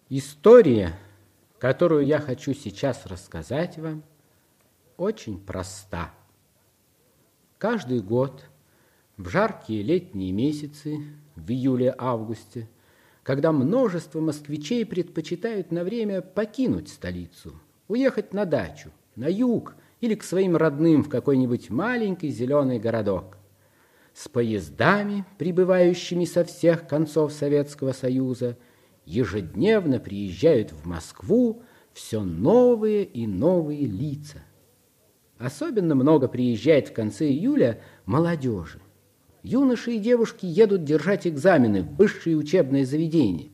История, которую я хочу сейчас рассказать вам, очень проста. Каждый год в жаркие летние месяцы, в июле-августе, когда множество москвичей предпочитают на время покинуть столицу, уехать на дачу, на юг или к своим родным в какой-нибудь маленький зеленый городок, с поездами, прибывающими со всех концов Советского Союза, ежедневно приезжают в Москву все новые и новые лица. Особенно много приезжает в конце июля молодежи. Юноши и девушки едут держать экзамены в высшие учебные заведения.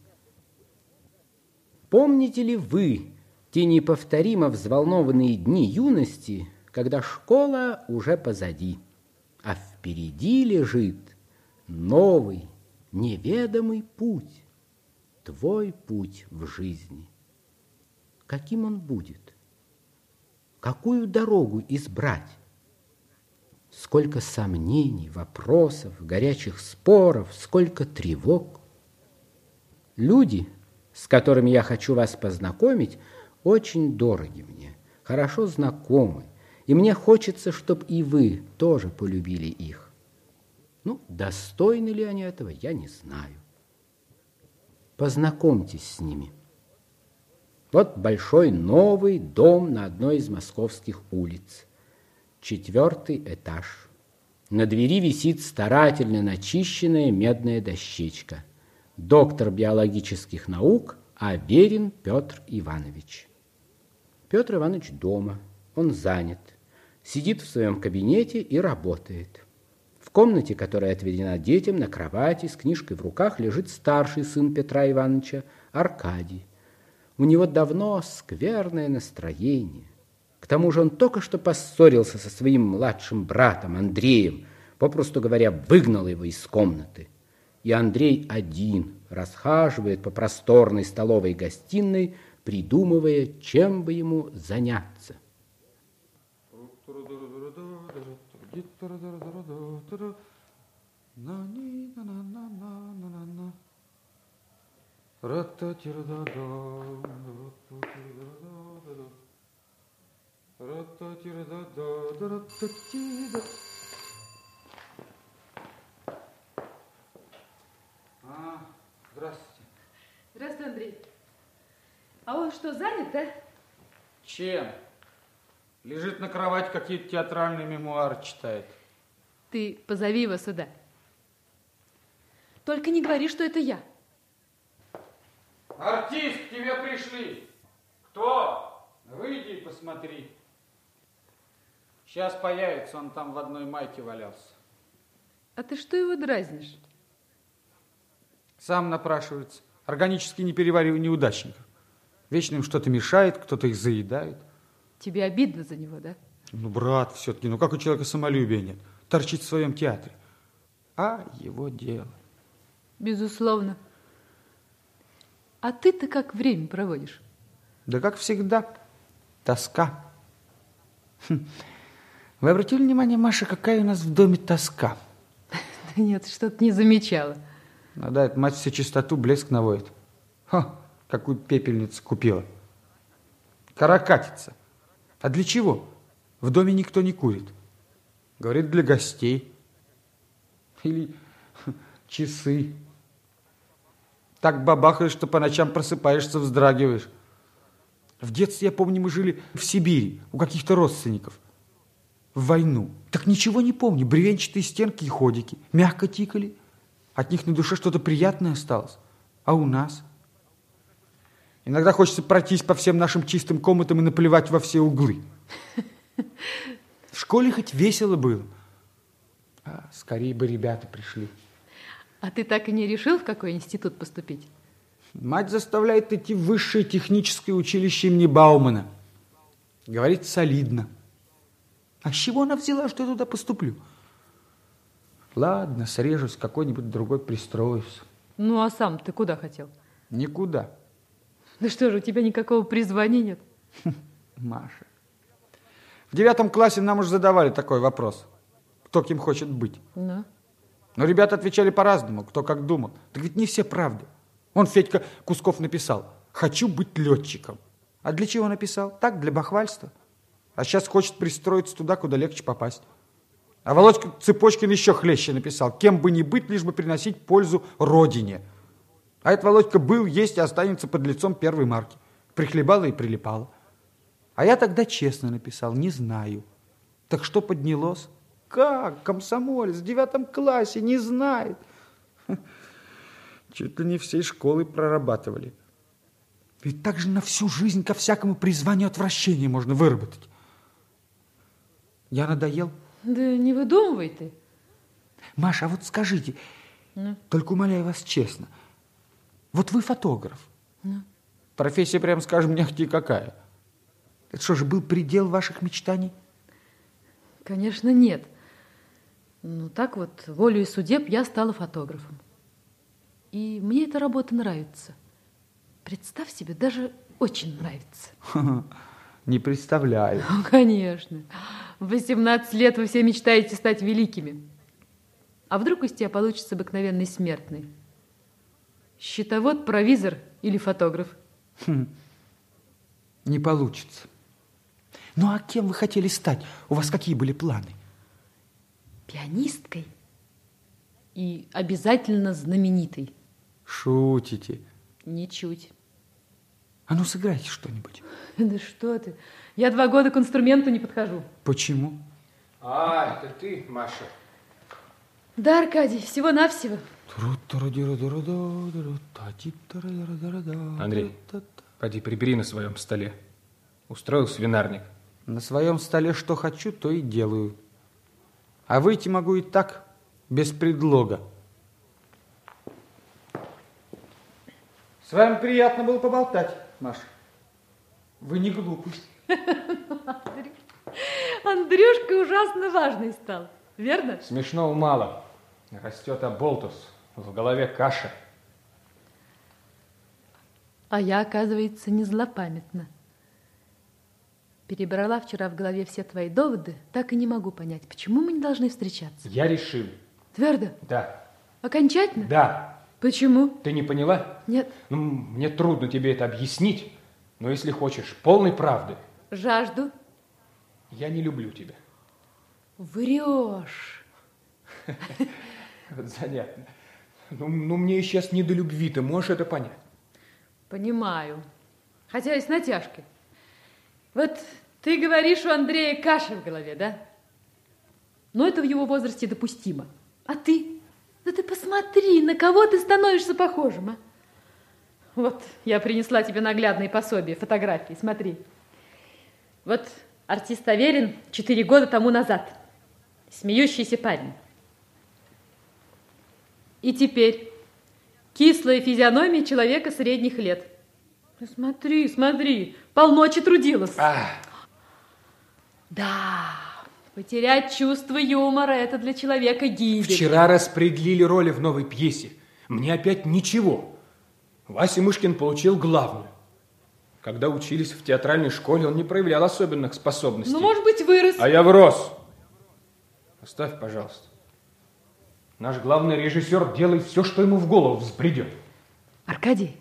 Помните ли вы те неповторимо взволнованные дни юности, когда школа уже позади, а впереди лежит новый, неведомый путь? Твой путь в жизни. Каким он будет? Какую дорогу избрать? Сколько сомнений, вопросов, горячих споров, сколько тревог. Люди, с которыми я хочу вас познакомить, очень дороги мне, хорошо знакомы, и мне хочется, чтобы и вы тоже полюбили их. Достойны ли они этого, я не знаю. Познакомьтесь с ними. Вот большой новый дом на одной из московских улиц. 4-й этаж. На двери висит старательно начищенная медная дощечка. Доктор биологических наук Аверин Петр Иванович. Петр Иванович дома. Он занят. Сидит в своем кабинете и работает. В комнате, которая отведена детям, на кровати с книжкой в руках лежит старший сын Петра Ивановича, Аркадий. У него давно скверное настроение. К тому же он только что поссорился со своим младшим братом Андреем, попросту говоря, выгнал его из комнаты. И Андрей один расхаживает по просторной столовой гостиной, придумывая, чем бы ему заняться. Здравствуйте. Здравствуй, Андрей. А он что, занят, да? Чем? Лежит на кровати, какие-то театральные мемуары читает. Ты позови его сюда. Только не говори, что это я. Артист, к тебе пришли. Кто? Выйди и посмотри. Сейчас появится, он там в одной майке валялся. А ты что его дразнишь? Сам напрашивается. Органически неперевариваемый неудачников. Вечно им что-то мешает, кто-то их заедает. Тебе обидно за него, да? Брат, все-таки, как у человека самолюбия нет. Торчит в своем театре. А его дело. Безусловно. А ты-то как время проводишь? Да как всегда. Тоска. Вы обратили внимание, Маша, какая у нас в доме тоска? Да нет, что-то не замечала. Да, эта мать всю чистоту, блеск наводит. Какую пепельницу купила. Каракатица. А для чего? В доме никто не курит. Говорит, для гостей. Или часы. Так бабахаешь, что по ночам просыпаешься, вздрагиваешь. В детстве, я помню, мы жили в Сибири у каких-то родственников. В войну. Так ничего не помню. Бревенчатые стенки и ходики. Мягко тикали. От них на душе что-то приятное осталось. А у нас? Иногда хочется пройтись по всем нашим чистым комнатам и наплевать во все углы. В школе хоть весело было. Скорее бы ребята пришли. А ты так и не решил, в какой институт поступить? Мать заставляет идти в высшее техническое училище имени Баумана. Говорит, солидно. А с чего она взяла, что я туда поступлю? Ладно, срежусь, какой-нибудь другой пристроюсь. А сам ты куда хотел? Никуда. Да что же, у тебя никакого призвания нет? Маша. В 9 классе нам уже задавали такой вопрос. Кто кем хочет быть. Ну? Но ребята отвечали по-разному, кто как думал. Так ведь не все правды. Вон Федька Кусков написал. хочу быть летчиком. А для чего написал? Так, для бахвальства. А сейчас хочет пристроиться туда, куда легче попасть. А Володька Цепочкин еще хлеще написал. Кем бы ни быть, лишь бы приносить пользу родине. А этот Володька был, есть и останется под лицом первой марки. Прихлебала и прилипала. А я тогда честно написал, не знаю. Так что поднялось? Как? Комсомолец в 9 классе не знает. Чуть ли не всей школы прорабатывали. Ведь так же на всю жизнь ко всякому призванию отвращения можно выработать. Я надоел? Да не выдумывай ты. Маша, а вот скажите, только умоляю вас честно, вот вы фотограф. Профессия, прямо скажем, не ахти какая. Это что же, был предел ваших мечтаний? Конечно, нет. Ну, так вот, волею судеб я стала фотографом. И мне эта работа нравится. Представь себе, даже очень нравится. Не представляю. Ну, конечно. В 18 лет вы все мечтаете стать великими. А вдруг из тебя получится обыкновенный смертный? Счетовод, провизор или фотограф? Не получится. Ну, а кем вы хотели стать? У вас какие были планы? Пианисткой и обязательно знаменитой. Шутите? Ничуть. А ну, сыграйте что-нибудь. Да что ты. Я 2 года к инструменту не подхожу. Почему? А, это ты, Маша? Да, Аркадий, всего-навсего. Андрей, поди прибери на своем столе. Устроил свинарник. На своем столе что хочу, то и делаю. А выйти могу и так, без предлога. С вами приятно было поболтать, Маша. Вы не глупый. Андрюшка ужасно важный стал, верно? Смешного мало. Растет оболтус, в голове каша. А я, оказывается, не злопамятна. Перебрала вчера в голове все твои доводы, так и не могу понять, почему мы не должны встречаться. Я решил. Твердо? Да. Окончательно? Да. Почему? Ты не поняла? Нет. Ну, мне трудно тебе это объяснить, но если хочешь полной правды. Жажду. Я не люблю тебя. Врешь. Вот занятно. Ну, мне сейчас не до любви, ты можешь это понять? Понимаю. Хотя и с натяжкой. Вот ты говоришь, у Андрея каша в голове, да? Но это в его возрасте допустимо. А ты? Да ты посмотри, на кого ты становишься похожим, а? Вот я принесла тебе наглядные пособия, фотографии, смотри. Вот артист Аверин 4 года тому назад. Смеющийся парень. И теперь кислая физиономия человека средних лет. Ну, смотри, смотри, полночи трудилась. Да, потерять чувство юмора – это для человека гибель. Вчера распределили роли в новой пьесе. Мне опять ничего. Вася Мышкин получил главную. Когда учились в театральной школе, он не проявлял особенных способностей. Ну, может быть, вырос. А я врос. Оставь, пожалуйста. Наш главный режиссер делает все, что ему в голову взбредет. Аркадий,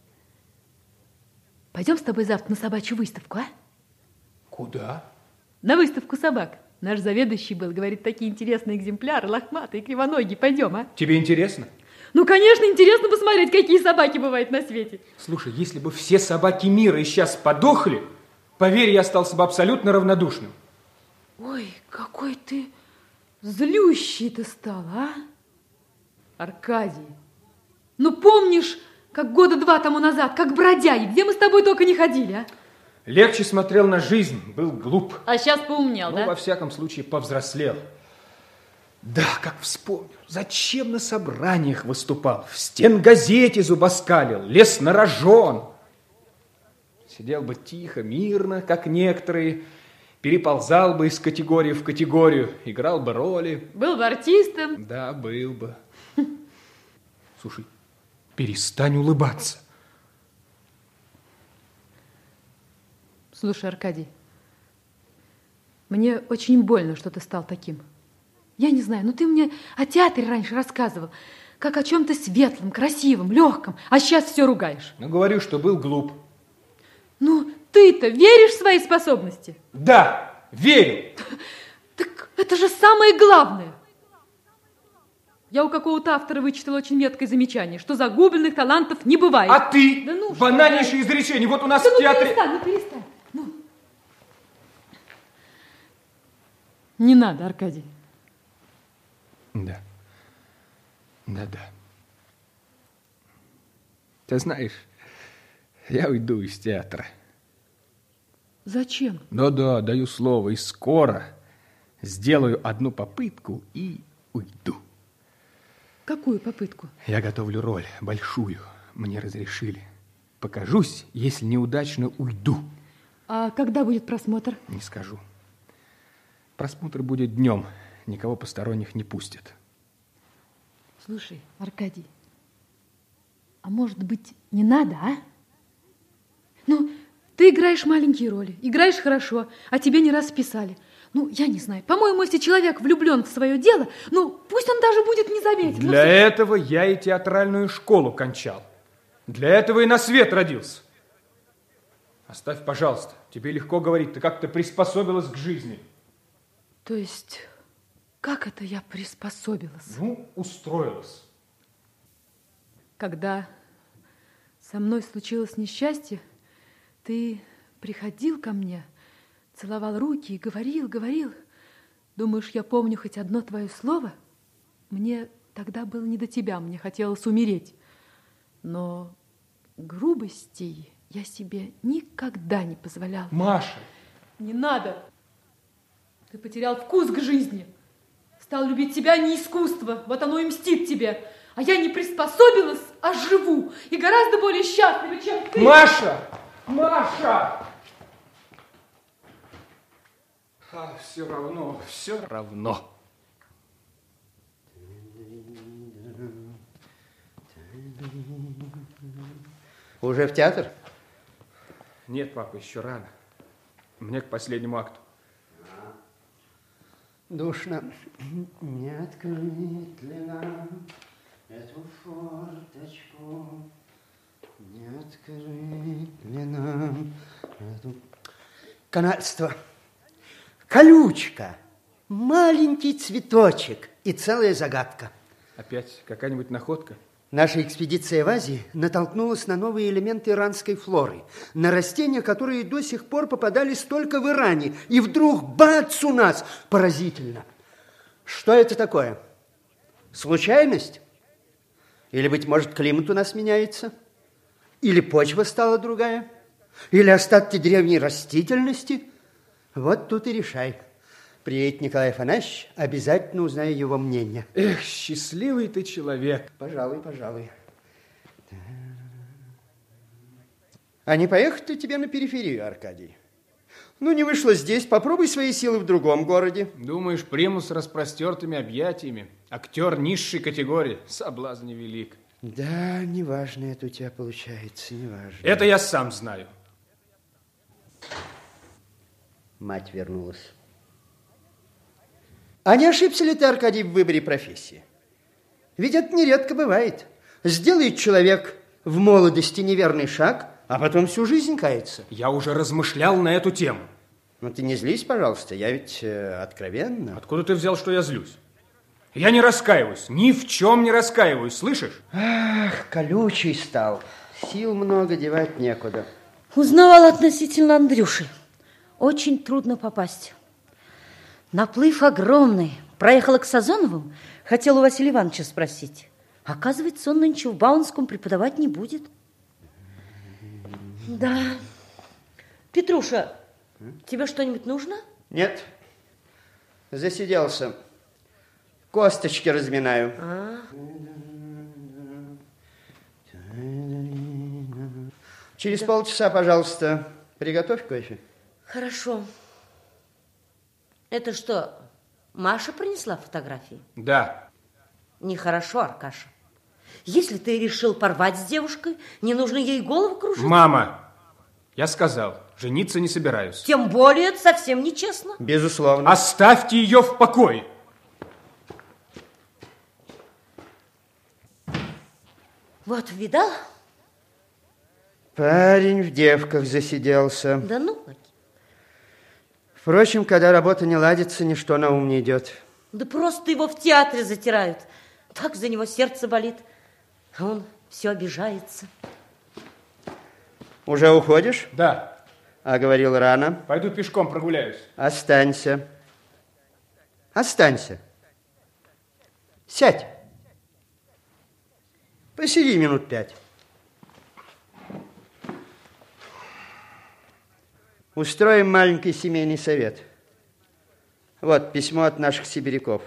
пойдем с тобой завтра на собачью выставку, а? Куда? На выставку собак. Наш заведующий был, говорит, такие интересные экземпляры, лохматые, кривоногие. Пойдем, а? Тебе интересно? Ну, конечно, интересно посмотреть, какие собаки бывают на свете. Слушай, если бы все собаки мира сейчас подохли, поверь, я остался бы абсолютно равнодушным. Ой, какой ты злющий ты стал, а? Аркадий, ну помнишь, как 2 года тому назад, как бродяги, где мы с тобой только не ходили, а? Легче смотрел на жизнь, был глуп. А сейчас поумнел, да? Ну, во всяком случае, повзрослел. Да, как вспомню, зачем на собраниях выступал, в стенгазете зубоскалил, лез на рожон. Сидел бы тихо, мирно, как некоторые, переползал бы из категории в категорию, играл бы роли. Был бы артистом. Да, был бы. Слушай, перестань улыбаться. Слушай, Аркадий, мне очень больно, что ты стал таким. Я не знаю, ну ты мне о театре раньше рассказывал. как о чем-то светлом, красивом, легком, а сейчас все ругаешь. Ну, говорю, что был глуп. Ну, ты-то веришь в свои способности? Да, верю. Так это же самое главное. Я у какого-то автора вычитала очень меткое замечание, что загубленных талантов не бывает. А ты? Да ну, банальнейшее изречение. Вот у нас да в театре... Ну, перестань. Ну. Не надо, Аркадий. Да. Да. Ты знаешь, я уйду из театра. Зачем? Да, даю слово, и скоро сделаю одну попытку и уйду. Какую попытку? Я готовлю роль, большую. Мне разрешили. Покажусь, если неудачно, уйду. А когда будет просмотр? Не скажу. Просмотр будет днем. Никого посторонних не пустят. Слушай, Аркадий, а может быть, не надо, а? Ну, ты играешь маленькие роли, играешь хорошо, а тебе не раз писали. Ну, я не знаю. По-моему, если человек влюблен в свое дело, ну, пусть он даже будет не заметен. Для этого я и театральную школу кончал. Для этого и на свет родился. Оставь, пожалуйста. Тебе легко говорить. Ты как-то приспособилась к жизни. То есть, как это я приспособилась? Ну, устроилась. Когда со мной случилось несчастье, ты приходил ко мне, целовал руки и говорил. Думаешь, я помню хоть одно твое слово? Мне тогда было не до тебя, мне хотелось умереть. Но грубостей я себе никогда не позволяла. Маша! Не надо! Ты потерял вкус к жизни. Стал любить себя не искусство, вот оно и мстит тебе. А я не приспособилась, а живу. И гораздо более счастлива, чем ты. Маша! Маша! А все равно. Уже в театр? Нет, папа, еще рано. Мне к последнему акту. Душно. Не открыть ли нам эту форточку? Не открыть ли нам эту... Канальство. Колючка. Маленький цветочек и целая загадка. Опять какая-нибудь находка? Наша экспедиция в Азии натолкнулась на новые элементы иранской флоры, на растения, которые до сих пор попадались только в Иране. И вдруг бац у нас! Поразительно! Что это такое? Случайность? Или, быть может, климат у нас меняется? Или почва стала другая? Или остатки древней растительности? Вот тут и решай. Приедет Николай Афанасьевич, обязательно узнаю его мнение. Эх, счастливый ты человек. Пожалуй. А не поехать ли тебе на периферию, Аркадий? Ну, не вышло здесь, попробуй свои силы в другом городе. Думаешь, примус с распростертыми объятиями? Актер низшей категории, соблазн невелик. Да, неважно это у тебя получается, неважно. Это я сам знаю. Мать вернулась. А не ошибся ли ты, Аркадий, в выборе профессии? Ведь это нередко бывает. Сделает человек в молодости неверный шаг, а потом всю жизнь кается. Я уже размышлял на эту тему. Ну, ты не злись, пожалуйста, я ведь откровенно. Откуда ты взял, что я злюсь? Я не раскаиваюсь, ни в чем не раскаиваюсь, слышишь? Ах, колючий стал. Сил много, девать некуда. Узнавал относительно Андрюши. Очень трудно попасть. Наплыв огромный. Проехала к Сазоновым, хотела у Василия Ивановича спросить. Оказывается, он нынче в Баунском преподавать не будет. Да. Петруша, тебе что-нибудь нужно? Нет. Засиделся. Косточки разминаю. Через полчаса, пожалуйста, приготовь кофе. Хорошо. Это что, Маша принесла фотографии? Да. Нехорошо, Аркаша. Если ты решил порвать с девушкой, не нужно ей голову кружить. Мама, я сказал, жениться не собираюсь. Тем более это совсем нечестно. Безусловно. Оставьте ее в покое. Вот, видал? Парень в девках засиделся. Да ну. Впрочем, когда работа не ладится, ничто на ум не идет. Да просто его в театре затирают. Так за него сердце болит. А он все обижается. Уже уходишь? Да. А говорил рано. Пойду пешком прогуляюсь. Останься. Останься. Сядь. Посиди минут 5. Устроим маленький семейный совет. Вот письмо от наших сибиряков.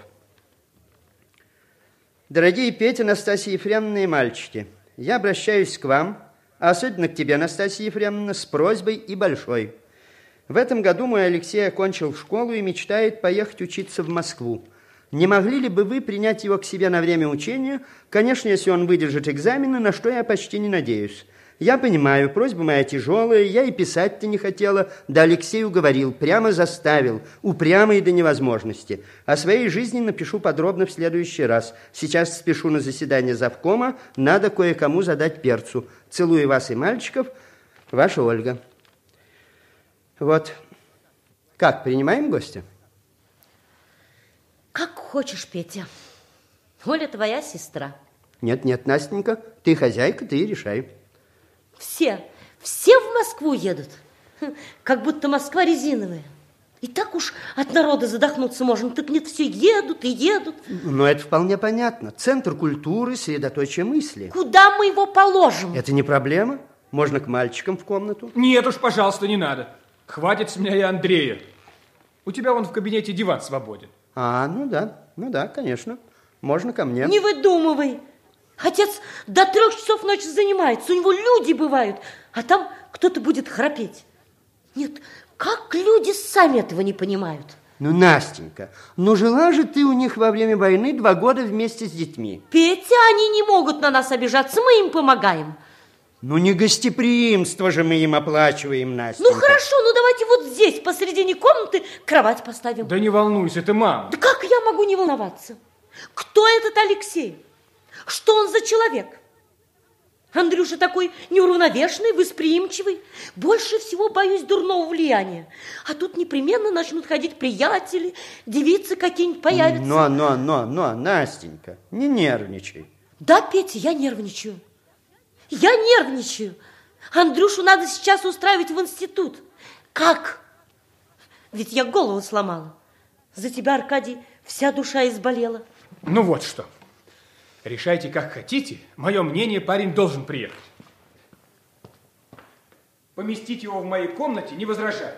Дорогие Петя, Настасья Ефремовна и мальчики, я обращаюсь к вам, а особенно к тебе, Настасья Ефремовна, с просьбой и большой. В этом году мой Алексей окончил школу и мечтает поехать учиться в Москву. Не могли ли бы вы принять его к себе на время учения, конечно, если он выдержит экзамены, на что я почти не надеюсь. Я понимаю, просьба моя тяжелая, я и писать-то не хотела, да Алексей уговорил, прямо заставил, упрямый до невозможности. О своей жизни напишу подробно в следующий раз. Сейчас спешу на заседание завкома, надо кое-кому задать перцу. Целую вас и мальчиков, ваша Ольга. Вот. Как, принимаем гостя? Как хочешь, Петя. Оля твоя сестра. Нет, Настенька, ты хозяйка, ты и решай. Все в Москву едут. Как будто Москва резиновая. И так уж от народа задохнуться можно. Так нет, все едут и едут. Но это вполне понятно. Центр культуры, средоточие мысли. Куда мы его положим? Это не проблема. Можно к мальчикам в комнату. Нет уж, пожалуйста, не надо. Хватит с меня и Андрея. У тебя вон в кабинете диван свободен. Ну да, конечно. Можно ко мне. Не выдумывай. Отец до 3 часов ночи занимается, у него люди бывают, а там кто-то будет храпеть. Нет, как люди сами этого не понимают? Настенька, жила же ты у них во время войны 2 года вместе с детьми. Петя, они не могут на нас обижаться, мы им помогаем. Не гостеприимство же мы им оплачиваем, Настенька. Хорошо, давайте вот здесь, посредине комнаты, кровать поставим. Да не волнуйся, ты мама. Да как я могу не волноваться? Кто этот Алексей? Что он за человек? Андрюша такой неуравновешенный, восприимчивый. Больше всего боюсь дурного влияния. А тут непременно начнут ходить приятели, девицы какие-нибудь появятся. Настенька, не нервничай. Да, Петя, я нервничаю. Я нервничаю. Андрюшу надо сейчас устраивать в институт. Как? Ведь я голову сломала. За тебя, Аркадий, вся душа изболела. Вот что. Решайте, как хотите. Мое мнение, парень должен приехать. Поместить его в моей комнате, не возражаю.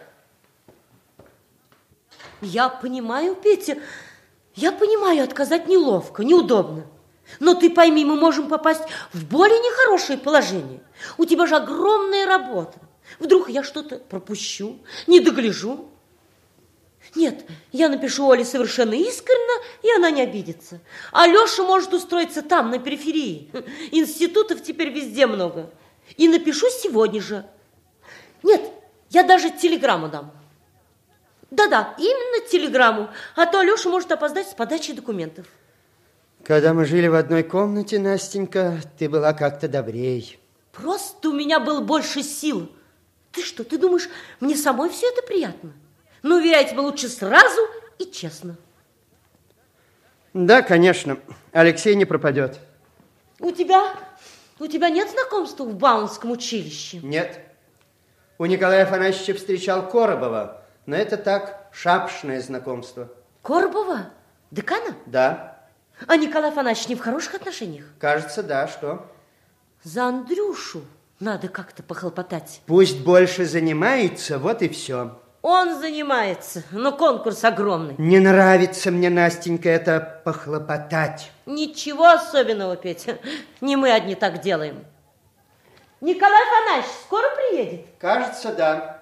Я понимаю, Петя, я понимаю, отказать неловко, неудобно. Но ты пойми, мы можем попасть в более нехорошее положение. У тебя же огромная работа. Вдруг я что-то пропущу, не догляжу. Нет, я напишу Оле совершенно искренне, и она не обидится. А Леша может устроиться там, на периферии. Институтов теперь везде много. И напишу сегодня же. Нет, я даже телеграмму дам. Да-да, именно телеграмму. А то Леша может опоздать с подачей документов. Когда мы жили в одной комнате, Настенька, ты была как-то добрей. Просто у меня было больше сил. Ты что, ты думаешь, мне самой все это приятно? Уверяю тебя, лучше сразу и честно. Да, конечно, Алексей не пропадет. У тебя нет знакомства в Бауманском училище? Нет. У Николая Афанасьевича встречал Коробова, но это так, шапшное знакомство. Коробова? Декана? Да. А Николай Афанасьевич не в хороших отношениях? Кажется, да, что? За Андрюшу надо как-то похлопотать. Пусть больше занимается, вот и все. Он занимается, но конкурс огромный. Не нравится мне, Настенька, это похлопотать. Ничего особенного, Петя. Не мы одни так делаем. Николай Афанасьевич скоро приедет? Кажется, да.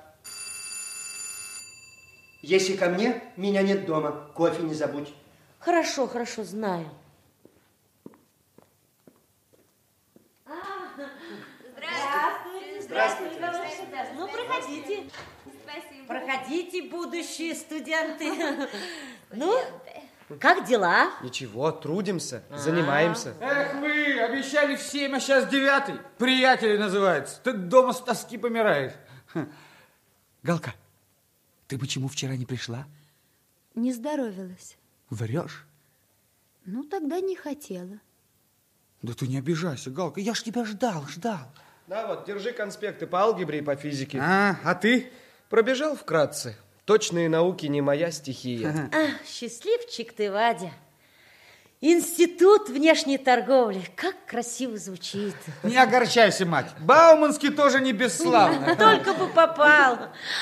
Если ко мне, меня нет дома. Кофе не забудь. Хорошо, знаю. Здравствуйте. Ну, проходите. Спасибо. Проходите, будущие студенты. Ну, Как дела? Ничего, трудимся, занимаемся. Эх вы, обещали в 7, а сейчас 9. Приятели называется. Ты дома с тоски помираешь. Галка, ты почему вчера не пришла? Не здоровилась. Врешь? Ну, тогда не хотела. Да ты не обижайся, Галка, я ж тебя ждал. Да, вот, держи конспекты по алгебре и по физике. А ты? Пробежал вкратце. Точные науки не моя стихия. Счастливчик ты, Вадя. Институт внешней торговли. Как красиво звучит. Не огорчайся, мать. Бауманский тоже не бесславный. Только бы попал.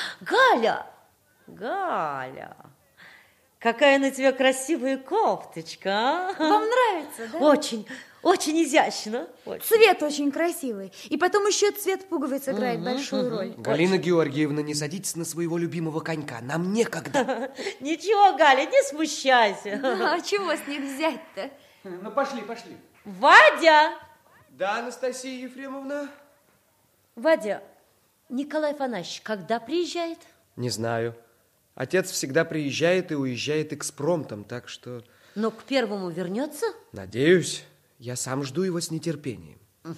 Галя, какая на тебя красивая кофточка, а? Вам нравится, да? Очень изящно. Цвет очень красивый. И потом еще цвет пуговиц играет большую роль. Галина Георгиевна, не садитесь на своего любимого конька. Нам некогда. Ничего, Галя, не смущайся. А чего с них взять-то? Ну, пошли. Вадя! Да, Анастасия Ефремовна? Вадя, Николай Афанасьевич когда приезжает? Не знаю. Отец всегда приезжает и уезжает экспромтом, так что... Но к первому вернется? Надеюсь. Я сам жду его с нетерпением.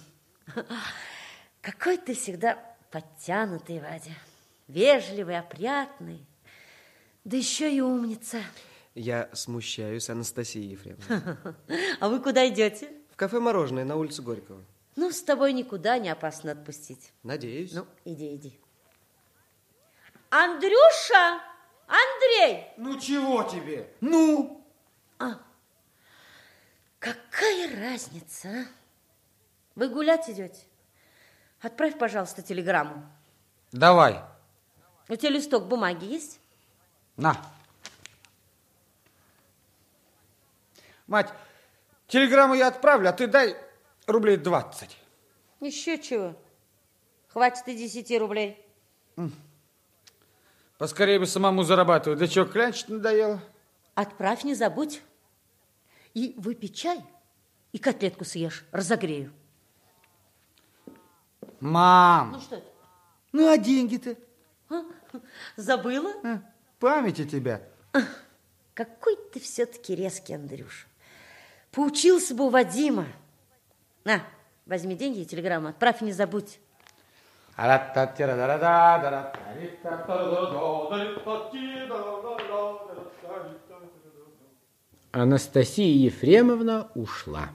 Какой ты всегда подтянутый, Вадя. Вежливый, опрятный. Да еще и умница. Я смущаюсь, Анастасия Ефремовна. А вы куда идете? В кафе «Мороженое» на улице Горького. Ну, с тобой никуда не опасно отпустить. Надеюсь. Ну, иди. Андрюша! Андрей! Ну, чего тебе? Ну? Какая разница, а? Вы гулять идете? Отправь, пожалуйста, телеграмму. Давай. У тебя листок бумаги есть? На. Мать, телеграмму я отправлю, а ты дай рублей 20. Еще чего? Хватит и 10 рублей. Поскорее бы самому зарабатывать. Да что, клянчить надоело? Отправь, не забудь. И выпей чай, и котлетку съешь, разогрею. Мам! Ну что это? Ну, а деньги-то? Забыла? Память у тебя. Какой ты все-таки резкий, Андрюша. Поучился бы у Вадима. На, возьми деньги и телеграмму, отправь, не забудь. Анастасия Ефремовна ушла.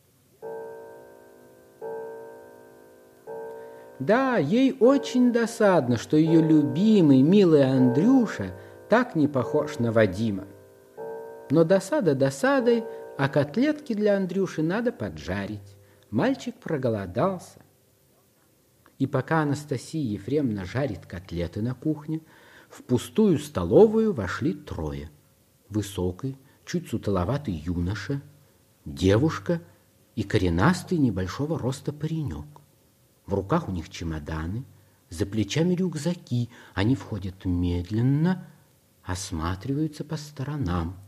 Да, ей очень досадно, что ее любимый, милый Андрюша так не похож на Вадима. Но досада досадой, а котлетки для Андрюши надо поджарить. Мальчик проголодался. И пока Анастасия Ефремовна жарит котлеты на кухне, в пустую столовую вошли трое. Высокий, чуть сутуловатый юноша, девушка и коренастый небольшого роста паренек. В руках у них чемоданы, за плечами рюкзаки. Они входят медленно, осматриваются по сторонам.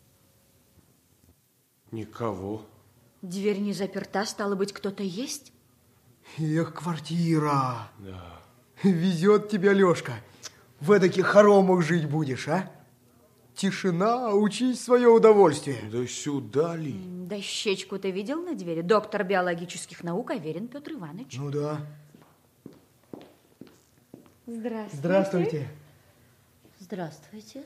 Никого. Дверь не заперта, стало быть, кто-то есть? Эх, квартира. Да. Везет тебя, Лешка. В эдаких хоромах жить будешь, а? Тишина, учись свое удовольствие. Да сюда ли? Дощечку ты видел на двери? Доктор биологических наук Аверин Петр Иванович. Ну да. Здравствуйте. Здравствуйте. Здравствуйте.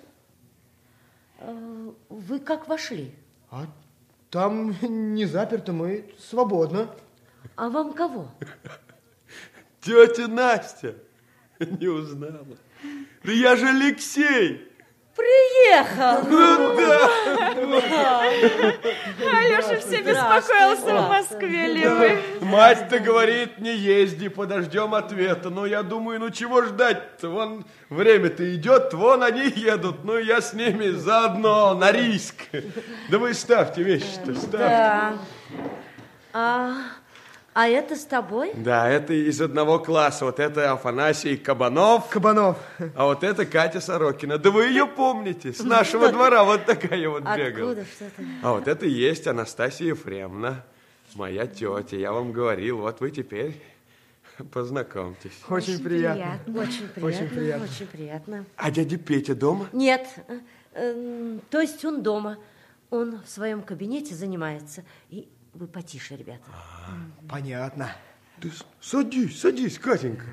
Вы как вошли? А там не заперто, мы свободно. А вам кого? Тетя Настя. Не узнала. Да я же Алексей. Приехал! Ну да. Алеша все беспокоился в Москве ли вы? Мать-то говорит, не езди, подождем ответа. Но я думаю, ну чего ждать-то? Вон время-то идет, вон они едут. Ну я с ними заодно, на риск. Да вы ставьте вещи-то, ставьте. Да. А это с тобой? Да, это из одного класса. Вот это Афанасий Кабанов. Кабанов. А вот это Катя Сорокина. Да вы ее помните? С нашего двора вот такая вот бегала. Откуда что-то? А вот это и есть Анастасия Ефремовна, моя тетя. Я вам говорил, вот вы теперь познакомьтесь. Очень приятно. Очень приятно. Очень приятно. Очень приятно. А дядя Петя дома? Нет, то есть он дома. Он в своем кабинете занимается. И вы потише, ребята. Понятно. Ты садись, Катенька.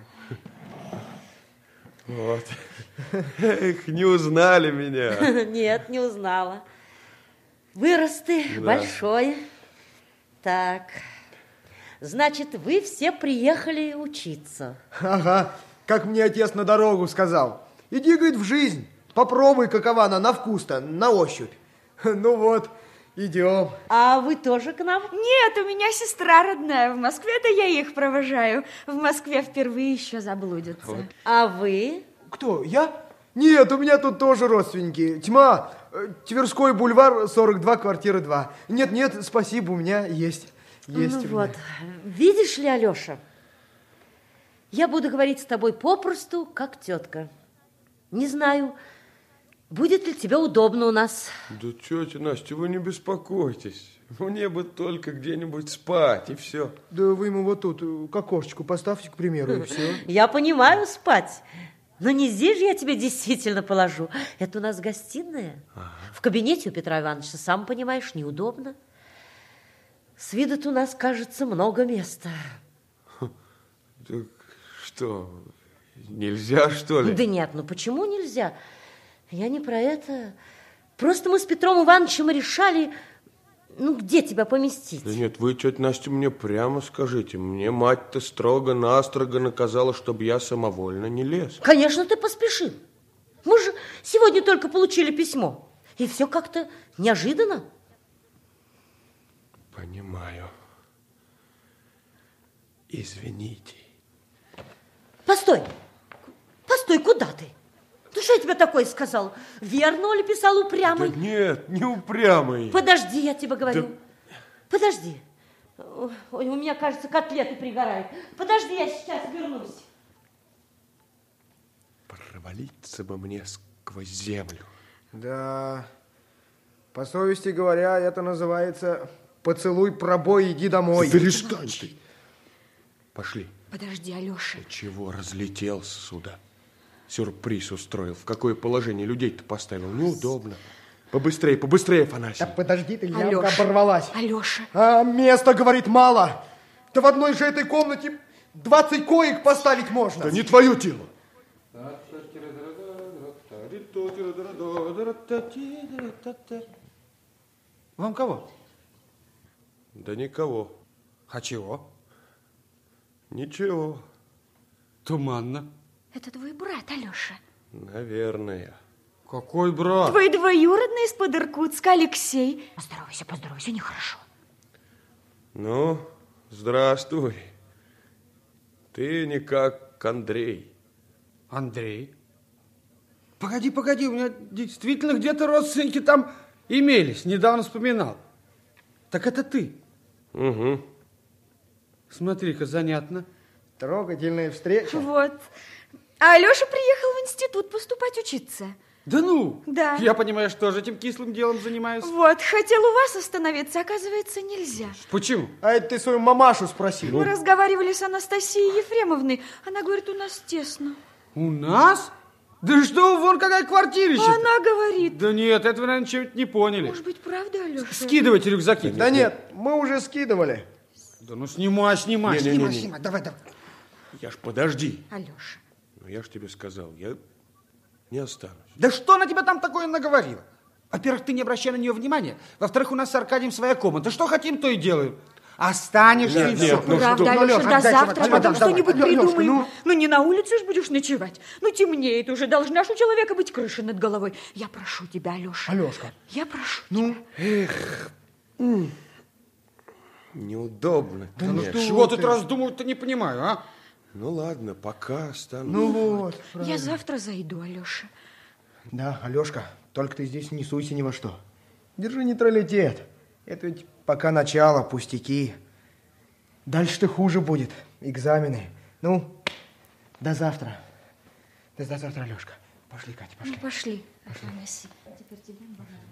Вот. Эх, не узнали меня. Нет, не узнала. Вырос ты, большой. Так, значит, вы все приехали учиться. Ага, как мне отец на дорогу сказал. Иди, говорит, в жизнь. Попробуй, какова она на вкус-то, на ощупь. Ну вот, идем. А вы тоже к нам? Нет, у меня сестра родная. В Москве-то я их провожаю. В Москве впервые еще заблудятся. А вы? Кто, я? Нет, у меня тут тоже родственники. Тьма, Тверской бульвар, 42, квартира 2. Нет, спасибо, у меня есть. Есть Ну у меня. вот, видишь ли, Алеша, я буду говорить с тобой попросту, как тетка. Не знаю, будет ли тебе удобно у нас. Да, тетя Настя, вы не беспокойтесь. Мне бы только где-нибудь спать, и все. Да вы ему вот тут к окошечку поставьте, к примеру, и все. Я понимаю спать, но не здесь же я тебе действительно положу. Это у нас гостиная. В кабинете у Петра Ивановича, сам понимаешь, неудобно. С виду-то у нас, кажется, много места. Так что, нельзя, что ли? Да нет, ну почему нельзя? Я не про это. Просто мы с Петром Ивановичем решали, ну, где тебя поместить. Да нет, вы, тетя Настя, мне прямо скажите. Мне мать-то строго-настрого наказала, чтобы я самовольно не лез. Конечно, ты поспешил. Мы же сегодня только получили письмо. И все как-то неожиданно. Понимаю. Извините. Постой, куда ты? Ну, что я тебе такое сказал? Верно ли писал упрямый? Да нет, не упрямый. Подожди, я тебе говорю. Подожди. Ой, у меня, кажется, котлеты пригорают. Подожди, я сейчас вернусь. Провалиться бы мне сквозь землю. Да, по совести говоря, это называется поцелуй пробой, иди домой. Перестань ты. Пошли. Подожди, Алеша. Ты чего разлетелся сюда? Сюрприз устроил. В какое положение людей-то поставил? Неудобно. Побыстрее, Афанасий. Да подожди ты, лямка Алеша, оборвалась. Алеша. А места, говорит, мало. Да в одной же этой комнате 20 коек поставить можно. Да не твое дело. Вам кого? Да никого. А чего? Ничего. Туманно. Это твой брат, Алеша. Наверное. Какой брат? Твой двоюродный из-под Иркутска, Алексей. Поздоровайся, нехорошо. Ну, здравствуй. Ты не как Андрей. Андрей? Погоди, у меня действительно где-то родственники там имелись, недавно вспоминал. Так это ты? Угу. Смотри-ка, занятно. Трогательная встреча. Вот. А Алеша приехал в институт поступать учиться. Да ну? Да. Я, понимаешь, тоже этим кислым делом занимаюсь. Вот, хотел у вас остановиться, оказывается, нельзя. Почему? А это ты свою мамашу спросил. Мы разговаривали с Анастасией Ефремовной. Она говорит, у нас тесно. У нас? Да что, вон какая квартирища. Она говорит. Да нет, этого, наверное, чего-то не поняли. Может быть, правда, Алеша? Скидывайте рюкзаки. Да нет, мы уже скидывали. Да ну снимай. Не-не-не. Давай. Я ж подожди. Алеша. Ну, я ж тебе сказал, я не останусь. Да что она тебе там такое наговорила? Во-первых, ты не обращай на нее внимания. Во-вторых, у нас с Аркадием своя комната. Что хотим, то и делаем. Останешься и все. Ну, Правда, что? Алеша, Лёша, до отдай, завтра, давай, потом давай, что-нибудь давай, Лёшка, придумаем. Ну, не на улице ж будешь ночевать. Ну, темнеет уже, должна ж у человека быть крыша над головой. Я прошу тебя, Алеша. Алёшка. Я прошу тебя. Неудобно, Ну, конечно. чего тут раздумывать-то не понимаю, а? Ну ладно, пока останусь. Ну вот. Я завтра зайду, Алеша. Да, Алёшка, только ты здесь не суйся ни во что. Держи нейтралитет. Это ведь пока начало, пустяки. Дальше-то хуже будет. Экзамены. Ну, до завтра. До завтра, Алёшка. Пошли, Катя, пошли. Ну, пошли. Афанасий. Теперь тебе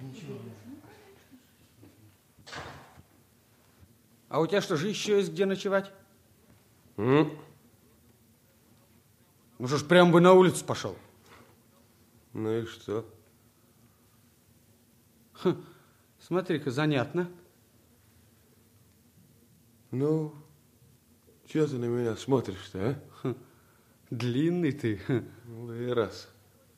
А у тебя что же еще есть где ночевать? М? Ну что ж, прям бы на улицу пошел. Ну и что? Смотри-ка, занятно. Ну, что ты на меня смотришь-то, а? Длинный ты. Ну, и раз.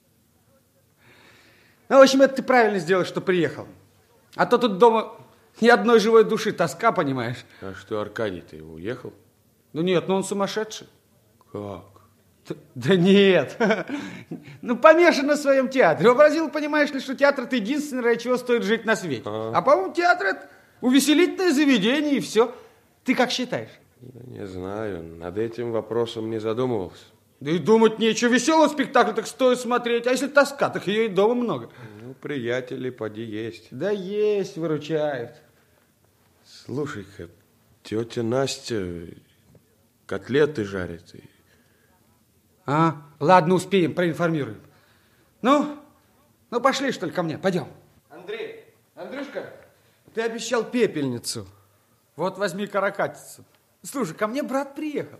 Ну, в общем, это ты правильно сделал, что приехал. А то тут дома ни одной живой души, тоска, понимаешь. А что, Аркадий-то его уехал? Ну нет, ну он сумасшедший. Как? Да нет. Ну, помешан на своем театре. Вообразил, понимаешь ли, что театр это единственное, ради чего стоит жить на свете. А по-моему, театр это увеселительное заведение, и все. Ты как считаешь? Да не знаю, над этим вопросом не задумывался. Да и думать нечего. Веселый спектакль так стоит смотреть. А если тоска, так ее и дома много. Ну, приятели, поди есть. Да есть, выручают. Слушай-ка, тетя Настя котлеты жарит. А, ладно, успеем, проинформируем. Ну, пошли, что ли, ко мне, пойдем. Андрей, Андрюшка, ты обещал пепельницу. Вот возьми каракатицу. Слушай, ко мне брат приехал.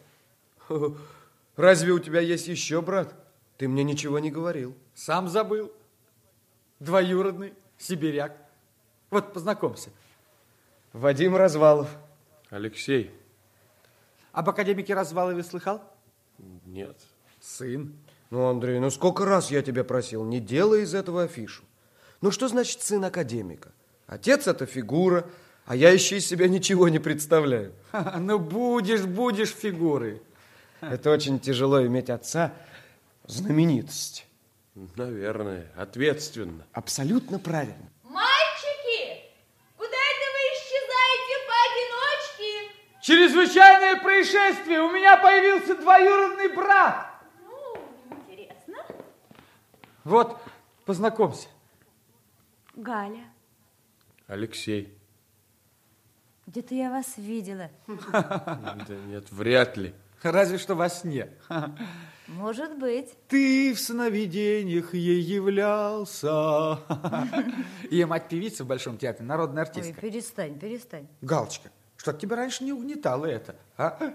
Разве у тебя есть еще брат? Ты мне ничего не говорил. Сам забыл. Двоюродный, сибиряк. Вот, познакомься. Вадим Развалов. Алексей. Об академике Развалове слыхал? Нет. Сын. Ну, Андрей, ну сколько раз я тебя просил, не делай из этого афишу. Ну, что значит сын академика? Отец – это фигура, а я еще из себя ничего не представляю. Ну, будешь фигурой. Это очень тяжело иметь отца знаменитость. Наверное, ответственно. Абсолютно правильно. Мальчики, куда это вы исчезаете поодиночке? Чрезвычайное происшествие. У меня появился двоюродный брат. Ну, интересно. Вот, познакомься. Галя. Алексей. Где-то я вас видела. Да нет, вряд ли. Разве что во сне. Может быть. Ты в сновидениях ей являлся. Ее мать певица в Большом театре, народная Ой, артистка. перестань. Галочка, что тебя раньше не угнетало это, а?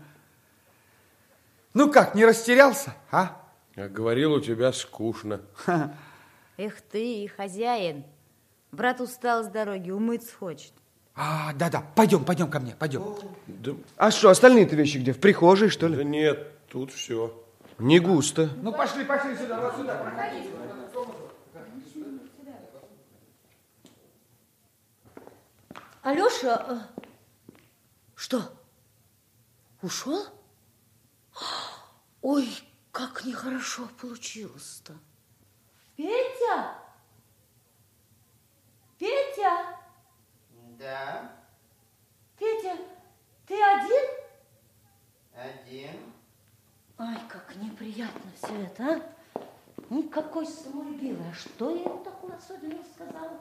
Ну как, не растерялся, а? Я говорил, у тебя скучно. Эх ты, хозяин. Брат устал с дороги, умыться хочет. Да, пойдем ко мне, пойдем. Да, А что, остальные-то вещи где? В прихожей, что ли? да нет, тут все. Не густо. Ну пошли сюда, вот сюда, проходите. Алеша, что, ушел? Ой, как нехорошо получилось-то. Петя? Петя? Да, Петя, ты один? один. Ай, как неприятно все это, а? Никакой самолюбивый. А что я ему такого особенного сказала?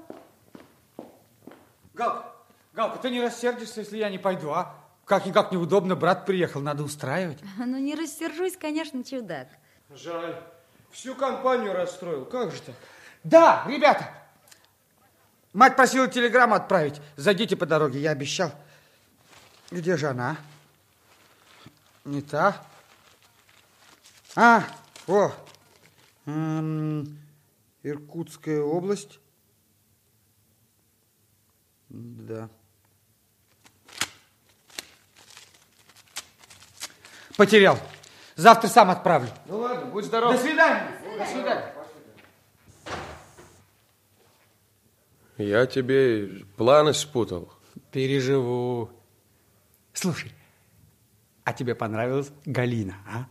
Галка, ты не рассердишься, если я не пойду, а? Как-никак неудобно, брат приехал, надо устраивать. Ну, не рассержусь, конечно, чудак. Жаль. Всю компанию расстроил. Как же так? Да, ребята, мать просила телеграмму отправить. Зайдите по дороге, я обещал. Где же она? Не та. Иркутская область. Да. Потерял. Завтра сам отправлю. Ну ладно, будь здоров. До свидания. До свидания. Я тебе планы спутал. Переживу. Слушай, а тебе понравилась Галина, а?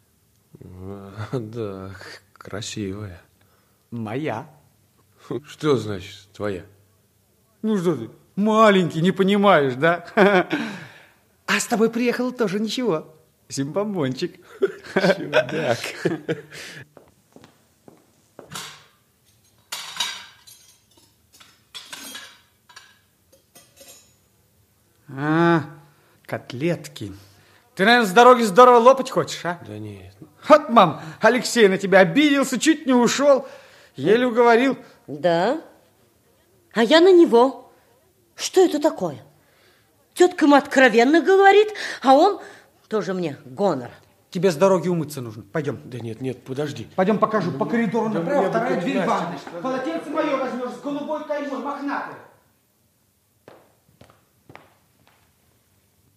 Да, красивая. Моя. Что значит твоя? Ну что ты, маленький, не понимаешь, да? А с тобой приехал тоже ничего. Симпомончик. Чудак. Котлетки. Ты, наверное, с дороги здорово лопать хочешь, а? Да нет. Вот, мам, Алексей на тебя обиделся, чуть не ушел. Еле уговорил. Да? А я на него. Что это такое? Тетка ему откровенно говорит, а он тоже мне гонор. Тебе с дороги умыться нужно. Пойдем. Да нет, подожди. Пойдем покажу. По коридору Да направо, мне бы вторая тут дверь Настя, ванной. Полотенце мое возьмешь с голубой каймой, мохнатое.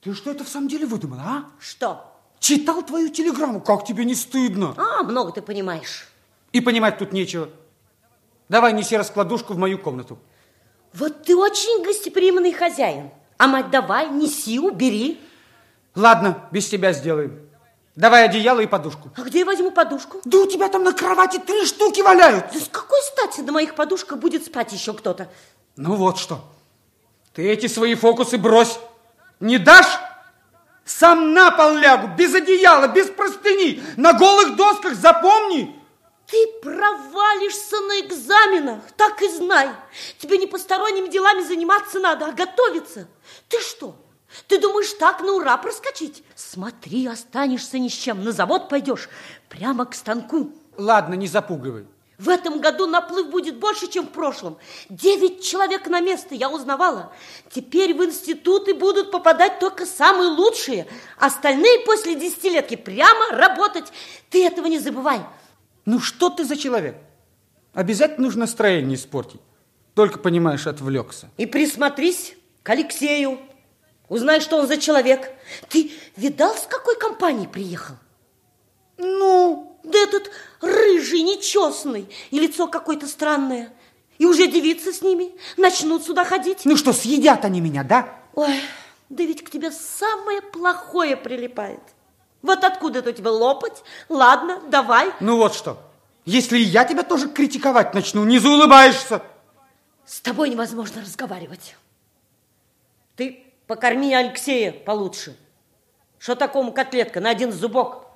Ты что это в самом деле выдумала, а? Что? Читал твою телеграмму, как тебе не стыдно? Много ты понимаешь. И понимать тут нечего. Давай неси раскладушку в мою комнату. Вот ты очень гостеприимный хозяин. А мать, давай, неси, убери. Ладно, без тебя сделаем. Давай одеяло и подушку. А где я возьму подушку? Да у тебя там на кровати 3 штуки валяются. Да с какой стати на моих подушках будет спать еще кто-то? Ну вот что. Ты эти свои фокусы брось. Не дашь? Сам на пол лягу, без одеяла, без простыни, на голых досках, запомни. Ты провалишься на экзаменах, так и знай. Тебе не посторонними делами заниматься надо, а готовиться. Ты что? Ты думаешь так на ура проскочить? Смотри, останешься ни с чем. На завод пойдешь, прямо к станку. Ладно, не запугивай. В этом году наплыв будет больше, чем в прошлом. 9 человек на место, я узнавала. Теперь в институты будут попадать только самые лучшие. Остальные после 10-летки прямо работать. Ты этого не забывай. Ну что ты за человек? Обязательно нужно настроение испортить. Только, понимаешь, отвлекся. И присмотрись к Алексею. Узнай, что он за человек. Ты видал, с какой компанией приехал? Ну, да этот рыжий, нечестный, и лицо какое-то странное. И уже девицы с ними начнут сюда ходить. Ну что, съедят они меня, да? Ой, да ведь к тебе самое плохое прилипает. Вот откуда это у тебя лопать? Ладно, давай. Ну вот что, если и я тебя тоже критиковать начну, не заулыбаешься. С тобой невозможно разговаривать. Ты покорми Алексея получше. Что такому котлетка на один зубок?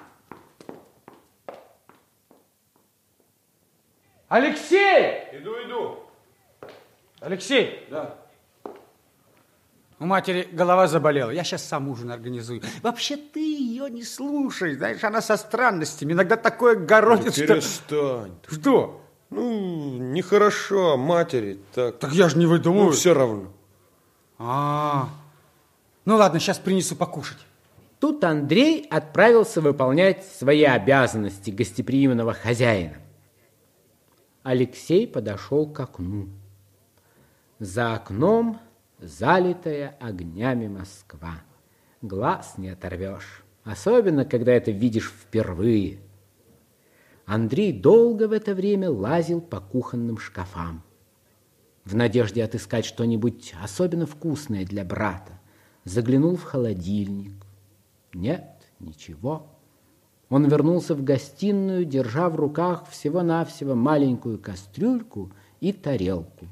Алексей! Иду. Алексей! Да. У матери голова заболела. Я сейчас сам ужин организую. Вообще ты ее не слушай. Знаешь, она со странностями. Иногда такое городит, что... Перестань. Что? Ну, нехорошо матери. Так я же не выдумываю. Ну, все равно. Ну ладно, сейчас принесу покушать. Тут Андрей отправился выполнять свои обязанности гостеприимного хозяина. Алексей подошел к окну. За окном залитая огнями Москва. Глаз не оторвешь, особенно, когда это видишь впервые. Андрей долго в это время лазил по кухонным шкафам, в надежде отыскать что-нибудь особенно вкусное для брата. Заглянул в холодильник. Нет, ничего. Он вернулся в гостиную, держа в руках всего-навсего маленькую кастрюльку и тарелку.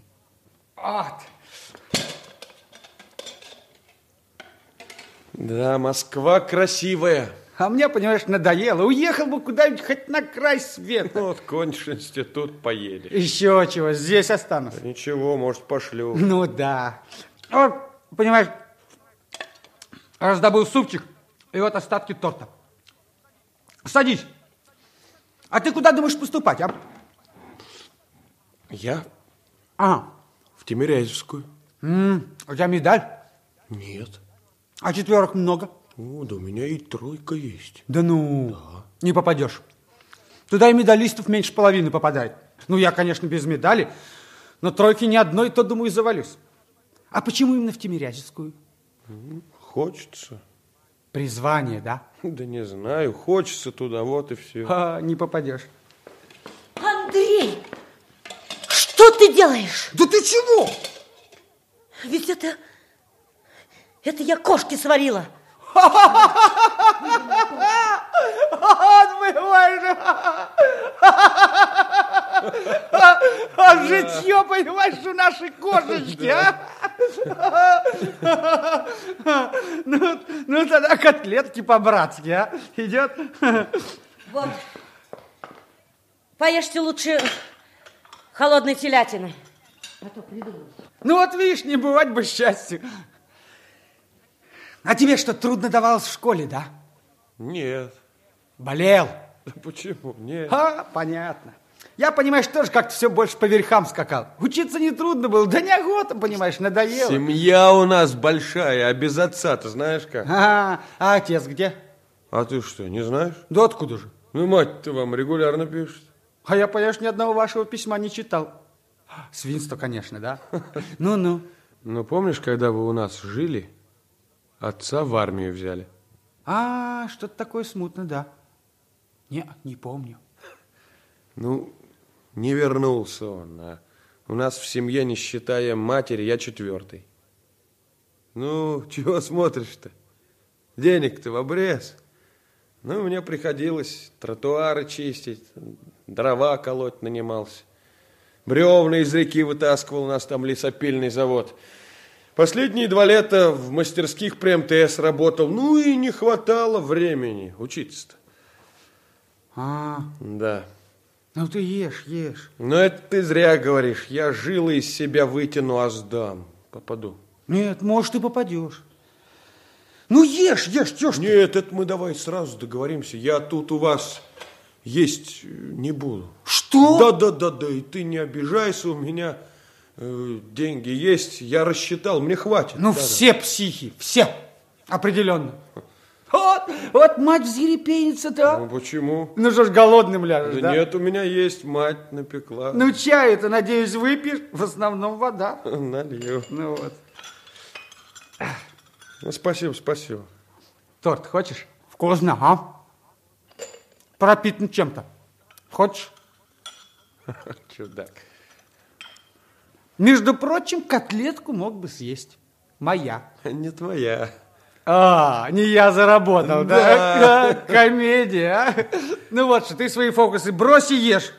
Да, Москва красивая. А мне, понимаешь, надоело. Уехал бы куда-нибудь хоть на край света. Вот кончишь институт, поедешь. Еще чего, здесь останусь. Да ничего, может, пошлю. Ну да. Вот, понимаешь, раздобыл супчик и вот остатки торта. Садись. А ты куда думаешь поступать, а? Я? В Тимирязевскую. У тебя медаль? Нет. А четверок много? Да у меня и 3 есть. Да ну, не попадешь. Туда и медалистов меньше половины попадает. Ну, я, конечно, без медали, но 3 ни одной, то, думаю, завалюсь. А почему именно в Тимирязевскую? Хочется. Призвание, да? Да не знаю, хочется туда, вот и все. Не попадешь. Андрей, что ты делаешь? Да ты чего? Ведь это я кошке сварила. Житье, понимаешь, у нашей кошечки, Ну, тогда котлетки по-братски, Идет? Вот. Поешьте лучше холодной телятины. А то придумал. Ну, вот видишь, не бывать бы счастью. А тебе что, трудно давалось в школе, да? Нет. Болел? Да почему? Нет. Понятно. Я, понимаешь, тоже как-то все больше по верхам скакал. Учиться не трудно было, да неохота, понимаешь, надоело. Семья у нас большая, а без отца ты знаешь как? А отец где? А ты что, не знаешь? Да откуда же? Ну, мать-то вам регулярно пишет. А я, понимаешь, ни одного вашего письма не читал. Свинство, конечно, да? Ну-ну. Ну, помнишь, когда вы у нас жили, Отца в армию взяли. А, что-то такое смутно, да. Не помню. Ну, не вернулся он. А у нас в семье, не считая матери, я 4-й. Ну, чего смотришь-то? Денег-то в обрез. Ну, мне приходилось тротуары чистить, дрова колоть нанимался. Бревна из реки вытаскивал, у нас там лесопильный завод. Последние 2 лета в мастерских при МТС работал. Ну, и не хватало времени учиться-то. Да. Ну, ты ешь. Но это ты зря говоришь. Я жилы из себя вытяну, а сдам. Попаду. Нет, может, и попадешь. Ну, ешь, чё ж ты? Нет, это мы давай сразу договоримся. Я тут у вас есть не буду. Что? Да, и ты не обижайся, у меня деньги есть, я рассчитал, мне хватит. Ну, да, все психи, все, определенно. Вот мать взъерепенится-то. Ну, почему? Ну, что ж, голодным ляжешь, да? Нет, у меня есть, мать напекла. Ну, чаю-то, надеюсь, выпьешь, в основном вода. Налью. Ну, вот. Ну, спасибо. Торт хочешь? Вкусно, а? Пропитан чем-то. Хочешь? Чудак. Между прочим, котлетку мог бы съесть. Моя. Не твоя. Не я заработал, да? Комедия, а? Ну вот что, ты свои фокусы брось и ешь.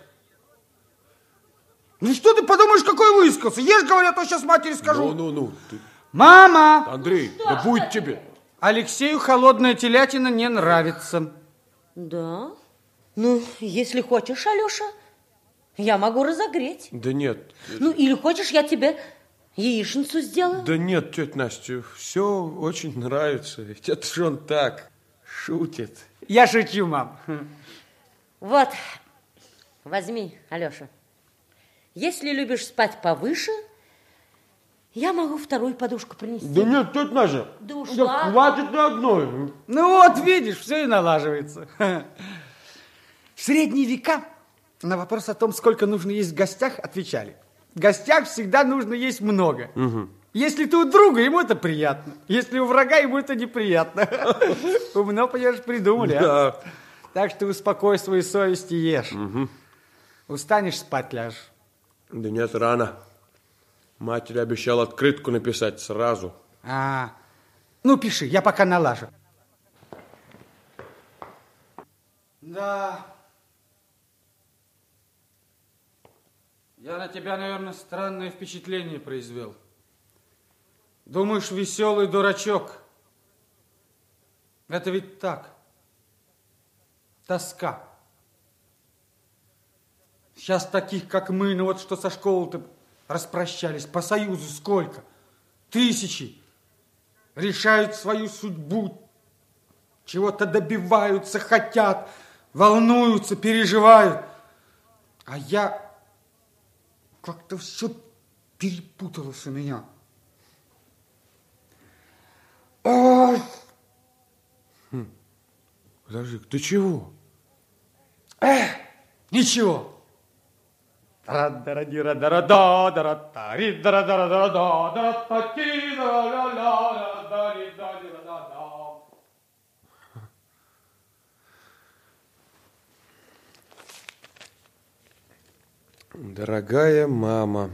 Ну что ты подумаешь, какой выискался? Ешь, говорят, то сейчас матери скажу. Ну. Мама! Андрей, да будь тебе. Алексею холодная телятина не нравится. Да? Ну, если хочешь, Алеша, я могу разогреть. Да нет. Ну, или хочешь, я тебе яичницу сделаю? Да нет, тетя Настя, все очень нравится. Ведь это же он так шутит. Я шучу, мам. Вот, возьми, Алеша. Если любишь спать повыше, я могу 2-ю подушку принести. Да нет, тетя Настя, Да ушла. да хватит на одной. Ну вот, видишь, все и налаживается. В средние века на вопрос о том, сколько нужно есть в гостях, отвечали. В гостях всегда нужно есть много. Угу. Если ты у друга, ему это приятно. Если у врага, ему это неприятно. Умно, понимаешь, придумали, а? Да. Так что успокой свою совесть и ешь. Угу. Устанешь, спать ляжешь. Да нет, рано. Матери обещал открытку написать сразу. Ну, пиши, я пока налажу. Да. Я на тебя, наверное, странное впечатление произвел. Думаешь, веселый дурачок. Это ведь так. Тоска. Сейчас таких, как мы, ну вот что со школы-то распрощались, по союзу сколько? 1000. Решают свою судьбу, чего-то добиваются, хотят, волнуются, переживают. А я как-то все перепуталось у меня. Ой. Подожди, ты чего? Ничего. Дорогая мама,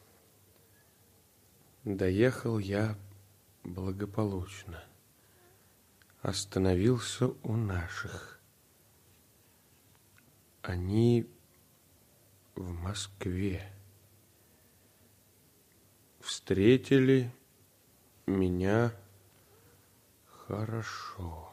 доехал я благополучно. Остановился у наших. Они в Москве. Встретили меня хорошо.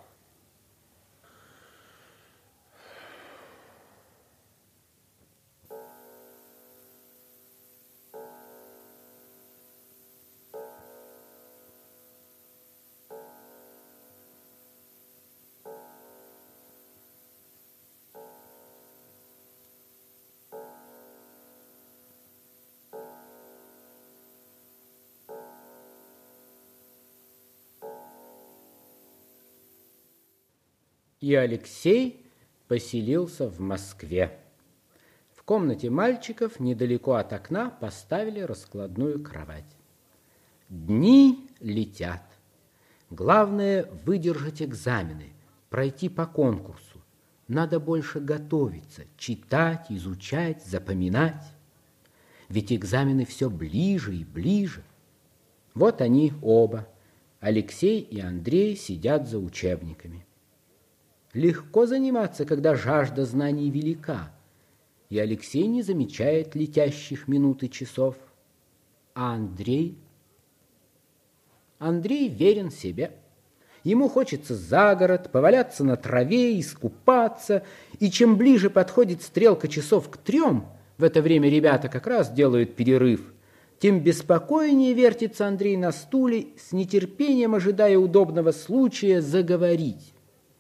И Алексей поселился в Москве. В комнате мальчиков недалеко от окна поставили раскладную кровать. Дни летят. Главное – выдержать экзамены, пройти по конкурсу. Надо больше готовиться, читать, изучать, запоминать. Ведь экзамены все ближе и ближе. Вот они оба, Алексей и Андрей, сидят за учебниками. Легко заниматься, когда жажда знаний велика, и Алексей не замечает летящих минут и часов. А Андрей верен себе. Ему хочется за город, поваляться на траве, искупаться, и чем ближе подходит стрелка часов к 3, в это время ребята как раз делают перерыв, тем беспокойнее вертится Андрей на стуле, с нетерпением ожидая удобного случая заговорить.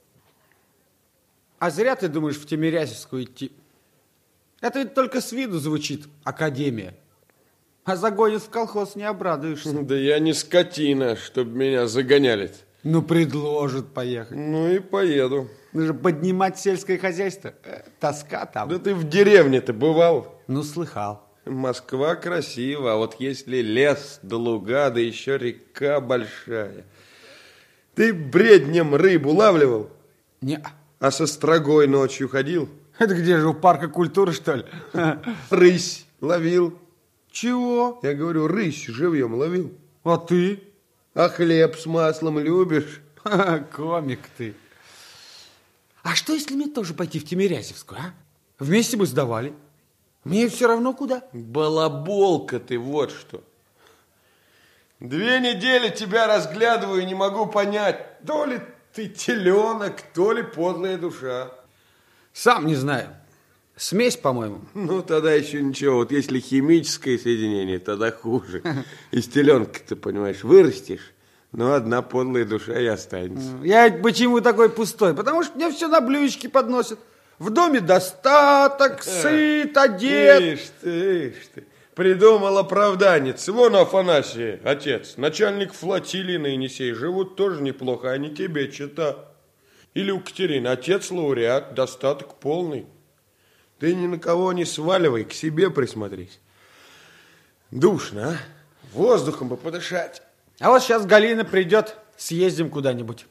А зря ты думаешь в Тимирязевскую идти. Это ведь только с виду звучит академия. А загонят в колхоз, не обрадуешься. Да я не скотина, чтобы меня загоняли. Ну, предложат поехать. Ну и поеду. Ну же поднимать сельское хозяйство. Тоска там. Да ты в деревне-то бывал? Ну, слыхал. Москва красива, а вот если лес да луга, да еще река большая. Ты бреднем рыбу лавливал? Не. А со строгой ночью ходил? Это где же, у парка культуры, что ли? Рысь ловил. Чего? Я говорю, рысь живьем ловил. А ты? А хлеб с маслом любишь? Комик ты. А что, если мне тоже пойти в Тимирязевскую, а? Вместе бы сдавали. Мне все равно куда. Балаболка ты, вот что. 2 недели тебя разглядываю и не могу понять, то ли ты теленок, то ли подлая душа. Сам не знаю. Смесь, по-моему. Ну, тогда еще ничего. Вот если химическое соединение, тогда хуже. Из теленка, ты понимаешь, вырастешь, но одна подлая душа и останется. Я почему такой пустой? Потому что мне все на блюдечке подносят. В доме достаток, сыт, одет. Ишь ты. Придумал оправданец. Вон Афанасий, отец, начальник флотилии на Енисей. Живут тоже неплохо, а не тебе чета. Или у Катерины, отец лауреат, достаток полный. Ты ни на кого не сваливай, к себе присмотрись. Душно, а? Воздухом бы подышать. А вот сейчас Галина придет, съездим куда-нибудь.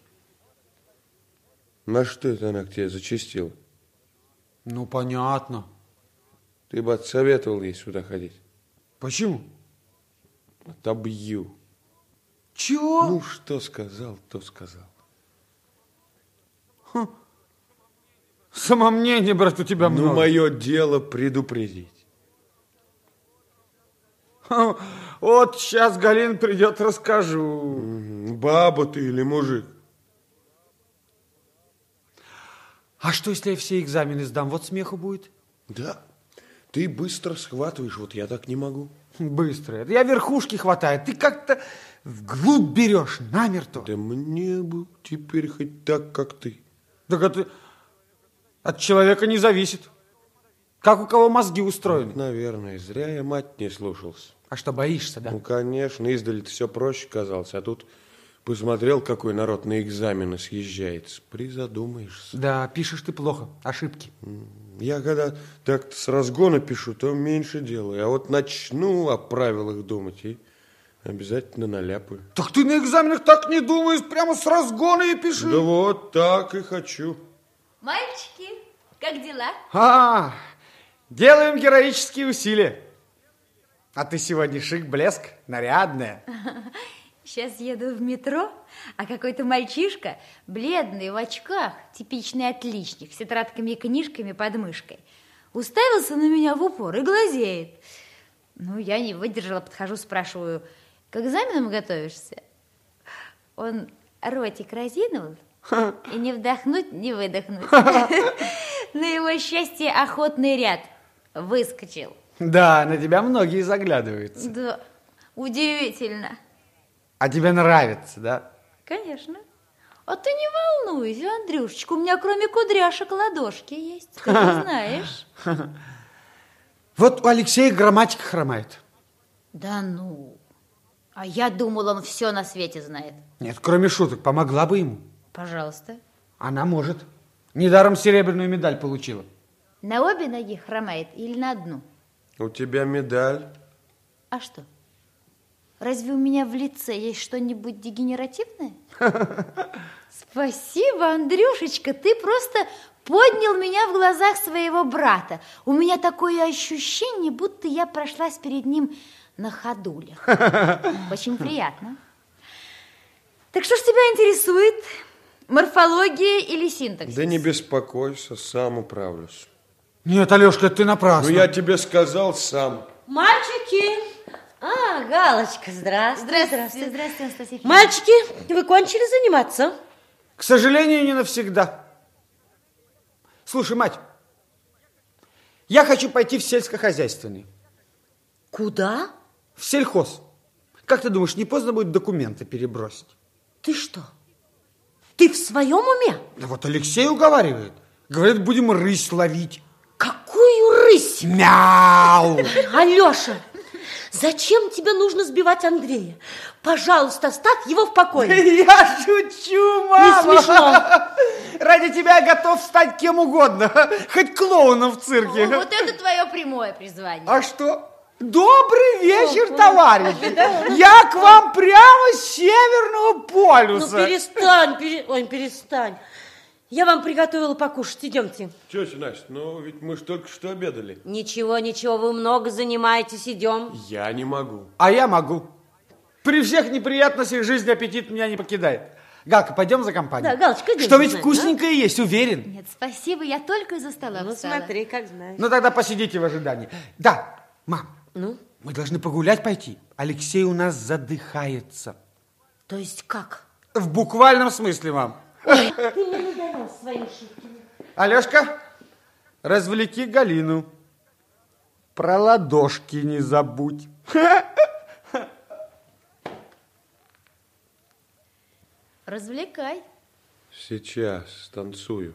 На что это она к тебе зачастила? Ну, понятно. Ты бы отсоветовал ей сюда ходить. Почему? Отобью. Чего? Ну, что сказал, то сказал. Самомнение, брат, у тебя много. Ну, мое дело предупредить. Вот сейчас Галина придет, расскажу. Баба ты или мужик? А что, если я все экзамены сдам? Вот смеху будет. Да, ты быстро схватываешь, вот я так не могу. Быстро. Это я верхушки хватаю. Ты как-то вглубь берешь, намертво. Да мне бы теперь хоть так, как ты. Так это от человека не зависит. Как у кого мозги устроены. Наверное, зря я мать не слушался. А что, боишься, да? Ну, конечно, издали-то все проще казалось, а тут посмотрел, какой народ на экзамены съезжается. Призадумаешься. Да, пишешь ты плохо, ошибки. Я когда так с разгона пишу, то меньше делаю. А вот начну о правилах думать и обязательно наляпаю. Так ты на экзаменах так не думаешь, прямо с разгона и пиши. Да вот так и хочу. Мальчики, как дела? Делаем героические усилия. А ты сегодня шик, блеск, нарядная. Сейчас еду в метро, а какой-то мальчишка, бледный, в очках, типичный отличник, с тетрадками и книжками под мышкой, уставился на меня в упор и глазеет. Ну, я не выдержала, подхожу, спрашиваю, к экзаменам готовишься? Он ротик разинул, и не вдохнуть, не выдохнуть. На его счастье охотный ряд выскочил. Да, на тебя многие заглядываются. Да, удивительно. А тебе нравится, да? Конечно. А ты не волнуйся, Андрюшечка, у меня кроме кудряшек ладошки есть, ты не знаешь. Вот у Алексея грамматика хромает. Да ну, а я думала, он все на свете знает. Нет, кроме шуток, помогла бы ему. Пожалуйста. Она может. Недаром серебряную медаль получила. На обе ноги хромает или на одну? У тебя медаль. А что? Разве у меня в лице есть что-нибудь дегенеративное? Спасибо, Андрюшечка, ты просто поднял меня в глазах своего брата. У меня такое ощущение, будто я прошлась перед ним на ходулях. Очень приятно. Так что ж тебя интересует, морфология или синтаксис? Да не беспокойся, сам управлюсь. Нет, Алешка, ты напрасно. Ну, я тебе сказал сам. Мальчики! А, Галочка, здравствуй. Здравствуйте, Анастасия. Мальчики, вы кончили заниматься? К сожалению, не навсегда. Слушай, мать, я хочу пойти в сельскохозяйственный. Куда? В сельхоз. Как ты думаешь, не поздно будет документы перебросить? Ты что? Ты в своем уме? Да вот Алексей уговаривает. Говорит, будем рысь ловить. Какую рысь? Мяу! Алеша, зачем тебе нужно сбивать Андрея? Пожалуйста, оставь его в покое. Я шучу, мама. Не смешно. Ради тебя я готов стать кем угодно. Хоть клоуном в цирке. О, вот это твое прямое призвание. А что? Добрый вечер, товарищи. Я к вам прямо с Северного полюса. Ну, перестань. Я вам приготовила покушать. Идемте. Тетя Настя, ну ведь мы ж только что обедали. Ничего, вы много занимаетесь. Идем. Я не могу. А я могу. При всех неприятностях жизни аппетит меня не покидает. Галка, пойдем за компанию? Да, Галочка, идем. Что ведь вкусненькое есть, уверен. Нет, спасибо, я только из-за стола встала. Смотри, как знаешь. Ну, тогда посидите в ожидании. Да, мам, мы должны погулять пойти. Алексей у нас задыхается. То есть как? В буквальном смысле, мам. Ой, ты мне надоел своим шутками. Алешка, развлеки Галину. Про ладошки не забудь. Развлекай. Сейчас танцую.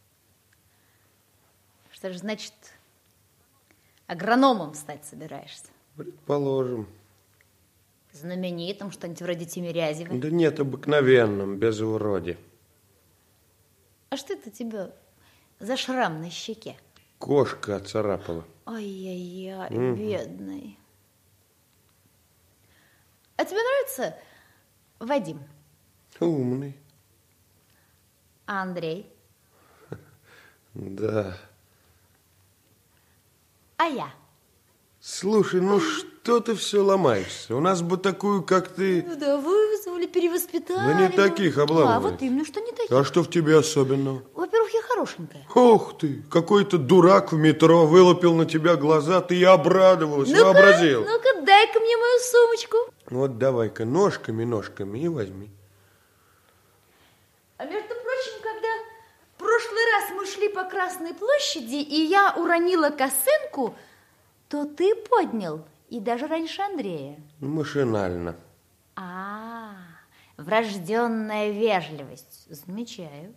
Что же значит, агрономом стать собираешься? Предположим. Знаменитым, что-нибудь вроде Тимирязева? Да нет, обыкновенным, без вроде. А что это у тебя за шрам на щеке? Кошка оцарапала. Ай-яй-яй, бедный. А тебе нравится Вадим? Умный. А Андрей? Да. А я? Слушай, ну что ты все ломаешься? У нас бы такую, как ты... Ну да, вызвали, перевоспитали. Да не таких обламывать. А вот именно, что не таких. А что в тебе особенного? Во-первых, я хорошенькая. Ух ты, какой-то дурак в метро вылупил на тебя глаза, ты и обрадовалась, вообразил. Ну-ка, дай-ка мне мою сумочку. Вот давай-ка ножками и возьми. А между прочим, когда в прошлый раз мы шли по Красной площади, и я уронила косынку, то ты поднял, и даже раньше Андрея. Машинально. Врожденная вежливость. Замечаю.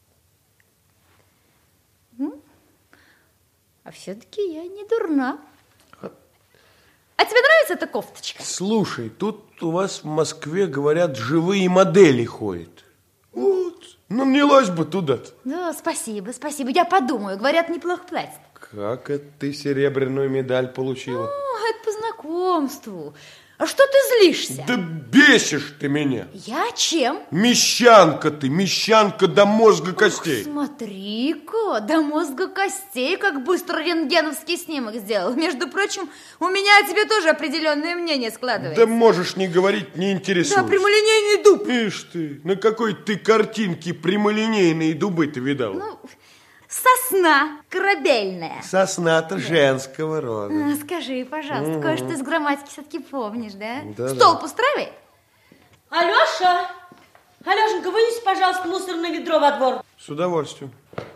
А все-таки я не дурна. А тебе нравится эта кофточка? Слушай, тут у вас в Москве, говорят, живые модели ходят. Вот, ну нанялась бы туда-то. Да, спасибо. Я подумаю. Говорят, неплохо платят. Как это ты серебряную медаль получила? Это по знакомству. А что ты злишься? Да бесишь ты меня. Я чем? Мещанка ты, мещанка до мозга костей. Смотри-ка, до мозга костей, как быстро рентгеновский снимок сделал. Между прочим, у меня о тебе тоже определенное мнение складывается. Да можешь не говорить, не интересуюсь. Да, прямолинейный дуб. Ишь ты, на какой ты картинке прямолинейные дубы ты видала? Ну, сосна корабельная. Сосна-то женского рода. Скажи, пожалуйста, кое-что из грамматики все-таки помнишь, да? Да, Столб устраивает? Алеша! Алешенька, вынеси, пожалуйста, мусорное ведро во двор. С удовольствием.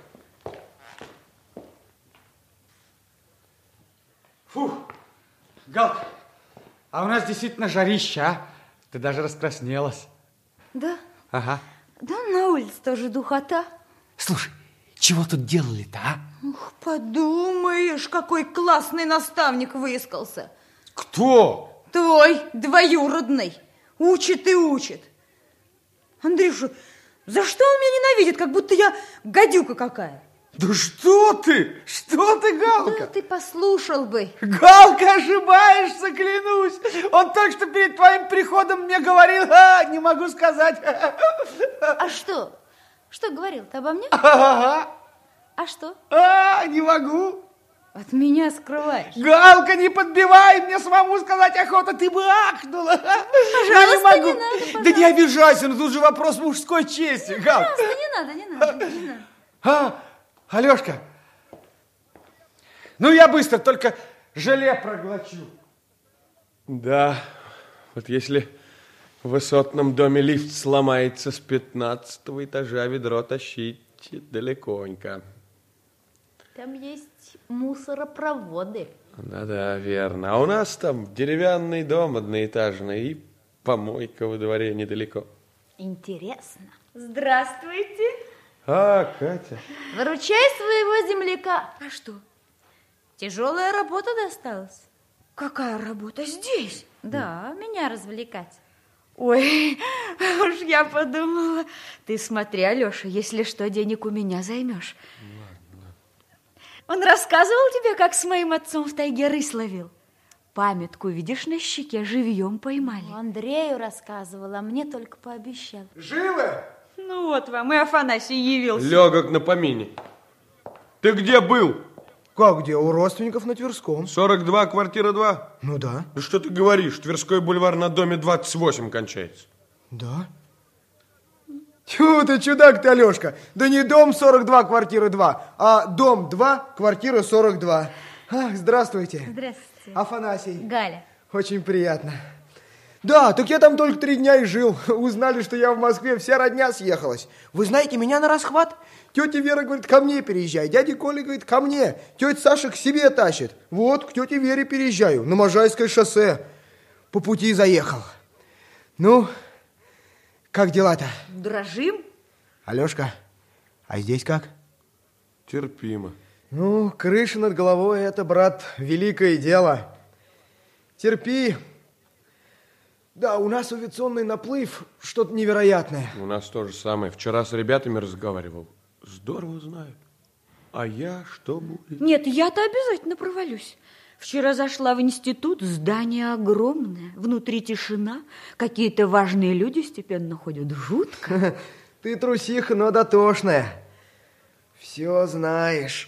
Фух, Галка, а у нас действительно жарища, а? Ты даже раскраснелась. Да? Ага. Да, на улице тоже духота. Слушай, чего тут делали-то, а? Ух, подумаешь, какой классный наставник выискался. Кто? Твой двоюродный. Учит и учит. Андрюша, за что он меня ненавидит, как будто я гадюка какая? Да что ты? Что ты, Галка? Да ты послушал бы. Галка, ошибаешься, клянусь. Он только что перед твоим приходом мне говорил, не могу сказать. А что? Что говорил-то обо мне? Ага. А что? Не могу. От меня скрываешь. Галка, не подбивай, мне самому сказать охота, ты бы ахнула. Пожалуйста, не могу. не надо, пожалуйста. Да не обижайся, но тут же вопрос мужской чести, Галка. Пожалуйста, не надо. Алешка, ну я быстро, только желе проглочу. Да, вот если в высотном доме лифт сломается с 15-го этажа, ведро тащить далеконько. Там есть мусоропроводы. Да, верно. А у нас там деревянный дом одноэтажный и помойка во дворе недалеко. Интересно. Здравствуйте. Катя. Выручай своего земляка. А что? Тяжелая работа досталась. Какая работа здесь? Да, меня развлекать. Ой, уж я подумала. Ты смотри, Алеша, если что, денег у меня займешь. Ладно. Он рассказывал тебе, как с моим отцом в тайге рысь ловил? Памятку, видишь, на щеке живьем поймали. Андрею рассказывала, а мне только пообещал. Живы? Ну вот вам и Афанасий явился. Легок на помине. Ты где был? Как где? У родственников на Тверском. 42, квартира 2? Ну да. Ну что ты говоришь? Тверской бульвар на доме 28 кончается. Да? Тьфу ты, чудак ты, Алешка. Да не дом 42, квартира 2, а дом 2, квартира 42. Здравствуйте. Здравствуйте. Афанасий. Галя. Очень приятно. Да, так я там только 3 дня и жил. Узнали, что я в Москве, вся родня съехалась. Вы знаете, меня на расхват. Тетя Вера говорит, ко мне переезжай. Дядя Коля говорит, ко мне. Тетя Саша к себе тащит. Вот, к тете Вере переезжаю. На Можайское шоссе. По пути заехал. Ну, как дела-то? Дрожим. Алешка, а здесь как? Терпимо. Ну, крыша над головой, это, брат, великое дело. Терпи. Да, у нас авиационный наплыв, что-то невероятное. У нас то же самое. Вчера с ребятами разговаривал. Здорово знают. А я что будет? Нет, я-то обязательно провалюсь. Вчера зашла в институт, здание огромное, внутри тишина, какие-то важные люди степенно ходят, жутко. Ты трусиха, но дотошная. Все знаешь.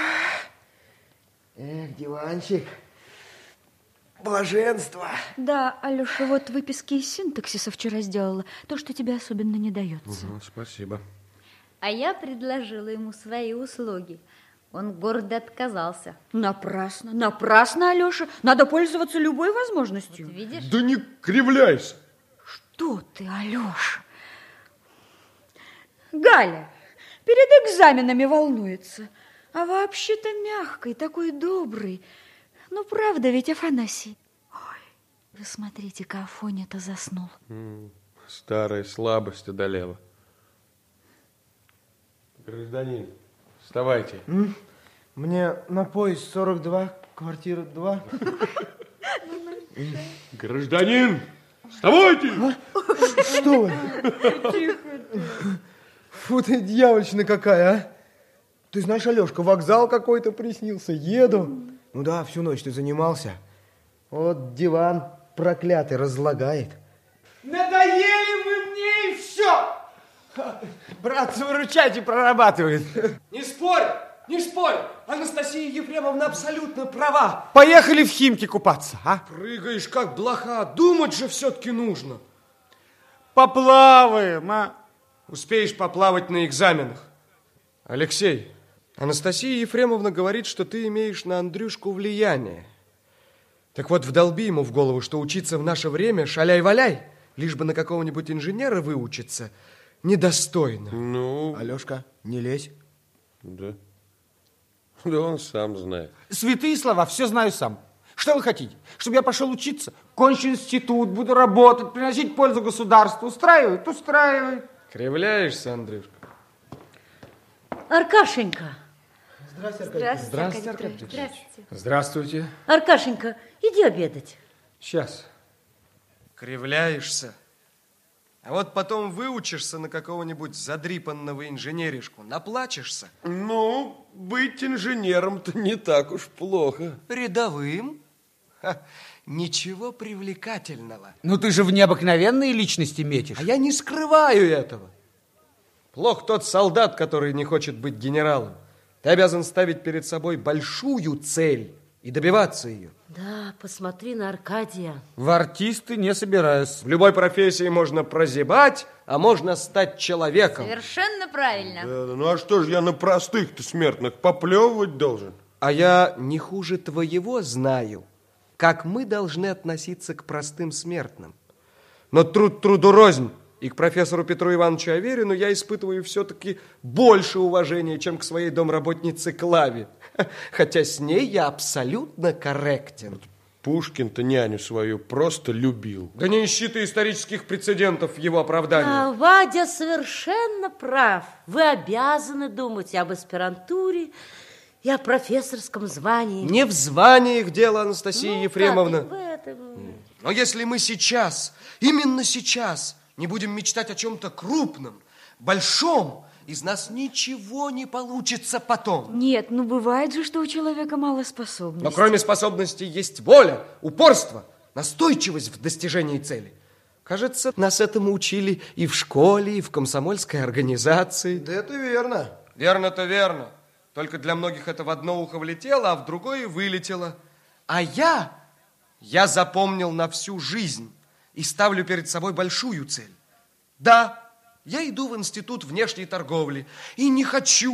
Эх, диванчик. Блаженство. Да, Алеша, вот выписки из синтаксиса вчера сделала, то, что тебе особенно не дается. Спасибо. А я предложила ему свои услуги. Он гордо отказался. Напрасно, напрасно, Алеша. Надо пользоваться любой возможностью. Вот видишь? Да не кривляйся. Что ты, Алеша? Галя перед экзаменами волнуется. А вообще-то мягкий, такой добрый. Ну, правда ведь, Афанасий? Ой, вы смотрите-ка, Афоня-то заснул. Старая слабость одолела. Гражданин, вставайте. Мне на поезд 42, квартира 2. Гражданин, вставайте! Что вы? Тихо. Фу ты, дьявольщина какая, а? Ты знаешь, Алешка, вокзал какой-то приснился. Еду. Ну да, всю ночь ты занимался. Вот диван проклятый разлагает. Надоели вы мне и все. Брат, выручайте, прорабатывает. Не спорь, не спорь. Анастасия Ефремовна абсолютно права. Поехали в Химки купаться, а? Прыгаешь как блоха, думать же все-таки нужно. Поплаваем, а? Успеешь поплавать на экзаменах. Алексей, Анастасия Ефремовна говорит, что ты имеешь на Андрюшку влияние. Так вот, вдолби ему в голову, что учиться в наше время шаляй-валяй, лишь бы на какого-нибудь инженера выучиться, недостойно. Ну, Алешка, не лезь. да. Да он сам знает. Святые слова, все знаю сам. Что вы хотите? Чтобы я пошел учиться? Кончу институт, буду работать, приносить пользу государству. Устраивает? Устраивает. Кривляешься, Андрюшка. Аркашенька. Здравствуйте, Аркадий Петрович. Здравствуйте. Здравствуйте. Аркашенька, иди обедать. Сейчас. Кривляешься. А вот потом выучишься на какого-нибудь задрипанного инженеришку, наплачешься. Ну, быть инженером-то не так уж плохо. Рядовым? Ха, ничего привлекательного. Ну ты же в необыкновенные личности метишь. А я не скрываю этого. Плох тот солдат, который не хочет быть генералом. Ты обязан ставить перед собой большую цель и добиваться ее. Да, посмотри на Аркадия. В артисты не собираюсь. В любой профессии можно прозябать, а можно стать человеком. Совершенно правильно. Да, ну а что же я на простых-то смертных поплевывать должен? А я не хуже твоего знаю, как мы должны относиться к простым смертным. Но труд труду рознь. И к профессору Петру Ивановичу Аверину я испытываю все-таки больше уважения, чем к своей домработнице Клаве. Хотя с ней я абсолютно корректен. Пушкин-то няню свою просто любил. Да не ищи ты исторических прецедентов в его оправдании. А Вадя совершенно прав. Вы обязаны думать и об аспирантуре, и о профессорском звании. Не в званиях дело, Анастасия Ефремовна. Так, и в этом. Но если мы сейчас, именно сейчас, не будем мечтать о чем-то крупном, большом, из нас ничего не получится потом. Нет, ну бывает же, что у человека мало способностей. Но кроме способностей есть воля, упорство, настойчивость в достижении цели. Кажется, нас этому учили и в школе, и в комсомольской организации. Да это верно. Верно-то верно. Только для многих это в одно ухо влетело, а в другое вылетело. А я запомнил на всю жизнь и ставлю перед собой большую цель. Да, я иду в институт внешней торговли и не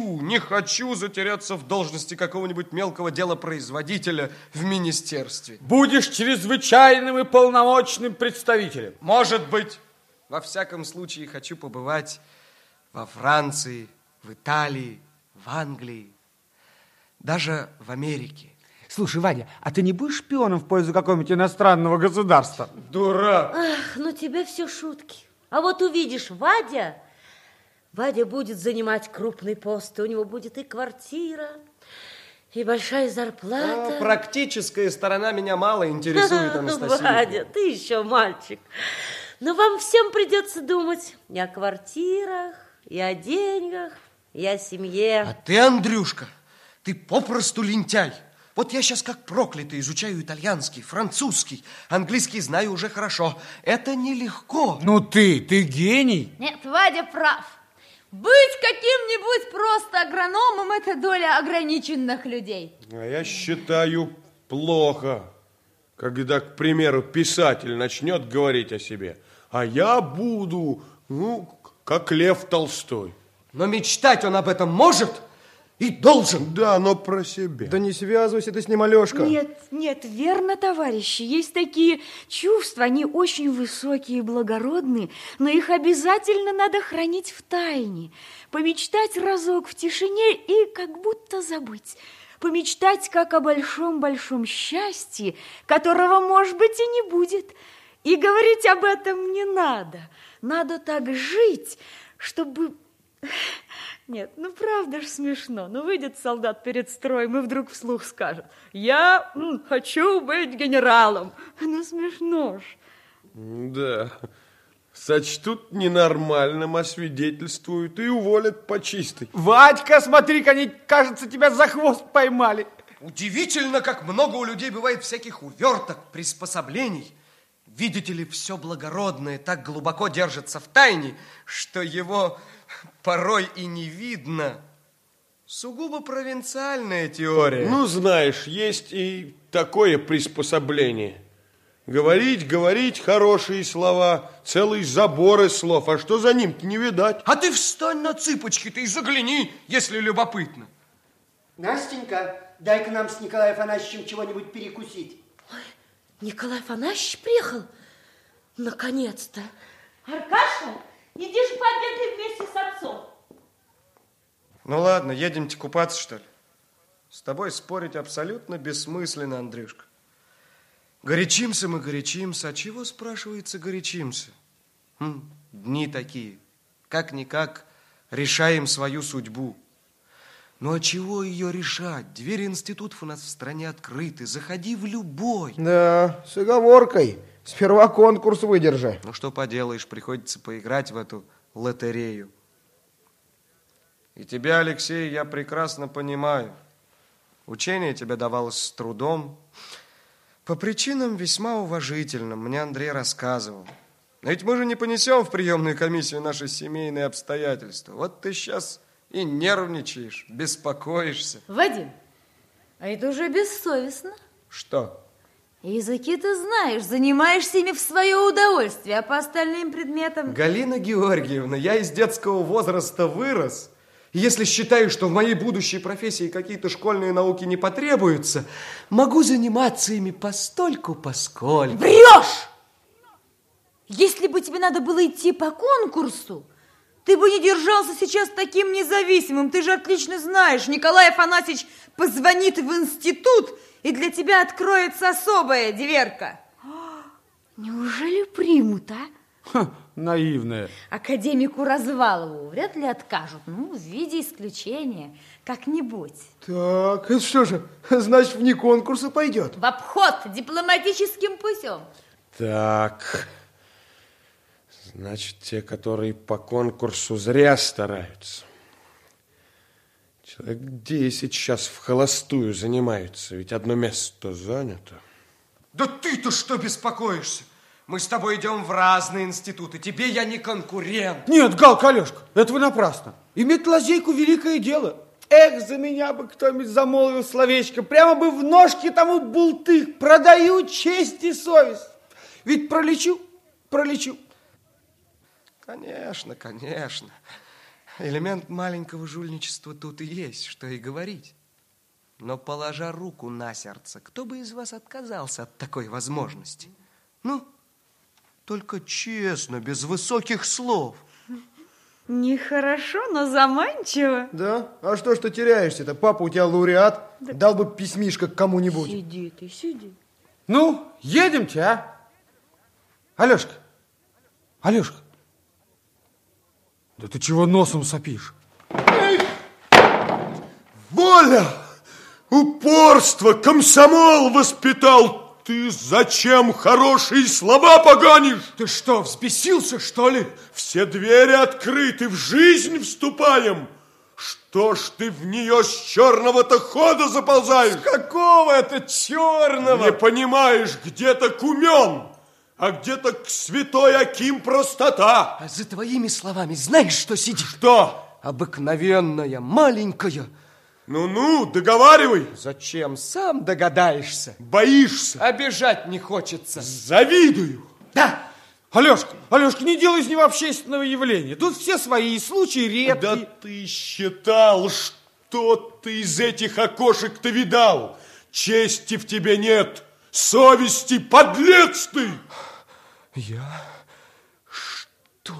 хочу затеряться в должности какого-нибудь мелкого делопроизводителя в министерстве. Будешь чрезвычайным и полномочным представителем. Может быть. Во всяком случае, хочу побывать во Франции, в Италии, в Англии, даже в Америке. Слушай, Вадя, а ты не будешь шпионом в пользу какого-нибудь иностранного государства? Дурак! Ах, ну тебе все шутки. А вот увидишь, Вадя будет занимать крупный пост, и у него будет и квартира, и большая зарплата. Практическая сторона меня мало интересует, Анастасия. Вадя, ты еще мальчик. Но вам всем придется думать и о квартирах, и о деньгах, и о семье. А ты, Андрюшка, ты попросту лентяй. Вот я сейчас как проклятый изучаю итальянский, французский, английский знаю уже хорошо. Это нелегко. Ну ты гений. Нет, Вадя прав. Быть каким-нибудь просто агрономом – это доля ограниченных людей. А я считаю плохо, когда, к примеру, писатель начнет говорить о себе, а я буду, как Лев Толстой. Но мечтать он об этом может и должен. Да, но про себя. Да не связывайся ты с ним, Алешка. Нет, верно, товарищи. Есть такие чувства, они очень высокие и благородные, но их обязательно надо хранить в тайне. Помечтать разок в тишине и как будто забыть. Помечтать как о большом-большом счастье, которого, может быть, и не будет. И говорить об этом не надо. Надо так жить, чтобы... Нет, ну правда ж смешно. Ну выйдет солдат перед строем и вдруг вслух скажет: я хочу быть генералом. Ну смешно ж. Да, сочтут ненормальным, освидетельствуют и уволят по чистой. Вадька, смотри-ка, они, кажется, тебя за хвост поймали. Удивительно, как много у людей бывает всяких уверток, приспособлений. Видите ли, все благородное так глубоко держится в тайне, что его порой и не видно. Сугубо провинциальная теория. Ну, знаешь, есть и такое приспособление. Говорить хорошие слова, целые заборы слов, а что за ним-то не видать. А ты встань на цыпочки-то и загляни, если любопытно. Настенька, дай-ка нам с Николаем Афанасьевичем чего-нибудь перекусить. Ой, Николай Афанасьевич приехал? Наконец-то. Аркаша, иди же пообедай вместе с отцом. Ну ладно, едемте купаться, что ли? С тобой спорить абсолютно бессмысленно, Андрюшка. Горячимся мы, горячимся. А чего, спрашивается, горячимся? Дни такие. Как-никак решаем свою судьбу. Ну, а чего ее решать? Двери институтов у нас в стране открыты. Заходи в любой. Да, с оговоркой. Сперва конкурс выдержи. Ну, что поделаешь, приходится поиграть в эту лотерею. И тебя, Алексей, я прекрасно понимаю. Учение тебе давалось с трудом. По причинам весьма уважительным, мне Андрей рассказывал. Но ведь мы же не понесем в приемную комиссию наши семейные обстоятельства. Вот ты сейчас и нервничаешь, беспокоишься. Вадим, а это уже бессовестно. Что? Языки ты знаешь, занимаешься ими в свое удовольствие, а по остальным предметам... Галина Георгиевна, я из детского возраста вырос. И если считаю, что в моей будущей профессии какие-то школьные науки не потребуются, могу заниматься ими постольку-поскольку. Врешь! Если бы тебе надо было идти по конкурсу, ты бы не держался сейчас таким независимым. Ты же отлично знаешь, Николай Афанасьевич позвонит в институт, и для тебя откроется особая дверка. Неужели примут, а? Ха, наивная. Академику Развалову вряд ли откажут. Ну, в виде исключения, как-нибудь. Так, это что же, значит, вне конкурса пойдет? В обход, дипломатическим путем. Так, значит, те, которые по конкурсу зря стараются. Человек 10 сейчас в холостую занимаются, ведь одно место занято. Да ты-то что беспокоишься? Мы с тобой идем в разные институты. Тебе я не конкурент. Нет, Галка, Алешка, это вы напрасно. Иметь лазейку – великое дело. Эх, за меня бы кто-нибудь замолвил словечко. Прямо бы в ножки тому бултых. Продаю честь и совесть. Ведь пролечу. Конечно, конечно. Элемент маленького жульничества тут и есть, что и говорить. Но, положа руку на сердце, кто бы из вас отказался от такой возможности? Ну, только честно, без высоких слов. Нехорошо, но заманчиво. Да? А что ж ты теряешься-то? Папа у тебя лауреат. Да. Дал бы письмишко к кому-нибудь. Сиди ты, сиди. Ну, едемте, а? Алешка. Да ты чего носом сопишь? Воля! Упорство! Комсомол воспитал! Ты зачем хорошие слова поганишь? Ты что, взбесился, что ли? Все двери открыты, в жизнь вступаем. Что ж ты в нее с черного-то хода заползаешь? С какого это черного? Не понимаешь, где-то Кумен, а где-то к святой Аким простота. А за твоими словами знаешь, что сидит? Что? Обыкновенная, маленькая. Ну-ну, договаривай. Зачем? Сам догадаешься. Боишься? Обижать не хочется. Завидую. Да. Алешка, не делай из него общественного явления. Тут все свои случаи редкие. Да ты считал, что ты из этих окошек-то видал? Чести в тебе нет, совести, подлец ты. Я? Что?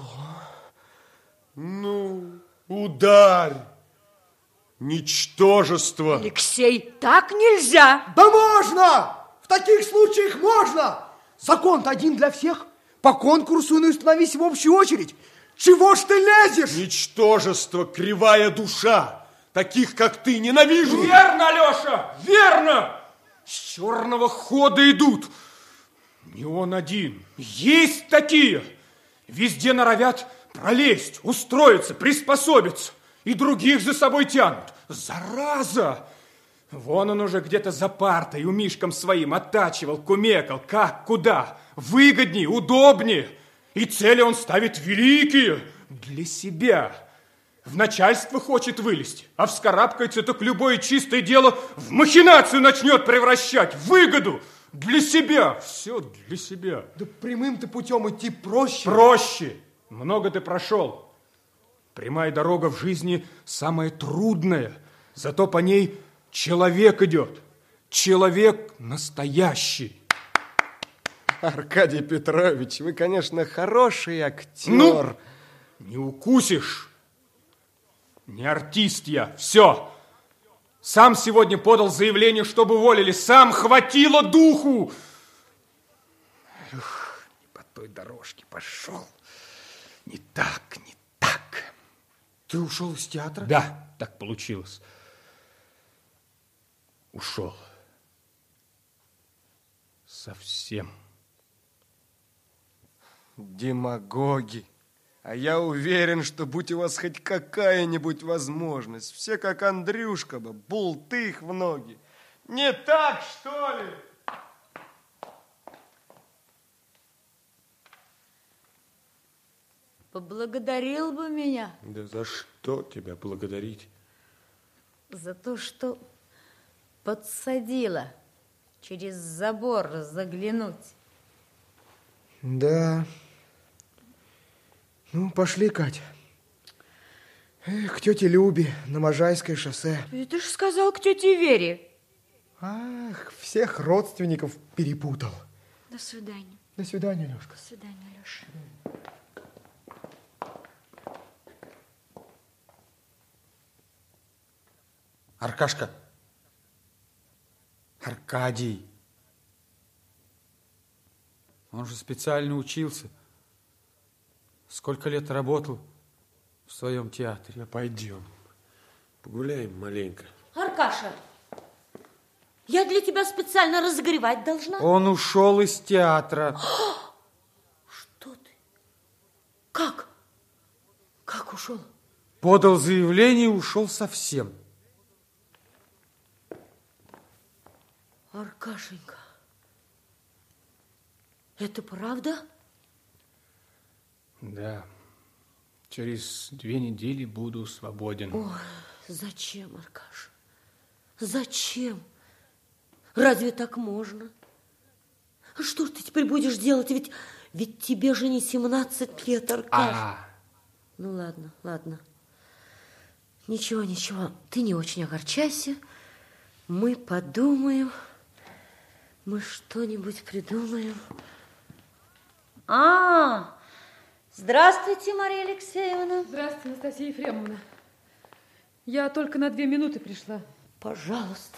Ну, ударь. Ничтожество. Алексей, так нельзя. Да можно! В таких случаях можно! Закон-то один для всех. По конкурсу и становись в общую очередь. Чего ж ты лезешь? Ничтожество, кривая душа. Таких, как ты, ненавижу. Верно, Алеша, верно. С черного хода идут. Не он один. Есть такие. Везде норовят пролезть, устроиться, приспособиться. И других за собой тянут. Зараза! Вон он уже где-то за партой у Мишкам своим оттачивал, кумекал, как, куда, выгоднее, удобнее. И цели он ставит великие для себя. В начальство хочет вылезти, а вскарабкается, так любое чистое дело в махинацию начнет превращать, в выгоду для себя. Все для себя. Да прямым-то путем идти проще. Проще. Много ты прошел. Прямая дорога в жизни самая трудная, зато по ней человек идет. Человек настоящий. Аркадий Петрович, вы, конечно, хороший актер. Ну, не укусишь. Не артист я. Все. Сам сегодня подал заявление, чтобы уволили. Сам хватило духу. Эх, не по той дорожке пошел. Не так, не так. Ты ушел из театра? Да, так получилось. ушел. Совсем. Демагоги. А я уверен, что будь у вас хоть какая-нибудь возможность, все как Андрюшка бы, болты их в ноги. Не так, что ли? Поблагодарил бы меня. Да за что тебя благодарить? За то, что подсадила через забор заглянуть. Да. Ну, пошли, Катя. К тете Любе на Можайское шоссе. Ты же сказал к тете Вере. Ах, всех родственников перепутал. До свидания. До свидания, Лёшка. До свидания, Лёша. Аркашка. Аркадий. Он же специально учился. Сколько лет работал в своем театре. Да пойдем, погуляем маленько. Аркаша, я для тебя специально разогревать должна. Он ушел из театра. Что ты? Как? Как ушел? Подал заявление и ушел совсем. Аркашенька, это правда? Да. Через 2 недели буду свободен. Ой, зачем, Аркаша? Зачем? Разве так можно? Что ж ты теперь будешь делать? Ведь тебе же не 17 лет, Аркаша. Ну, ладно, ладно. Ничего, ничего. Ты не очень огорчайся. Мы подумаем. Мы что-нибудь придумаем. Здравствуйте, Мария Алексеевна. Здравствуйте, Анастасия Ефремовна. Я только на 2 минуты пришла. Пожалуйста.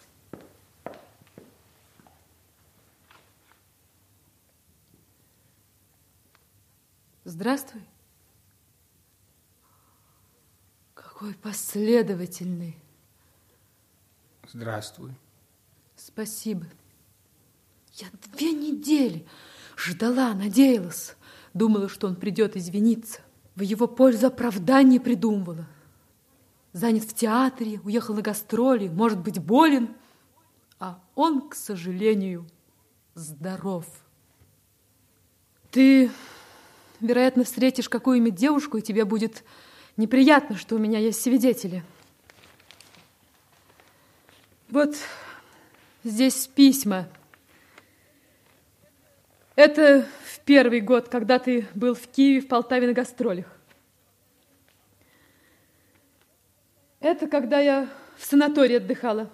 Здравствуй. Какой последовательный. Здравствуй. Спасибо. Я 2 недели ждала, надеялась. Думала, что он придет извиниться. В его пользу оправдание придумывала. Занят в театре, уехал на гастроли, может быть, болен. А он, к сожалению, здоров. Ты, вероятно, встретишь какую-нибудь девушку, и тебе будет неприятно, что у меня есть свидетели. Вот здесь письма. Это в первый год, когда ты был в Киеве, в Полтаве на гастролях. Это когда я в санатории отдыхала.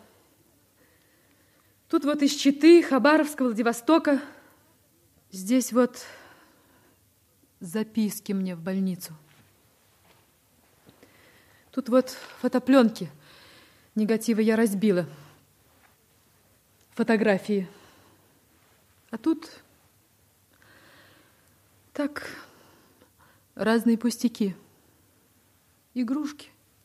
Тут вот из Читы, Хабаровска, Владивостока. Здесь вот записки мне в больницу. Тут вот фотопленки. Негативы я разбила. Фотографии. А тут так разные пустяки. Игрушки.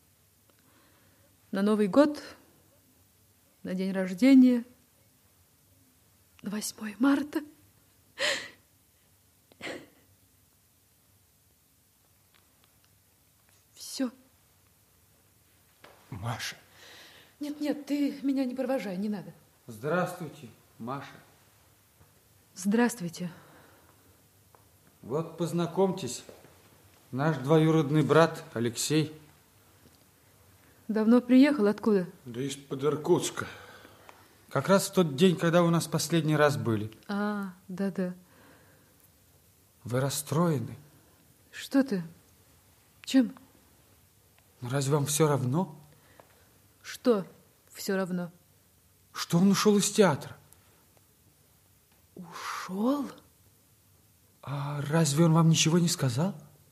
На Новый год, на день рождения, на 8 марта. Все. Маша. Нет, ты меня не провожай, не надо. Здравствуйте, Маша. Здравствуйте. Вот познакомьтесь, наш двоюродный брат Алексей. Давно приехал? Откуда? Да из-под Иркутска. Как раз в тот день, когда у нас последний раз были. Да-да. Вы расстроены? Что ты? Чем? Ну, разве вам все равно? Что все равно? Что он ушел из театра. Ушел? А разве он вам ничего не сказал?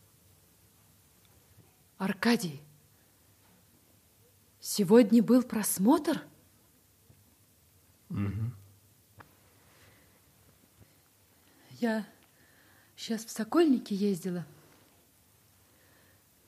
Аркадий, сегодня был просмотр? Угу. Я сейчас в Сокольники ездила.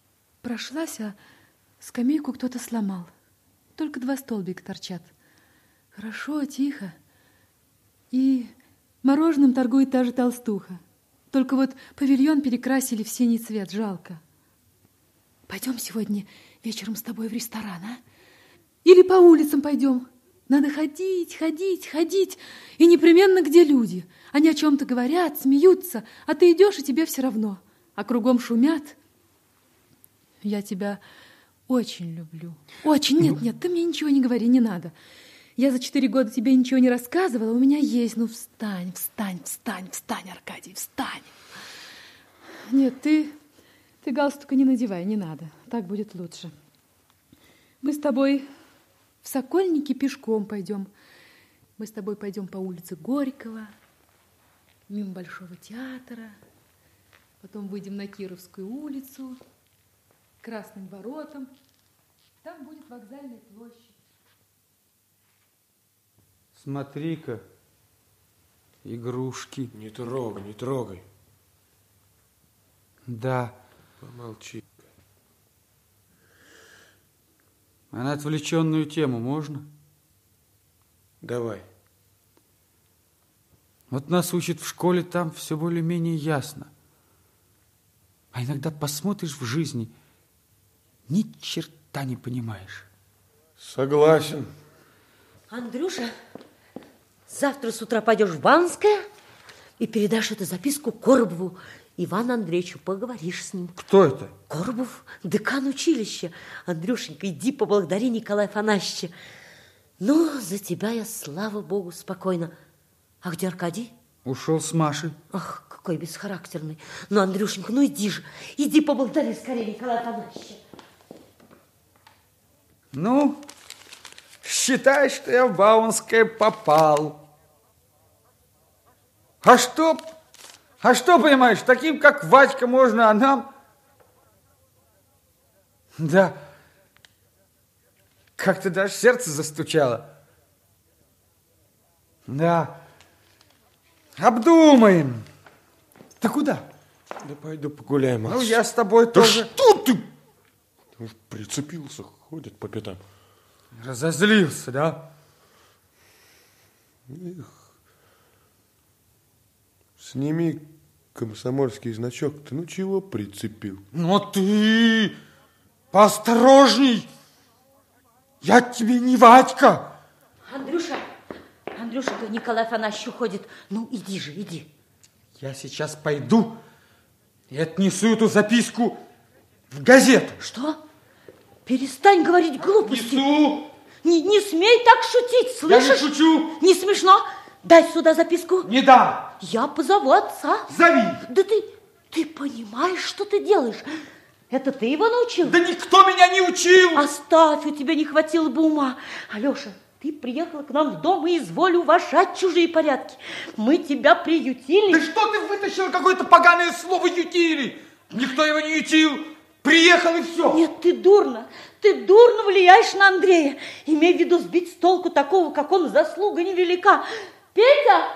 Прошлась, а скамейку кто-то сломал. Только 2 столбика торчат. Хорошо, тихо. И мороженым торгует та же толстуха. Только вот павильон перекрасили в синий цвет, жалко. Пойдем сегодня вечером с тобой в ресторан, а? Или по улицам пойдем. Надо ходить, ходить, ходить. И непременно где люди. Они о чем-то говорят, смеются, а ты идешь, и тебе все равно. А кругом шумят. Я тебя очень люблю. Очень. Нет, ты мне ничего не говори, не надо. Я за 4 года тебе ничего не рассказывала, у меня есть. Ну, встань, Аркадий, встань. Нет, ты галстука не надевай, не надо. Так будет лучше. Мы с тобой в Сокольники пешком пойдем. Мы с тобой пойдем по улице Горького, мимо Большого театра, потом выйдем на Кировскую улицу, к Красным воротам. Там будет вокзальная площадь. Смотри-ка, игрушки. Не трогай, не трогай. Да. Помолчи. А на отвлеченную тему можно? Давай. Вот нас учат в школе, там все более-менее ясно. А иногда посмотришь в жизни, ни черта не понимаешь. Согласен. Андрюша, завтра с утра пойдешь в Банское и передашь эту записку Коробову Ивану Андреевичу, поговоришь с ним. Кто это? Коробов, декан училища. Андрюшенька, иди поблагодари Николая Афанасьевича. Ну, за тебя я, слава богу, спокойно. А где Аркадий? Ушел с Машей. Ах, какой бесхарактерный. Ну, Андрюшенька, ну иди же. Иди поблагодари скорее Николая Афанасьевича. Ну, считай, что я в Бауманское попал. А что, понимаешь, таким, как Вадька, можно, а нам... Да, как-то даже сердце застучало. Да, обдумаем. Ты куда? Да пойду погуляем, Макс. Ну, я с тобой да тоже. Что ты? Прицепился, ходит по пятам. Разозлился, да? Эх. Сними комсомольский значок. Ты ну чего прицепил? Но ты поосторожней. Я тебе не Вадька. Андрюшенька, Николай Афанасьевич уходит. Ну, иди же, иди. Я сейчас пойду и отнесу эту записку в газету. Что? Перестань говорить глупости. Несу. Не смей так шутить, слышишь? Я не шучу. Не смешно? Дай сюда записку. Не дам. Я позову отца. Зови. Да ты понимаешь, что ты делаешь? Это ты его научил? Да никто меня не учил. Оставь, у тебя не хватило бы ума. Алеша, ты приехала к нам в дом и изволь уважать чужие порядки. Мы тебя приютили. Да что ты вытащила какое-то поганое слово «ютили»? Никто его не ютил. Приехал и все. Нет, ты дурно влияешь на Андрея. Имей в виду сбить с толку такого, как он, заслуга невелика. Петя!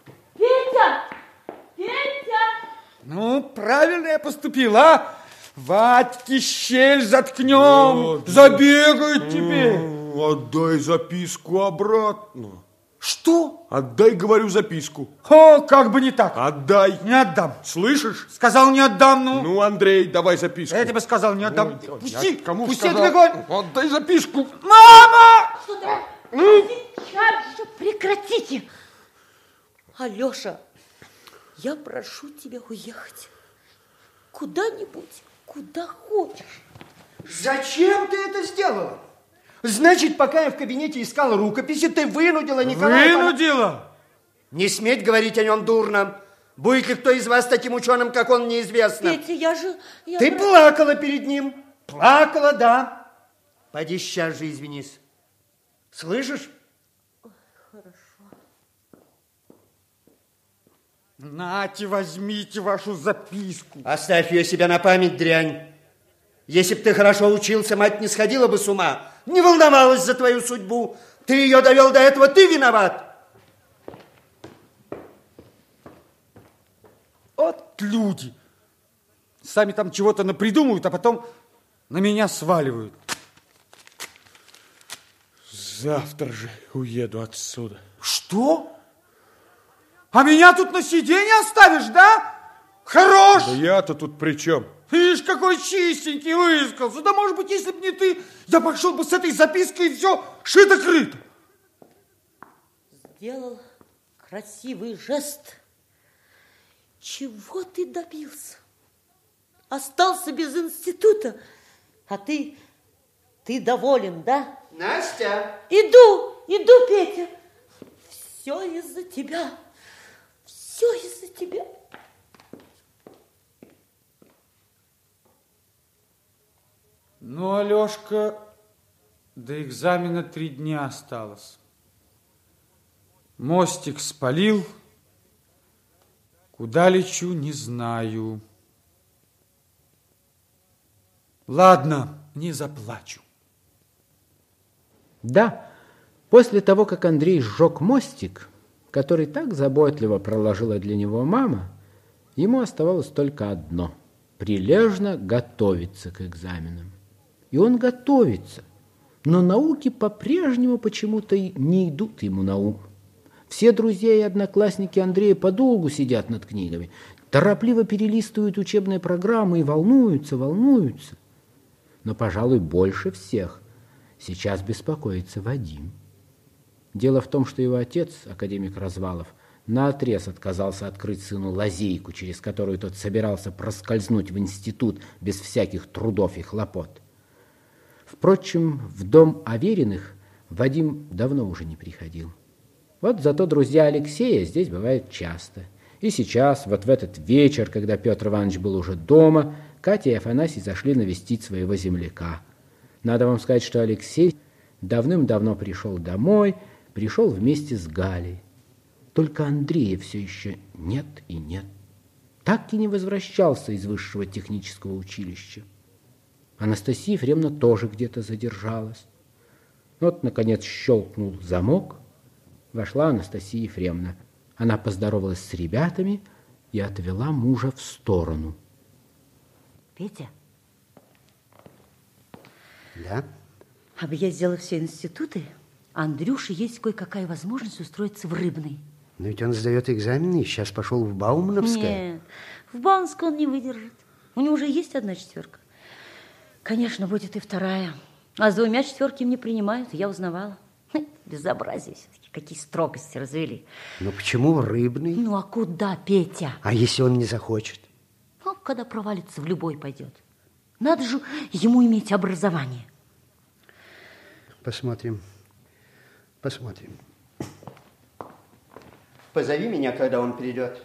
Ну, правильно я поступил, а? Вадьке щель заткнем. Забегают тебе. Отдай записку обратно. Что? Отдай, говорю, записку. О, как бы не так. Отдай. Не отдам. Слышишь? Сказал, не отдам, ну. Ну, Андрей, давай записку. Я тебе сказал, не отдам. Ну, Пусти, кому пусти, сказал? я тебе говорю. Отдай записку. Мама! Сейчас же прекратите. Алеша, я прошу тебя уехать. Куда-нибудь, куда хочешь. Зачем ты это сделала? Значит, пока я в кабинете искал рукописи, ты вынудила Николая... Вынудила? Не сметь говорить о нем дурно. Будет ли кто из вас таким ученым, как он, неизвестно. Петя, Ты плакала перед ним. Плакала, да. Пойди сейчас же извинись. Слышишь? Ой, хорошо. Нате, возьмите вашу записку. Оставь ее себе на память, дрянь. Если б ты хорошо учился, мать не сходила бы с ума, не волновалась за твою судьбу. Ты ее довел до этого, ты виноват. Вот люди. Сами там чего-то напридумывают, а потом на меня сваливают. Завтра же уеду отсюда. Что? А меня тут на сиденье оставишь, да? Хорош! Да я-то тут при чем? Видишь, какой чистенький высказался. Да, может быть, если бы не ты, я пошел бы с этой запиской и все шито-крыто. Сделал красивый жест. Чего ты добился? Остался без института, а ты доволен, да? Настя! Иду, Петя. Все из-за тебя. Все из-за тебя. Ну, Алешка, до экзамена 3 дня осталось. Мостик спалил. Куда лечу, не знаю. Ладно, не заплачу. Да, после того, как Андрей сжег мостик, который так заботливо проложила для него мама, ему оставалось только одно – прилежно готовиться к экзаменам. И он готовится, но науки по-прежнему почему-то не идут ему на ум. Все друзья и одноклассники Андрея подолгу сидят над книгами, торопливо перелистывают учебные программы и волнуются. Но, пожалуй, больше всех сейчас беспокоится Вадим. Дело в том, что его отец, академик Развалов, наотрез отказался открыть сыну лазейку, через которую тот собирался проскользнуть в институт без всяких трудов и хлопот. Впрочем, в дом Авериных Вадим давно уже не приходил. Вот зато друзья Алексея здесь бывают часто. И сейчас, вот в этот вечер, когда Петр Иванович был уже дома, Катя и Афанасий зашли навестить своего земляка. Надо вам сказать, что Алексей давным-давно пришел домой, пришел вместе с Галей. Только Андрея все еще нет и нет. Так и не возвращался из высшего технического училища. Анастасия Ефремовна тоже где-то задержалась. Вот, наконец, щелкнул замок. Вошла Анастасия Ефремовна. Она поздоровалась с ребятами и отвела мужа в сторону. Петя? Да? Объездила все институты. А Андрюше есть кое-какая возможность устроиться в Рыбный. Но ведь он сдает экзамены и сейчас пошел в Баумановское. Нет, в Баумановское он не выдержит. У него уже есть 1 четверка. Конечно, будет и 2. А с 2 четверками не принимают, я узнавала. Безобразие все-таки, какие строгости развели. Но почему в Рыбный? Ну, а куда, Петя? А если он не захочет? Ну, когда провалится, в любой пойдет. Надо же ему иметь образование. Посмотрим. Позови меня, когда он придет.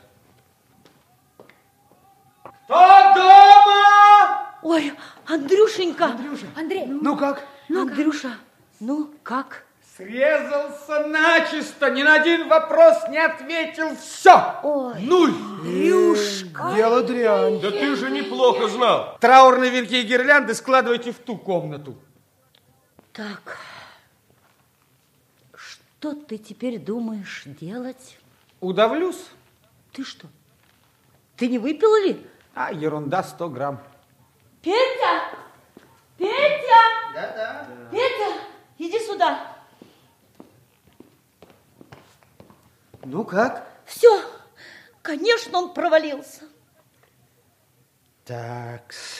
Кто дома? Ой, Андрюшенька. Андрей. Ну как? Андрюша, ну как? Срезался начисто, ни на один вопрос не ответил. Все. Ой. 0. Андрюшка. Дело дрянь. Да ты же неплохо знал. Траурные венки и гирлянды складывайте в ту комнату. Так, что ты теперь думаешь делать? Удавлюсь. Ты что? Ты не выпил ли? А, ерунда, 100 грамм. Петя! Петя! Да. Петя, иди сюда. Ну как? Все, конечно, он провалился. Такс.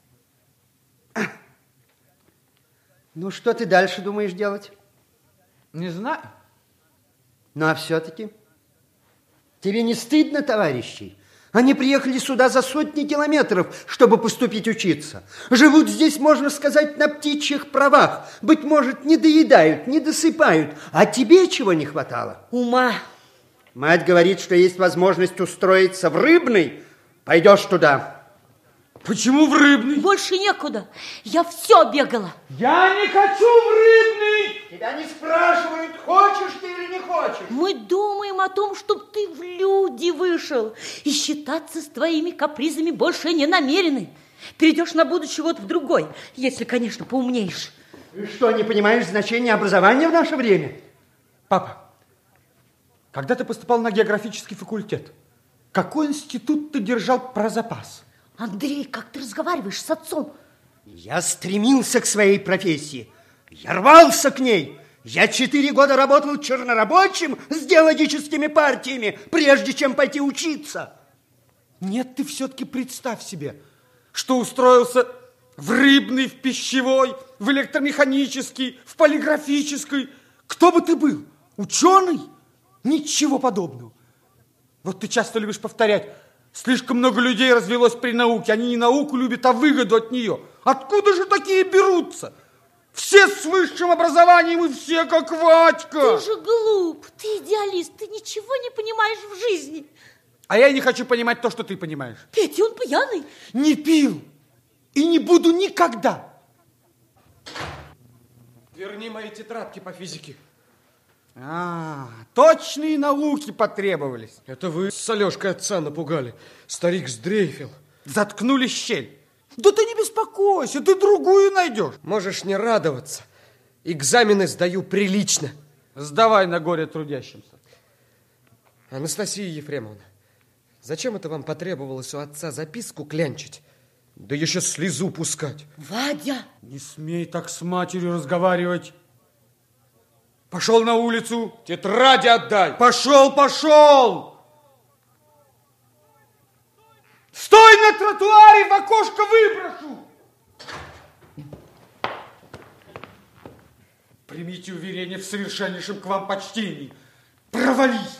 Ну, что ты дальше думаешь делать? Не знаю. Ну, а все-таки? Тебе не стыдно, товарищи? Они приехали сюда за сотни километров, чтобы поступить учиться. Живут здесь, можно сказать, на птичьих правах. Быть может, не доедают, не досыпают. А тебе чего не хватало? Ума. Мать говорит, что есть возможность устроиться в Рыбный. Пойдешь туда. Почему в Рыбный? Больше некуда. Я все бегала. Я не хочу в Рыбный. Тебя не спрашивают, хочешь ты или не хочешь. Мы думаем о том, чтобы ты в люди вышел. И считаться с твоими капризами больше не намерены. Перейдешь на будущий год в другой, если, конечно, поумнеешь. Ты что, не понимаешь значения образования в наше время? Папа, когда ты поступал на географический факультет, какой институт ты держал про запас? Андрей, как ты разговариваешь с отцом? Я стремился к своей профессии. Я рвался к ней. Я 4 года работал чернорабочим с геологическими партиями, прежде чем пойти учиться. Нет, ты все-таки представь себе, что устроился в рыбный, в пищевой, в электромеханический, в полиграфический. Кто бы ты был? Ученый? Ничего подобного. Вот ты часто любишь повторять: слишком много людей развелось при науке. Они не науку любят, а выгоду от нее. Откуда же такие берутся? Все с высшим образованием и все как Ватька. Ты же глуп, ты идеалист, ты ничего не понимаешь в жизни. А я не хочу понимать то, что ты понимаешь. Петя, он пьяный. Не пил и не буду никогда. Верни мои тетрадки по физике. Точные науки потребовались. Это вы с Алешкой отца напугали. Старик сдрейфил. Заткнули щель. Да ты не беспокойся, ты другую найдешь. Можешь не радоваться. Экзамены сдаю прилично. Сдавай на горе трудящимся. Анастасия Ефремовна, зачем это вам потребовалось у отца записку клянчить? Да еще слезу пускать. Вадя! Не смей так с матерью разговаривать. Пошел на улицу. Тетради отдай. Пошел! Стой на тротуаре, в окошко выброшу! Примите уверение в совершеннейшем к вам почтении. Провались!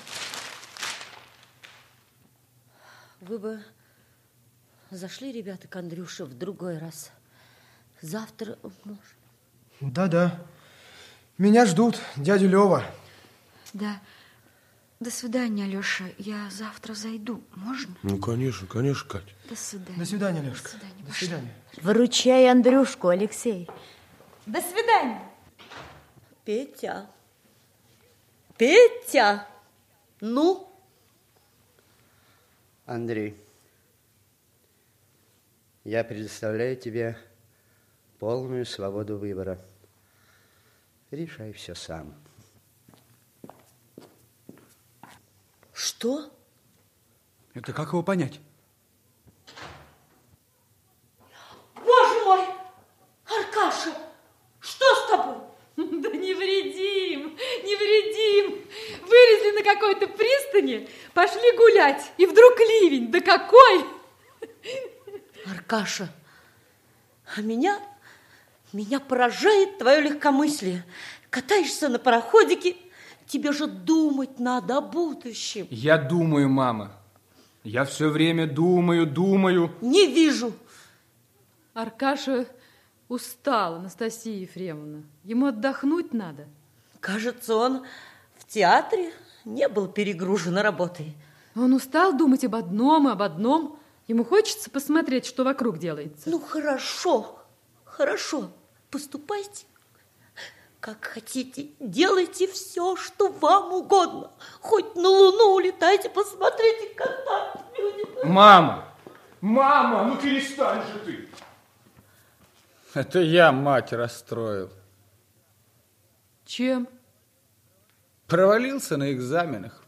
Вы бы зашли, ребята, к Андрюше в другой раз. Завтра, может. Да. Меня ждут, дядя Лева. Да. До свидания, Алеша. Я завтра зайду. Можно? Ну, конечно, Кать. До свидания. До свидания, Алешка. До свидания. Выручай Андрюшку, Алексей. До свидания. Петя! Ну? Андрей, я предоставляю тебе полную свободу выбора. Решай все сам. Что? Это как его понять? Боже мой! Аркаша! Что с тобой? Да невредим. Вылезли на какой-то пристани, пошли гулять, и вдруг ливень. Да какой! Аркаша, а меня поражает твое легкомыслие. Катаешься на пароходике, тебе же думать надо о будущем. Я думаю, мама. Я все время думаю. Не вижу. Аркаша устал, Анастасия Ефремовна. Ему отдохнуть надо. Кажется, он в театре не был перегружен работой. Он устал думать об одном. Ему хочется посмотреть, что вокруг делается. Ну, хорошо. Поступайте, как хотите. Делайте все, что вам угодно. Хоть на Луну улетайте, посмотрите, как там люди. Мама, ну перестань же ты. Это я мать расстроил. Чем? Провалился на экзаменах.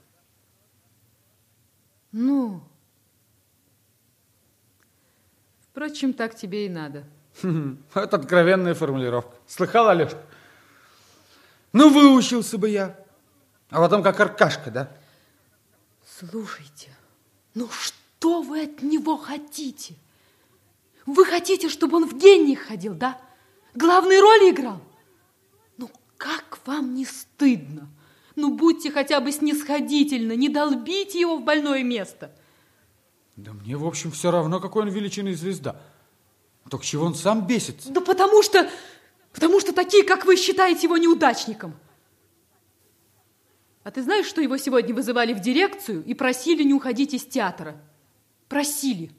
Ну, впрочем, так тебе и надо. Это откровенная формулировка. Слыхал, Алешка? Ну, выучился бы я. А потом как Аркашка, да? Слушайте, ну что вы от него хотите? Вы хотите, чтобы он в гениях ходил, да? Главные роли играл? Ну, как вам не стыдно? Ну, будьте хотя бы снисходительны, не долбите его в больное место. Да мне, в общем, все равно, какой он величинная звезда. Только чего он сам бесится? Да потому что такие, как вы, считаете его неудачником. А ты знаешь, что его сегодня вызывали в дирекцию и просили не уходить из театра? Просили.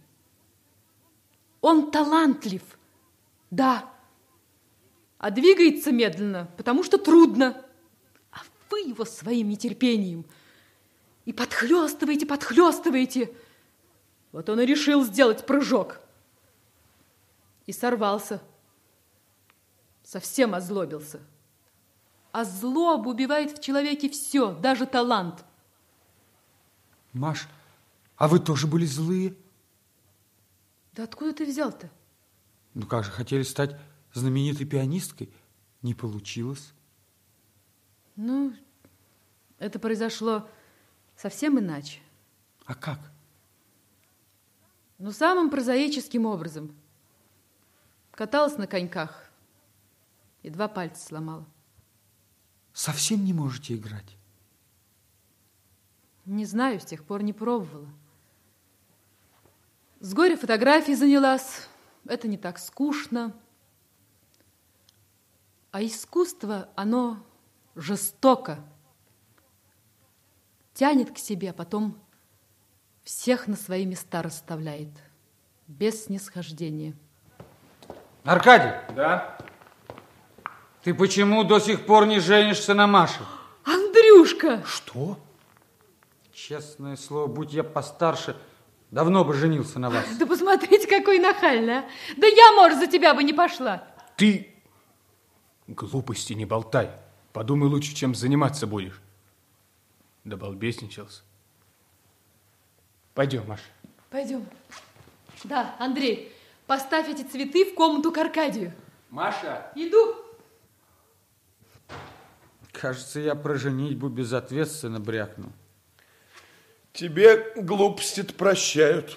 Он талантлив, да, а двигается медленно, потому что трудно. А вы его своим нетерпением и подхлёстываете. Вот он и решил сделать прыжок. И сорвался. Совсем озлобился. А злоба убивает в человеке все, даже талант. Маш, а вы тоже были злые? Да откуда ты взял-то? Ну как же, хотели стать знаменитой пианисткой? Не получилось. Ну, это произошло совсем иначе. А как? Ну, самым прозаическим образом. Каталась на коньках и 2 пальца сломала. Совсем не можете играть? Не знаю, с тех пор не пробовала. С горя фотографией занялась. Это не так скучно. А искусство, оно жестоко. Тянет к себе, а потом всех на свои места расставляет. Без снисхождения. Аркадий! Да? Ты почему до сих пор не женишься на Маше? Андрюшка! Что? Честное слово, будь я постарше, давно бы женился на вас. Да посмотрите, какой нахальный, а. Да я, может, за тебя бы не пошла. Ты глупости не болтай. Подумай лучше, чем заниматься будешь. Да балбесничался. Пойдем, Маша. Пойдем. Да, Андрей, поставь эти цветы в комнату к Аркадию. Маша! Иду. Кажется, я про женитьбу безответственно брякнул. Тебе глупости-то прощают.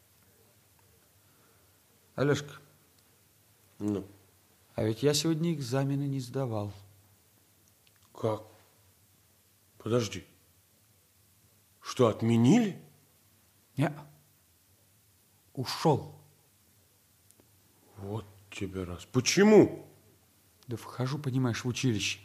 Алешка, Ну? а ведь я сегодня экзамены не сдавал. Как? Подожди. Что, отменили? Не, ушел. Вот тебе раз. Почему? Да вхожу, понимаешь, в училище.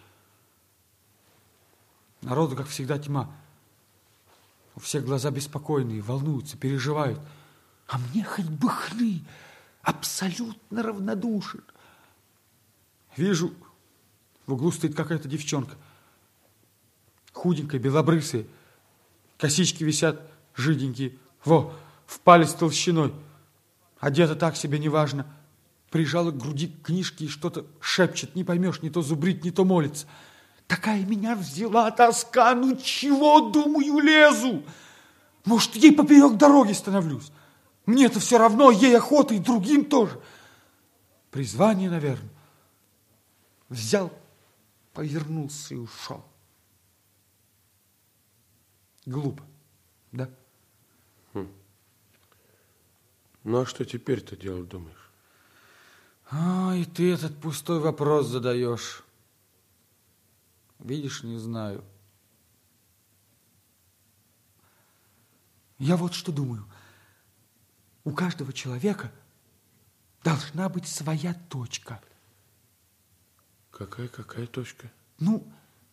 Народу, как всегда, тьма. У всех глаза беспокойные, волнуются, переживают. А мне хоть бы хны, абсолютно равнодушен. Вижу, в углу стоит какая-то девчонка. Худенькая, белобрысая. Косички висят жиденькие. Во, в палец толщиной. Одета так себе неважно. Прижала к груди книжки и что-то шепчет. Не поймешь, не то зубрит, не то молится. Такая меня взяла тоска. Ну чего, думаю, лезу? Может, ей поперек дороги становлюсь. Мне-то все равно, ей охота и другим тоже. Призвание, наверное. Взял, повернулся и ушел. Глупо, да? Ну, а что теперь-то делать, думаешь? А, и ты этот пустой вопрос задаешь. Видишь, не знаю. Я вот что думаю. У каждого человека должна быть своя точка. Какая точка? Ну,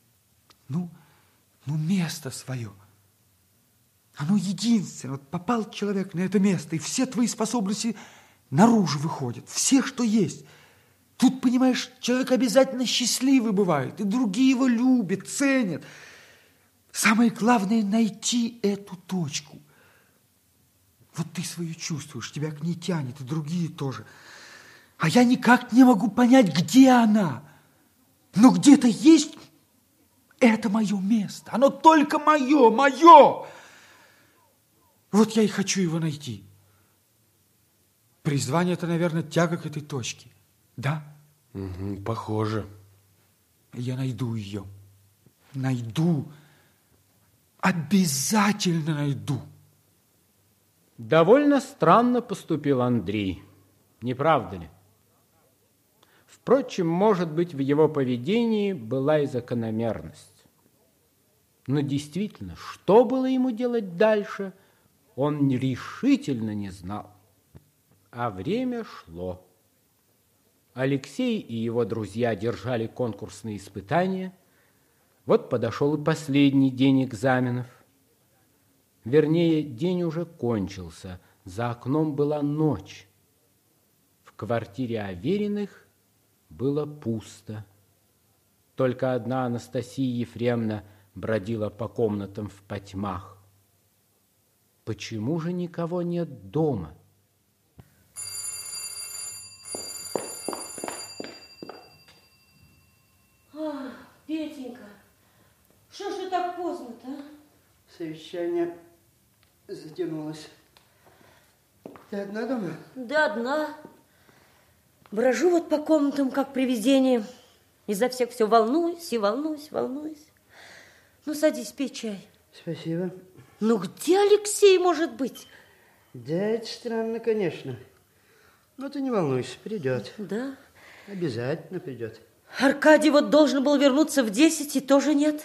место свое. Оно единственное. Вот попал человек на это место, и все твои способности наружу выходят. Все, что есть. Тут, понимаешь, человек обязательно счастливый бывает, и другие его любят, ценят. Самое главное — найти эту точку. Вот ты свою чувствуешь, тебя к ней тянет, и другие тоже. А я никак не могу понять, где она. Но где-то есть это мое место. Оно только мое. Вот я и хочу его найти. Призвание — это, наверное, тяга к этой точке. Да? Угу, похоже. Я найду ее. Найду. Обязательно найду. Довольно странно поступил Андрей, не правда ли? Впрочем, может быть, в его поведении была и закономерность. Но действительно, что было ему делать дальше, он решительно не знал. А время шло. Алексей и его друзья держали конкурсные испытания. Вот подошел и последний день экзаменов. Вернее, день уже кончился. За окном была ночь. В квартире Авериных было пусто. Только одна Анастасия Ефремовна бродила по комнатам в потьмах. Почему же никого нет дома? Петенька, что ж ты так поздно-то, а? Совещание затянулось. Ты одна дома? Да, одна. Брожу вот по комнатам, как привидение. Изо всех все волнуюсь и волнуюсь. Ну, садись, пей чай. Спасибо. Ну, где Алексей может быть? Да, это странно, конечно. Но ты не волнуйся, придет. Да? Обязательно придет. Аркадий вот должен был вернуться в 10, и тоже нет.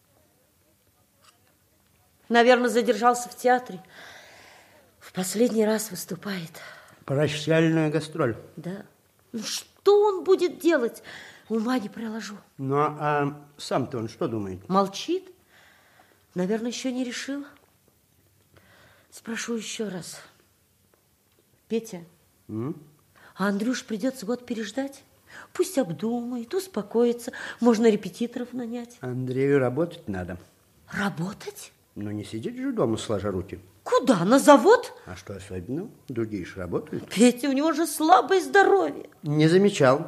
Наверное, задержался в театре. В последний раз выступает. Прощальная гастроль. Да. Ну, что он будет делать? Ума не приложу. Ну, а сам-то он что думает? Молчит. Наверное, еще не решил. Спрошу еще раз. Петя, а Андрюш придется год переждать? Пусть обдумает, успокоится. Можно репетиторов нанять. Андрею работать надо. Работать? Ну, не сидеть же дома, сложа руки. Куда? На завод? А что особенного? Другие же работают. Петя, у него же слабое здоровье. Не замечал.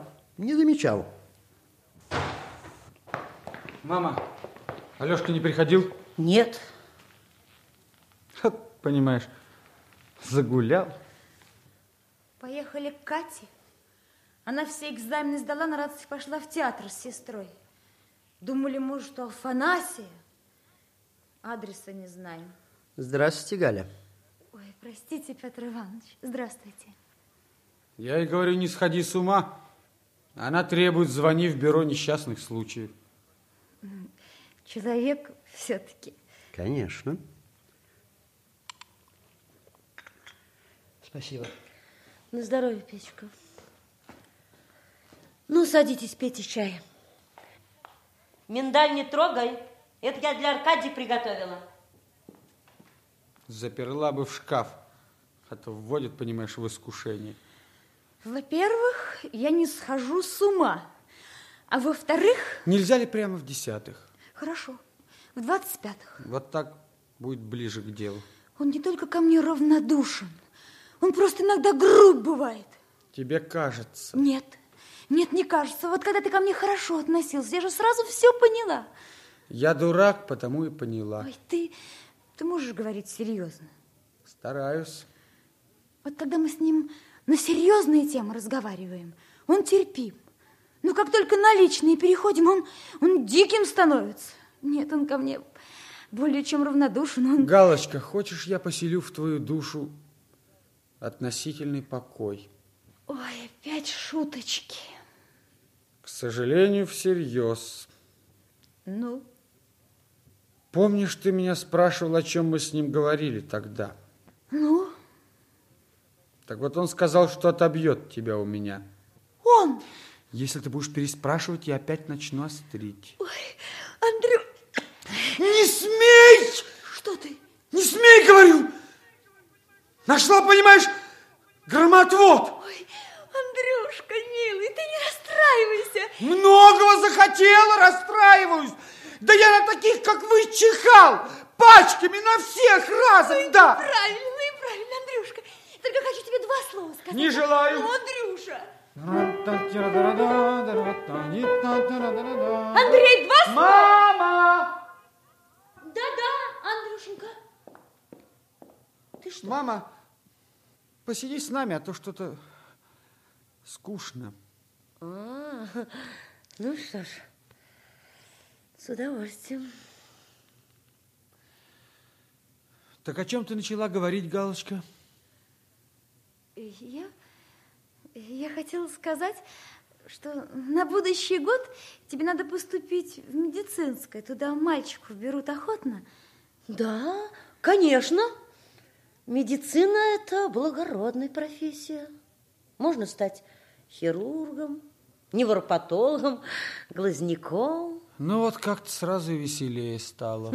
Мама, Алешка не приходил? Нет. Понимаешь, загулял. Поехали к Кате. Она все экзамены сдала, на радости пошла в театр с сестрой. Думали, может, у Афанасия. Адреса не знаем. Здравствуйте, Галя. Ой, простите, Петр Иванович. Здравствуйте. Я ей говорю, не сходи с ума. Она требует, звони в бюро несчастных случаев. Человек все-таки. Конечно. Спасибо. На здоровье, Петечка. Ну, садитесь, пейте чай. Миндаль не трогай. Это я для Аркадия приготовила. Заперла бы в шкаф, а то вводит, понимаешь, в искушение. Во-первых, я не схожу с ума. А во-вторых... Нельзя ли прямо в 10-х? Хорошо, в 25-х. Вот так будет ближе к делу. Он не только ко мне равнодушен, он просто иногда груб бывает. Тебе кажется. Нет, не кажется. Вот когда ты ко мне хорошо относился, я же сразу все поняла. Я дурак, потому и поняла. Ой, ты можешь говорить серьезно? Стараюсь. Вот когда мы с ним на серьезные темы разговариваем, он терпим. Но как только на личные переходим, он диким становится. Нет, он ко мне более чем равнодушен. Галочка, хочешь, я поселю в твою душу относительный покой? Ой, опять шуточки. К сожалению, всерьез. Ну? Помнишь, ты меня спрашивал, о чем мы с ним говорили тогда? Ну? Так вот он сказал, что отобьет тебя у меня. Он? Если ты будешь переспрашивать, я опять начну острить. Ой, Андрю... Не смей! Что ты? Не смей, говорю! Нашла, понимаешь, громотвод! Ой, Андрюшка, милый, ты не расстраивайся. Многого захотела, расстраиваюсь. Да я на таких, как вы, чихал. Пачками на всех разом, Ой, да. Правильно, Андрюшка. Только хочу тебе 2 слова сказать. Не желаю. Ну, Андрюша. Андрей, 2 слова. Мама! Да, Андрюшенька. Ты что? Мама, посиди с нами, а то что-то скучно. Ну что ж, с удовольствием. Так о чем ты начала говорить, Галочка? Я хотела сказать, что на будущий год тебе надо поступить в медицинское. Туда мальчиков берут охотно. Да, конечно. Медицина – это благородная профессия. Можно стать хирургом, невропатологом, глазняком. Ну вот как-то сразу веселее стало.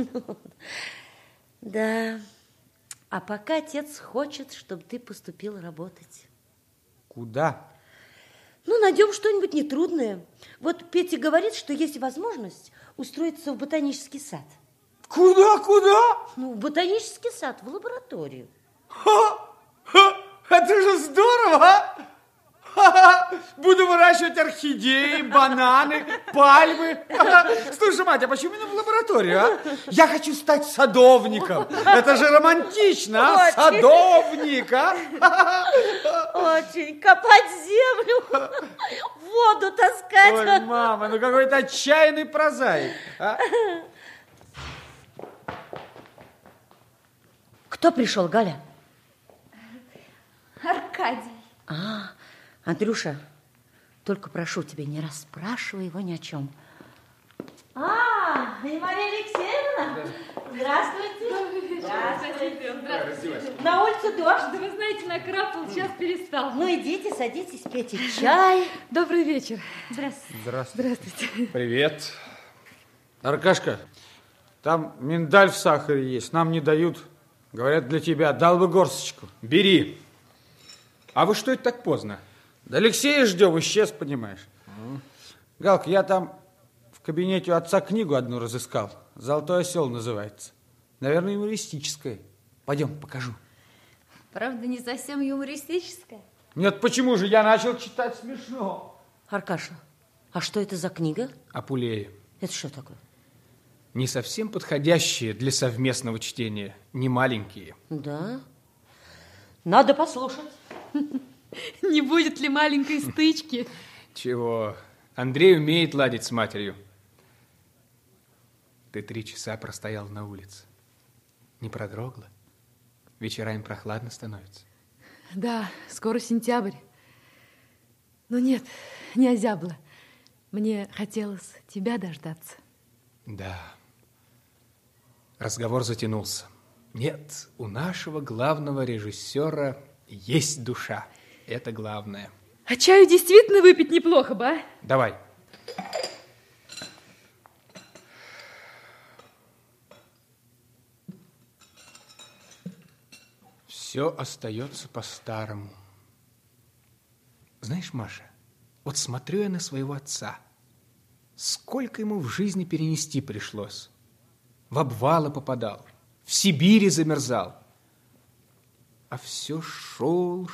Да. А пока отец хочет, чтобы ты поступил работать. Куда? Ну, найдем что-нибудь нетрудное. Вот Петя говорит, что есть возможность устроиться в ботанический сад. Куда? Ну, в ботанический сад, в лабораторию. Это же здорово, а? Буду выращивать орхидеи, бананы, пальмы. Слушай, мать, а почему именно в лабораторию, а? Я хочу стать садовником. Это же романтично, а? Садовник, а? Очень. Копать землю, воду таскать. Ой, мама, ну какой-то отчаянный прозаик. А? Кто пришел, Галя? Аркадий. Андрюша, только прошу тебя, не расспрашивай его ни о чем. И Мария Алексеевна? Здравствуйте. Здравствуйте. На улице дождь. Да вы знаете, накрапал, сейчас перестал. Ну, идите, садитесь, пейте чай. Добрый вечер. Здравствуйте. Здравствуйте. Привет. Аркашка, там миндаль в сахаре есть, нам не дают. Говорят, для тебя. Дал бы горсточку. Бери. А вы что это так поздно? Да Алексея ждем, исчез, понимаешь. Галка, я там в кабинете у отца книгу одну разыскал. «Золотой осел» называется. Наверное, юмористическая. Пойдем, покажу. Правда, не совсем юмористическая. Нет, почему же? Я начал читать смешно. Аркаша, а что это за книга? Апулея. Это что такое? Не совсем подходящие для совместного чтения, не маленькие. Да? Надо послушать. Не будет ли маленькой стычки? Чего? Андрей умеет ладить с матерью. Ты 3 часа простоял на улице. Не продрогла? Вечерами прохладно становится. Да, скоро сентябрь. Но нет, не озябла. Мне хотелось тебя дождаться. Да. Разговор затянулся. Нет, у нашего главного режиссера есть душа. Это главное. А чаю действительно выпить неплохо бы, а? Давай. Все остается по-старому. Знаешь, Маша, вот смотрю я на своего отца. Сколько ему в жизни перенести пришлось. В обвалы попадал, в Сибири замерзал. А все шел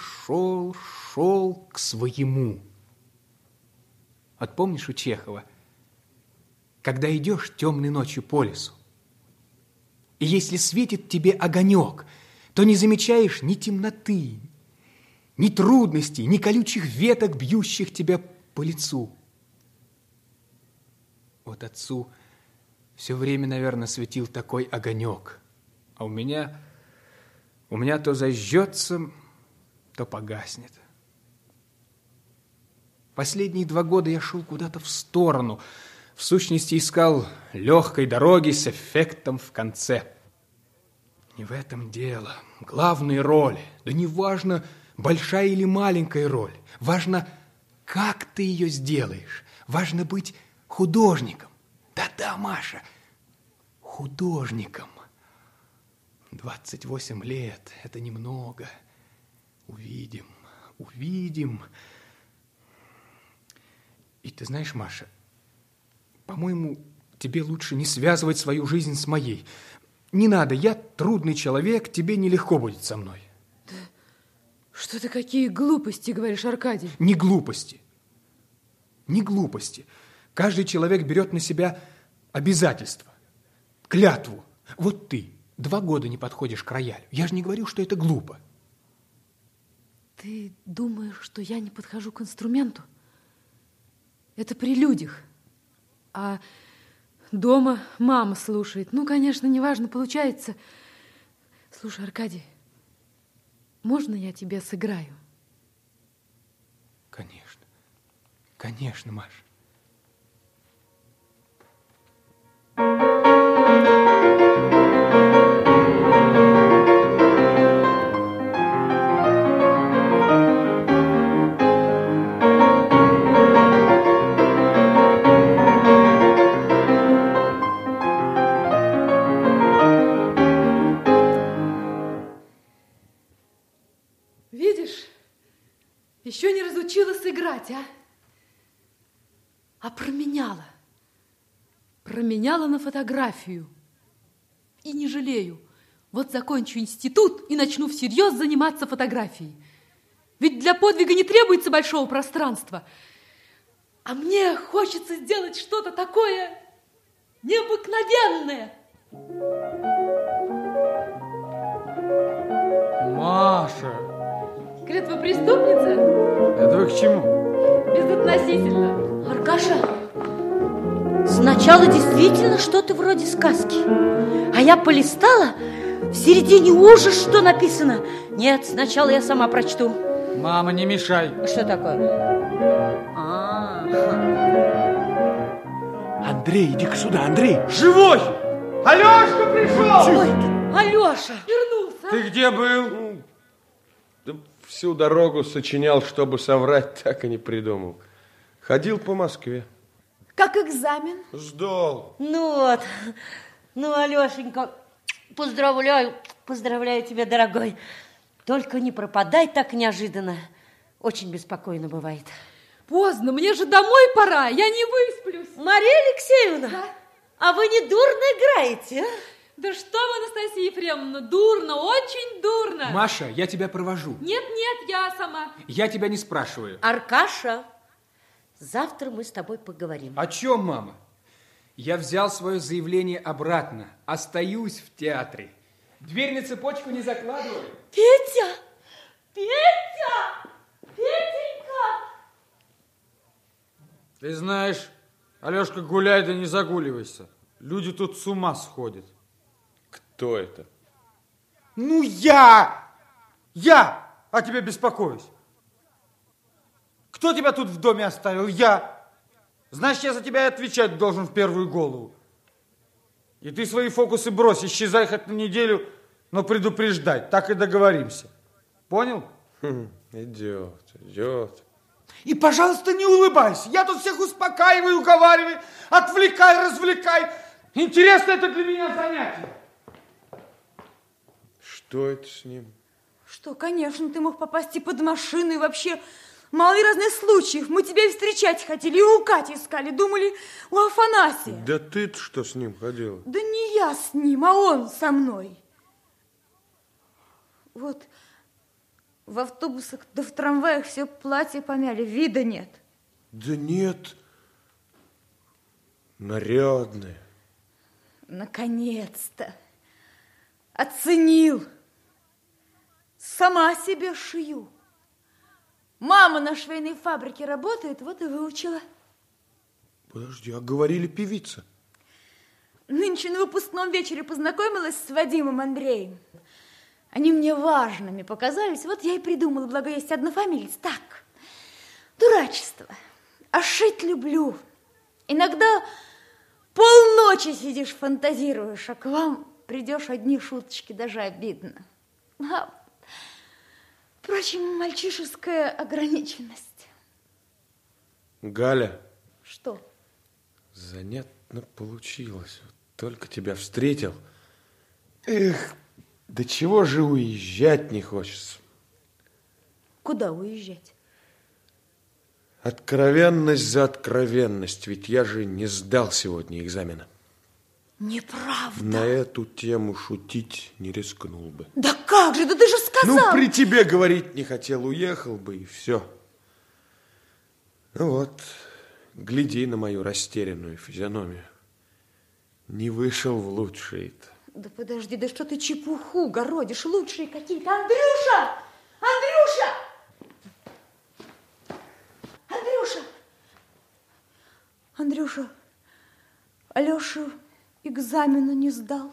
к своему. Вот помнишь у Чехова, когда идешь темной ночью по лесу, и если светит тебе огонек, то не замечаешь ни темноты, ни трудностей, ни колючих веток, бьющих тебя по лицу. Вот отцу все время, наверное, светил такой огонек, а у меня то зажжется, то погаснет. Последние 2 года я шел куда-то в сторону, в сущности искал легкой дороги с эффектом в конце. Не в этом дело. Главная роль, да не важно, большая или маленькая роль, важно, как ты ее сделаешь, важно быть художником. Да-да, Маша, художником. 28 лет – это немного. Увидим. И ты знаешь, Маша, по-моему, тебе лучше не связывать свою жизнь с моей. Не надо, я трудный человек, тебе нелегко будет со мной. Да что ты какие глупости говоришь, Аркадий? Не глупости. Каждый человек берет на себя обязательства, клятву. Вот ты 2 года не подходишь к роялю. Я же не говорю, что это глупо. Ты думаешь, что я не подхожу к инструменту? Это при людях. А дома мама слушает. Ну, конечно, неважно, получается. Слушай, Аркадий, можно я тебе сыграю? Конечно, Маша. Видишь, еще не разучилась играть, а? А променяла. Променяла на фотографию. И не жалею. Вот закончу институт и начну всерьез заниматься фотографией. Ведь для подвига не требуется большого пространства. А мне хочется сделать что-то такое необыкновенное. Маша! Клятва преступница? Это вы к чему? Безотносительно. Аркаша, сначала действительно что-то вроде сказки. А я полистала, в середине ужас, что написано. Нет, сначала я сама прочту. Мама, не мешай. Что такое? Андрей, иди-ка сюда, Андрей. Живой! Алешка пришел! Ой, Алеша! Вернулся. Ты где был? Да всю дорогу сочинял, чтобы соврать, так и не придумал. Ходил по Москве. Как экзамен? Сдал. Ну вот, ну, Алешенька, поздравляю тебя, дорогой. Только не пропадай так неожиданно. Очень беспокойно бывает. Поздно, мне же домой пора, я не высплюсь. Мария Алексеевна, Да? а вы не дурно играете, а? Да что вы, Анастасия Ефремовна, дурно, очень дурно. Маша, я тебя провожу. Нет, я сама. Я тебя не спрашиваю. Аркаша, завтра мы с тобой поговорим. О чем, мама? Я взял свое заявление обратно. Остаюсь в театре. Дверь на цепочку не закладывай. Петя! Петя! Петенька! Ты знаешь, Алешка, гуляй, да не загуливайся. Люди тут с ума сходят. Кто это? Ну, я! О тебе беспокоюсь. Кто тебя тут в доме оставил? Я. Значит, я за тебя и отвечать должен в первую голову. И ты свои фокусы брось, исчезай хоть на неделю, но предупреждай, так и договоримся. Понял? Идет. И, пожалуйста, не улыбайся. Я тут всех успокаиваю, уговариваю, отвлекай, развлекай. Интересно это для меня занятие. Что это с ним? Что, конечно, ты мог попасть и под машину, и вообще мало ли разных случаев. Мы тебя и встречать хотели, и у Кати искали, думали, у Афанасия. Да ты-то что с ним ходила? Да не я с ним, а он со мной. Вот в автобусах да в трамваях все платье помяли, вида нет. Да нет. Нарядное. Наконец-то. Оценил. Сама себе шью. Мама на швейной фабрике работает, вот и выучила. Подожди, а говорили певица? Нынче на выпускном вечере познакомилась с Вадимом Андреем. Они мне важными показались, вот я и придумала, благо есть однофамилец. Так, дурачество. А шить люблю. Иногда полночи сидишь, фантазируешь, а к вам придешь, одни шуточки, даже обидно. Впрочем, мальчишеская ограниченность. Галя. Что? Занятно получилось. Вот только тебя встретил. Эх, да чего же уезжать не хочется? Куда уезжать? Откровенность за откровенность. Ведь я же не сдал сегодня экзамена. Неправда. На эту тему шутить не рискнул бы. Да как же, да ты же сказал. Ну, при тебе говорить не хотел, уехал бы, и все. Ну вот, гляди на мою растерянную физиономию. Не вышел в лучшие-то. Да подожди, да что ты чепуху городишь, лучшие какие-то. Андрюша! Андрюша! Андрюша! Андрюша, Алеша экзамена не сдал.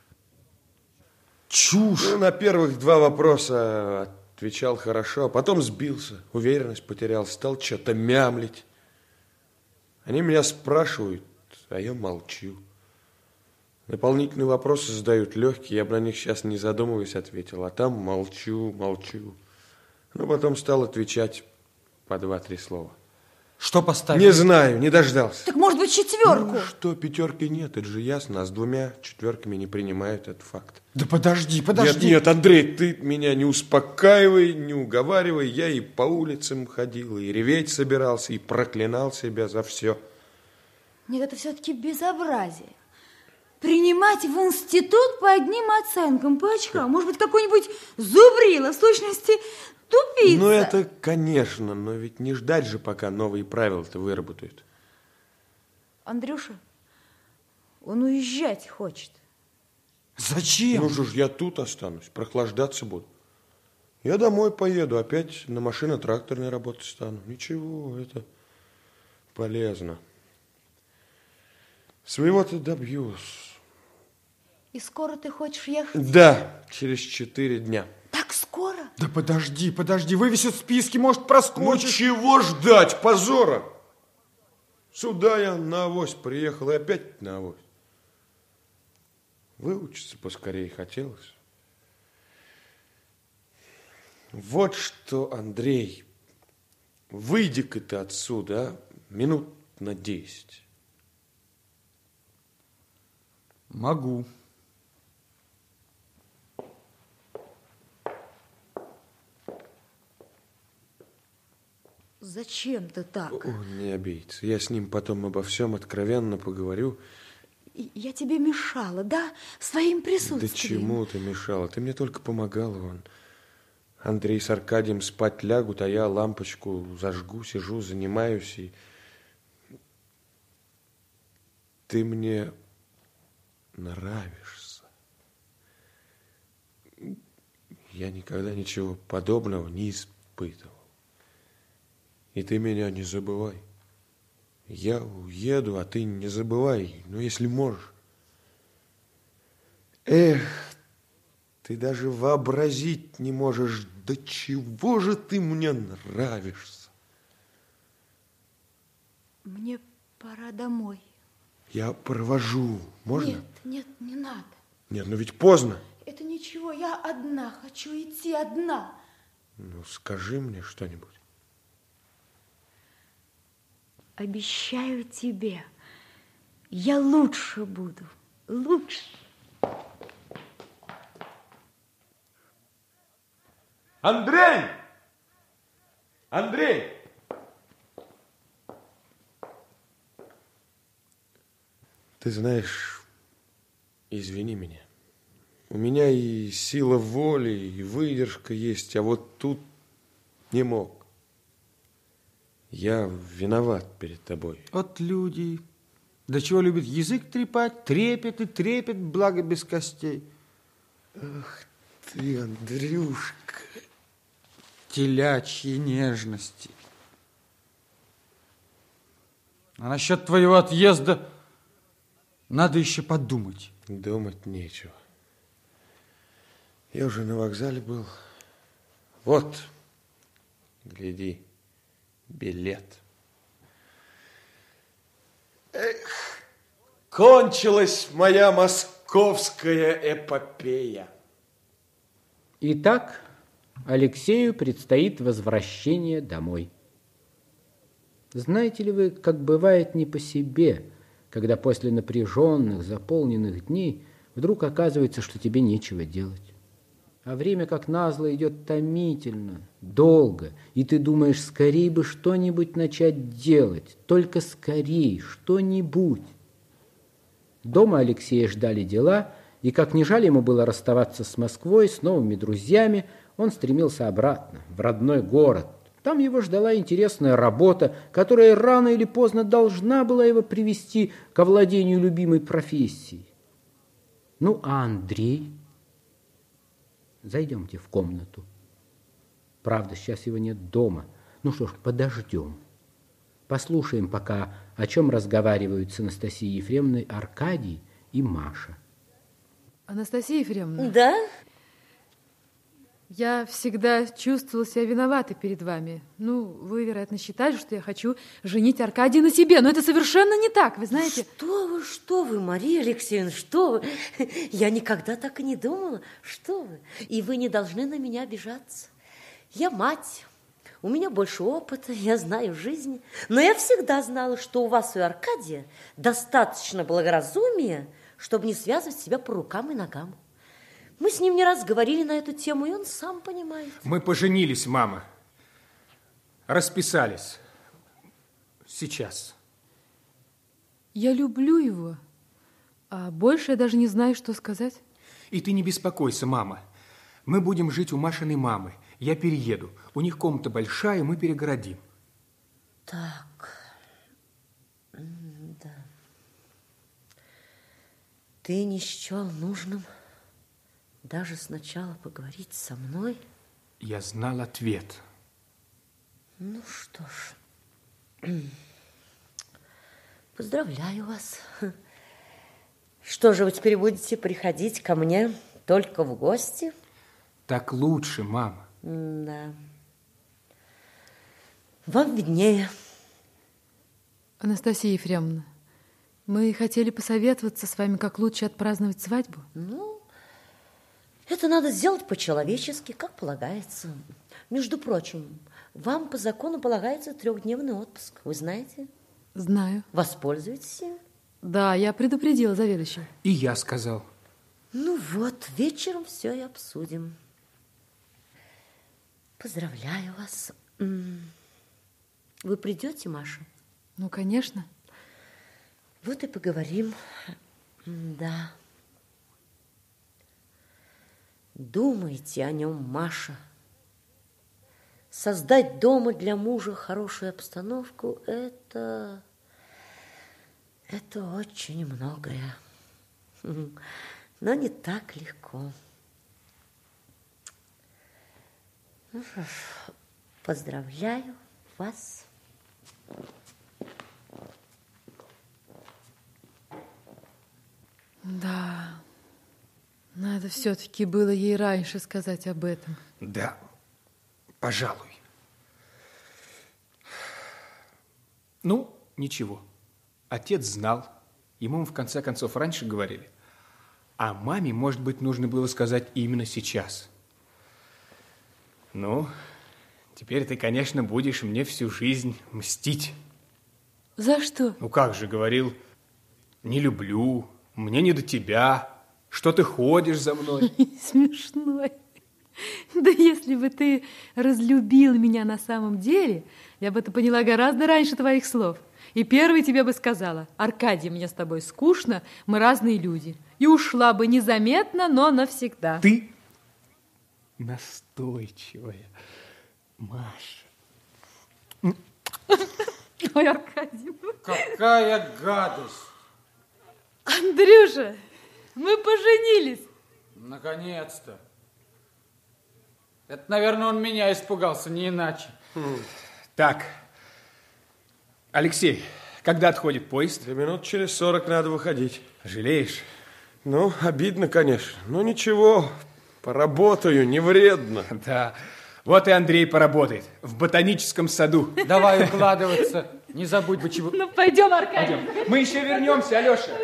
Чушь! Ну, на первых два вопроса отвечал хорошо, а потом сбился, уверенность потерял, стал что-то мямлить. Они меня спрашивают, а я молчу. Дополнительные вопросы задают легкие, я бы на них сейчас не задумываясь ответил, а там молчу. Ну, потом стал отвечать по 2-3 слова. Что поставил? Не знаю, не дождался. Так может быть четверку? Ну, что, пятерки нет, это же ясно, а с 2 четверками не принимают, это факт. Да подожди. Нет, Андрей, ты меня не успокаивай, не уговаривай. Я и по улицам ходил, и реветь собирался, и проклинал себя за все. Нет, это все-таки безобразие. Принимать в институт по одним оценкам, по очкам. Может быть, какой-нибудь зубрила, в сущности, тупица. Ну, это, конечно, но ведь не ждать же, пока новые правила-то выработают. Андрюша, он уезжать хочет. Зачем? Ну что ж, я тут останусь, прохлаждаться буду. Я домой поеду, опять на машино-тракторной работать стану. Ничего, это полезно. Своего-то добьюсь. И скоро ты хочешь ехать? Да, через 4 дня. Так скоро? Да подожди, вывесят списки, может, Ну проскочишь. чего ждать, позора? Сюда я на авось приехал и опять на авось. Выучиться поскорее хотелось. Вот что, Андрей, выйди-ка ты отсюда, а? Минут на 10. Могу. Зачем ты так? О, не обидится. Я с ним потом обо всем откровенно поговорю. Я тебе мешала, да? Своим присутствием. Да чему ты мешала? Ты мне только помогала, вон. Андрей с Аркадием спать лягут, а я лампочку зажгу, сижу, занимаюсь. И ты мне нравишься. Я никогда ничего подобного не испытывал. И ты меня не забывай. Я уеду, а ты не забывай, ну, если можешь. Эх, ты даже вообразить не можешь, до чего же ты мне нравишься. Мне пора домой. Я провожу, можно? Нет, не надо. Нет, ну ведь поздно. Это ничего, я одна, хочу идти одна. Ну, скажи мне что-нибудь. Обещаю тебе, я лучше буду, лучше. Андрей! Андрей! Ты знаешь, извини меня. У меня и сила воли, и выдержка есть, а вот тут не мог. Я виноват перед тобой. Вот люди, до чего любят язык трепать, трепет и трепет, благо без костей. Ах ты, Андрюшка. Телячьи нежности. А насчет твоего отъезда надо еще подумать. Думать нечего. Я уже на вокзале был. Вот, гляди, билет. Эх, кончилась моя московская эпопея. Итак, Алексею предстоит возвращение домой. Знаете ли вы, как бывает не по себе, когда после напряженных, заполненных дней вдруг оказывается, что тебе нечего делать? А время, как назло, идет томительно, долго, и ты думаешь, скорей бы что-нибудь начать делать, только скорей, что-нибудь. Дома Алексея ждали дела, и как не жаль ему было расставаться с Москвой, с новыми друзьями, он стремился обратно, в родной город. Там его ждала интересная работа, которая рано или поздно должна была его привести к овладению любимой профессией. Ну, а Андрей? Зайдемте в комнату. Правда, сейчас его нет дома. Ну что ж, подождем. Послушаем пока, о чем разговаривают с Анастасией Ефремовной Аркадий и Маша. Анастасия Ефремовна? Да? Я всегда чувствовала себя виноватой перед вами. Ну, вы, вероятно, считали, что я хочу женить Аркадия на себе, но это совершенно не так, вы знаете. Что вы, Мария Алексеевна, что вы? Я никогда так и не думала. Что вы? И вы не должны на меня обижаться. Я мать, у меня больше опыта, я знаю жизни. Но я всегда знала, что у вас и у Аркадия достаточно благоразумия, чтобы не связывать себя по рукам и ногам. Мы с ним не раз говорили на эту тему, и он сам понимает. Мы поженились, мама. Расписались. Сейчас. Я люблю его, а больше я даже не знаю, что сказать. И ты не беспокойся, мама. Мы будем жить у Машиной мамы. Я перееду. У них комната большая, мы перегородим. Так. Да. Ты не счел нужным даже сначала поговорить со мной? Я знал ответ. Ну что ж, поздравляю вас. Что же, вы теперь будете приходить ко мне только в гости? Так лучше, мама. Да. Вам виднее. Анастасия Ефремовна, мы хотели посоветоваться с вами, как лучше отпраздновать свадьбу. Ну, это надо сделать по-человечески, как полагается. Между прочим, вам по закону полагается 3-дневный отпуск. Вы знаете? Знаю. Воспользуйтесь им. Да, я предупредила заведующего. И я сказал. Ну вот, вечером все и обсудим. Поздравляю вас. Вы придете, Маша? Ну, конечно. Вот и поговорим. Да. Думайте о нем, Маша. Создать дома для мужа хорошую обстановку – это очень многое. Но не так легко. Ну что ж, поздравляю вас. Да, надо все-таки было ей раньше сказать об этом. Да, пожалуй. Ну, ничего. Отец знал. Ему мы, в конце концов, раньше говорили. А маме, может быть, нужно было сказать именно сейчас. Ну, теперь ты, конечно, будешь мне всю жизнь мстить. За что? Ну, как же, говорил, не люблю, мне не до тебя, что ты ходишь за мной. Смешной. Да если бы ты разлюбил меня на самом деле, я бы это поняла гораздо раньше твоих слов. И первой тебе бы сказала: Аркадий, мне с тобой скучно, мы разные люди. И ушла бы незаметно, но навсегда. Ты настойчивая, Маша. Ой, Аркадий. Какая гадость. Андрюша, мы поженились. Наконец-то. Это, наверное, он меня испугался, не иначе. Так, Алексей, когда отходит поезд? 2 минут через 40 надо выходить. Жалеешь? Ну, обидно, конечно. Но ничего, поработаю, не вредно. Да, вот и Андрей поработает в ботаническом саду. Давай укладываться, не забудь бы чего. Ну, пойдем, Аркадий. Пойдем. Мы еще вернемся, Алеша.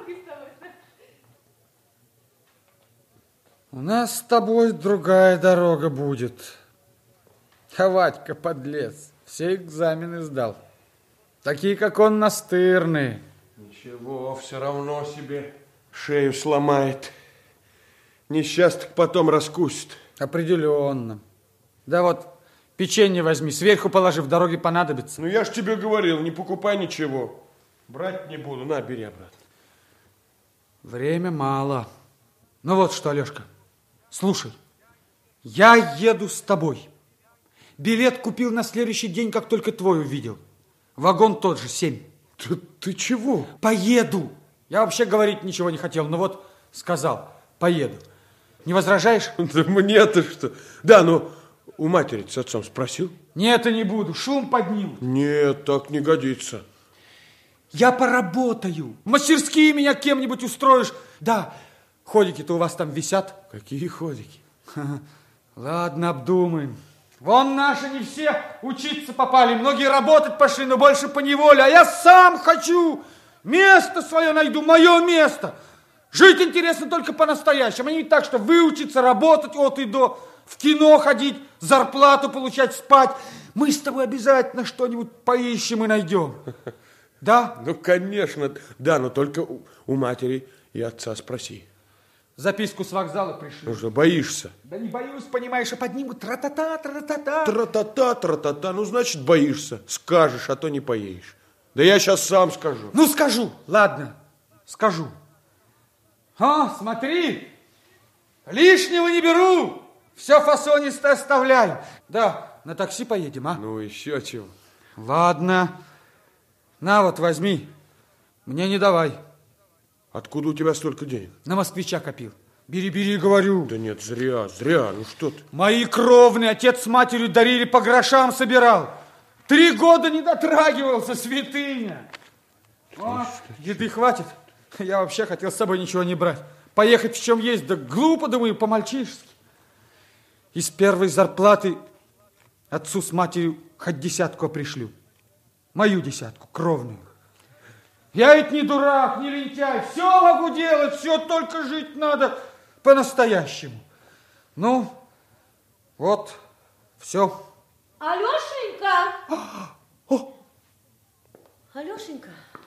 У нас с тобой другая дорога будет. А Вадька, подлец, все экзамены сдал. Такие, как он, настырные. Ничего, все равно себе шею сломает. Несчасток потом раскусит. Определенно. Да вот, печенье возьми, сверху положи, в дороге понадобится. Ну, я ж тебе говорил, не покупай ничего. Брать не буду, на, бери обратно. Время мало. Ну вот что, Алешка, слушай, я еду с тобой. Билет купил на следующий день, как только твой увидел. Вагон тот же, 7. Ты чего? Поеду. Я вообще говорить ничего не хотел, но вот сказал, поеду. Не возражаешь? Да мне-то что? Да, ну, у матери с отцом спросил? Нет, и не буду, шум поднимут. Нет, так не годится. Я поработаю. В мастерские меня кем-нибудь устроишь. Да, ходики-то у вас там висят. Какие ходики? Ладно, обдумаем. Вон наши не все учиться попали, многие работать пошли, но больше поневоле. А я сам хочу. Место свое найду, мое место. Жить интересно только по-настоящему. А не так, что выучиться, работать от и до, в кино ходить, зарплату получать, спать. Мы с тобой обязательно что-нибудь поищем и найдем. Да? Ну, конечно. Да, но только у матери и отца спроси. Записку с вокзала пришли. Ну что, боишься? Да не боюсь, понимаешь, а поднимут тра-та-та, тра-та-та. Тра-та-та, тра-та-та. Ну, значит, боишься. Скажешь, а то не поедешь. Да я сейчас сам скажу. Ну, скажу. Ладно, скажу. А, смотри, лишнего не беру. Все фасонистое оставляю. Да, на такси поедем, а? Ну, еще чего. Ладно. На вот, возьми. Мне не давай. Откуда у тебя столько денег? На москвича копил. Бери, бери, говорю. Да нет, зря. Ну что ты? Мои кровные, отец с матерью дарили, по грошам собирал. 3 года не дотрагивался, святыня. О, еды хватит. Я вообще хотел с собой ничего не брать. Поехать в чем есть, да глупо, думаю, по-мальчишески. Из первой зарплаты отцу с матерью хоть 10 пришлю. Мою 10, кровную. Я ведь не дурак, не лентяй. Все могу делать, все, только жить надо по-настоящему. Ну, вот, все. Алешенька! Алешенька!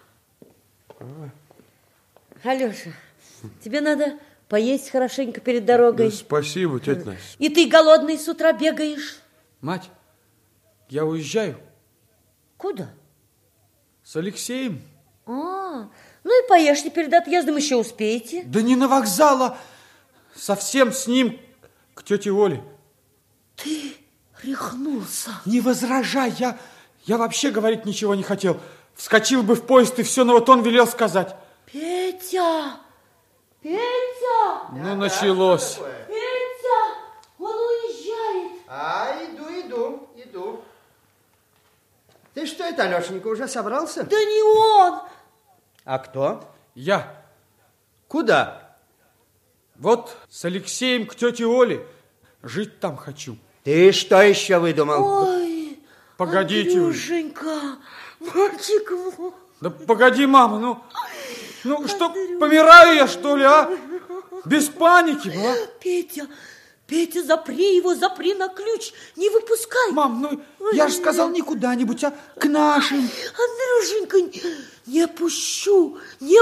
Алеша, тебе надо поесть хорошенько перед дорогой. Да спасибо, тетя Настя. И ты голодный с утра бегаешь. Мать, я уезжаю. Куда? С Алексеем. Ну и поешьте перед отъездом, еще успеете. Да не на вокзал, а совсем с ним к тете Оле. Ты рехнулся. Не возражай, я вообще говорить ничего не хотел. Вскочил бы в поезд и все, но вот он велел сказать. Петя! Петя! Ну, началось. Петя! Он уезжает. Иду. Ты что это, Алешенька, уже собрался? Да не он! А кто? Я. Куда? Вот с Алексеем к тете Оле. Жить там хочу. Ты что еще выдумал? Ой, погодите уже. Андрюшенька, мальчик мой. Да погоди, мама, ну что, помираю я, что ли, а? Без паники, а? Петя, запри его, запри на ключ, не выпускай. Мам, я же сказал не куда-нибудь, а к нашим. Андрюшенька, не пущу,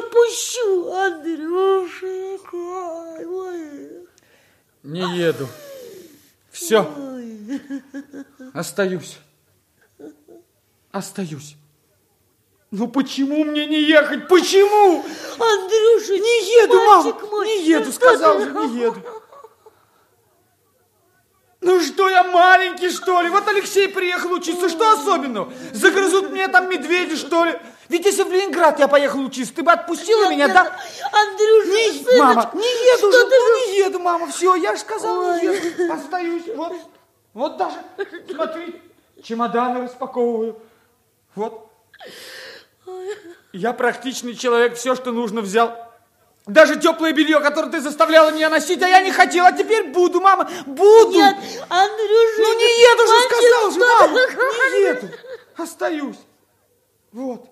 Андрюшенька. Ой. Не еду. Все. Остаюсь. Ну почему мне не ехать? Почему? Андрюша, не еду, мама. Мой. Не еду, сказал же, не еду. Ну что, я маленький, что ли? Вот Алексей приехал учиться, что особенного? Загрызут мне там медведи, что ли? Ведь если в Ленинград я поехал учиться, ты бы отпустила меня, да? Андрюша, сыночка, мама, не еду же, не еду, мама, все, я же сказал, не еду. Остаюсь, вот даже, смотри, чемоданы распаковываю. Вот. Я практичный человек, все, что нужно, взял. Даже теплое белье, которое ты заставляла меня носить, а я не хотела, а теперь буду, мама, буду. Нет, Андрюша. Ну не еду же, сказал же, мама, не еду. Остаюсь. Вот.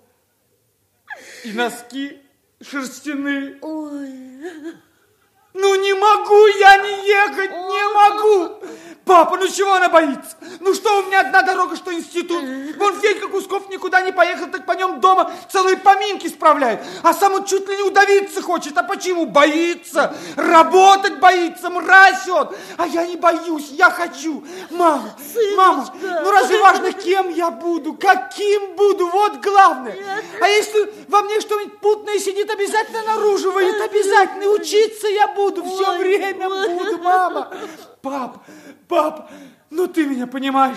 И носки шерстяные. Ой. Ну не могу я не ехать, не могу. Папа, ну чего она боится? Ну что, у меня одна дорога, что институт. Вон Федька Кусков никуда не поехал, так по нем дома целые поминки справляет. А сам он чуть ли не удавиться хочет. А почему? Боится. Работать боится, мразь он. А я не боюсь, я хочу. Мама, ну разве важно, кем я буду, каким буду? Вот главное. А если во мне что-нибудь путное сидит, обязательно наружу выйдет, обязательно. И учиться я буду, все время буду, мама. Папа, ну ты меня понимаешь?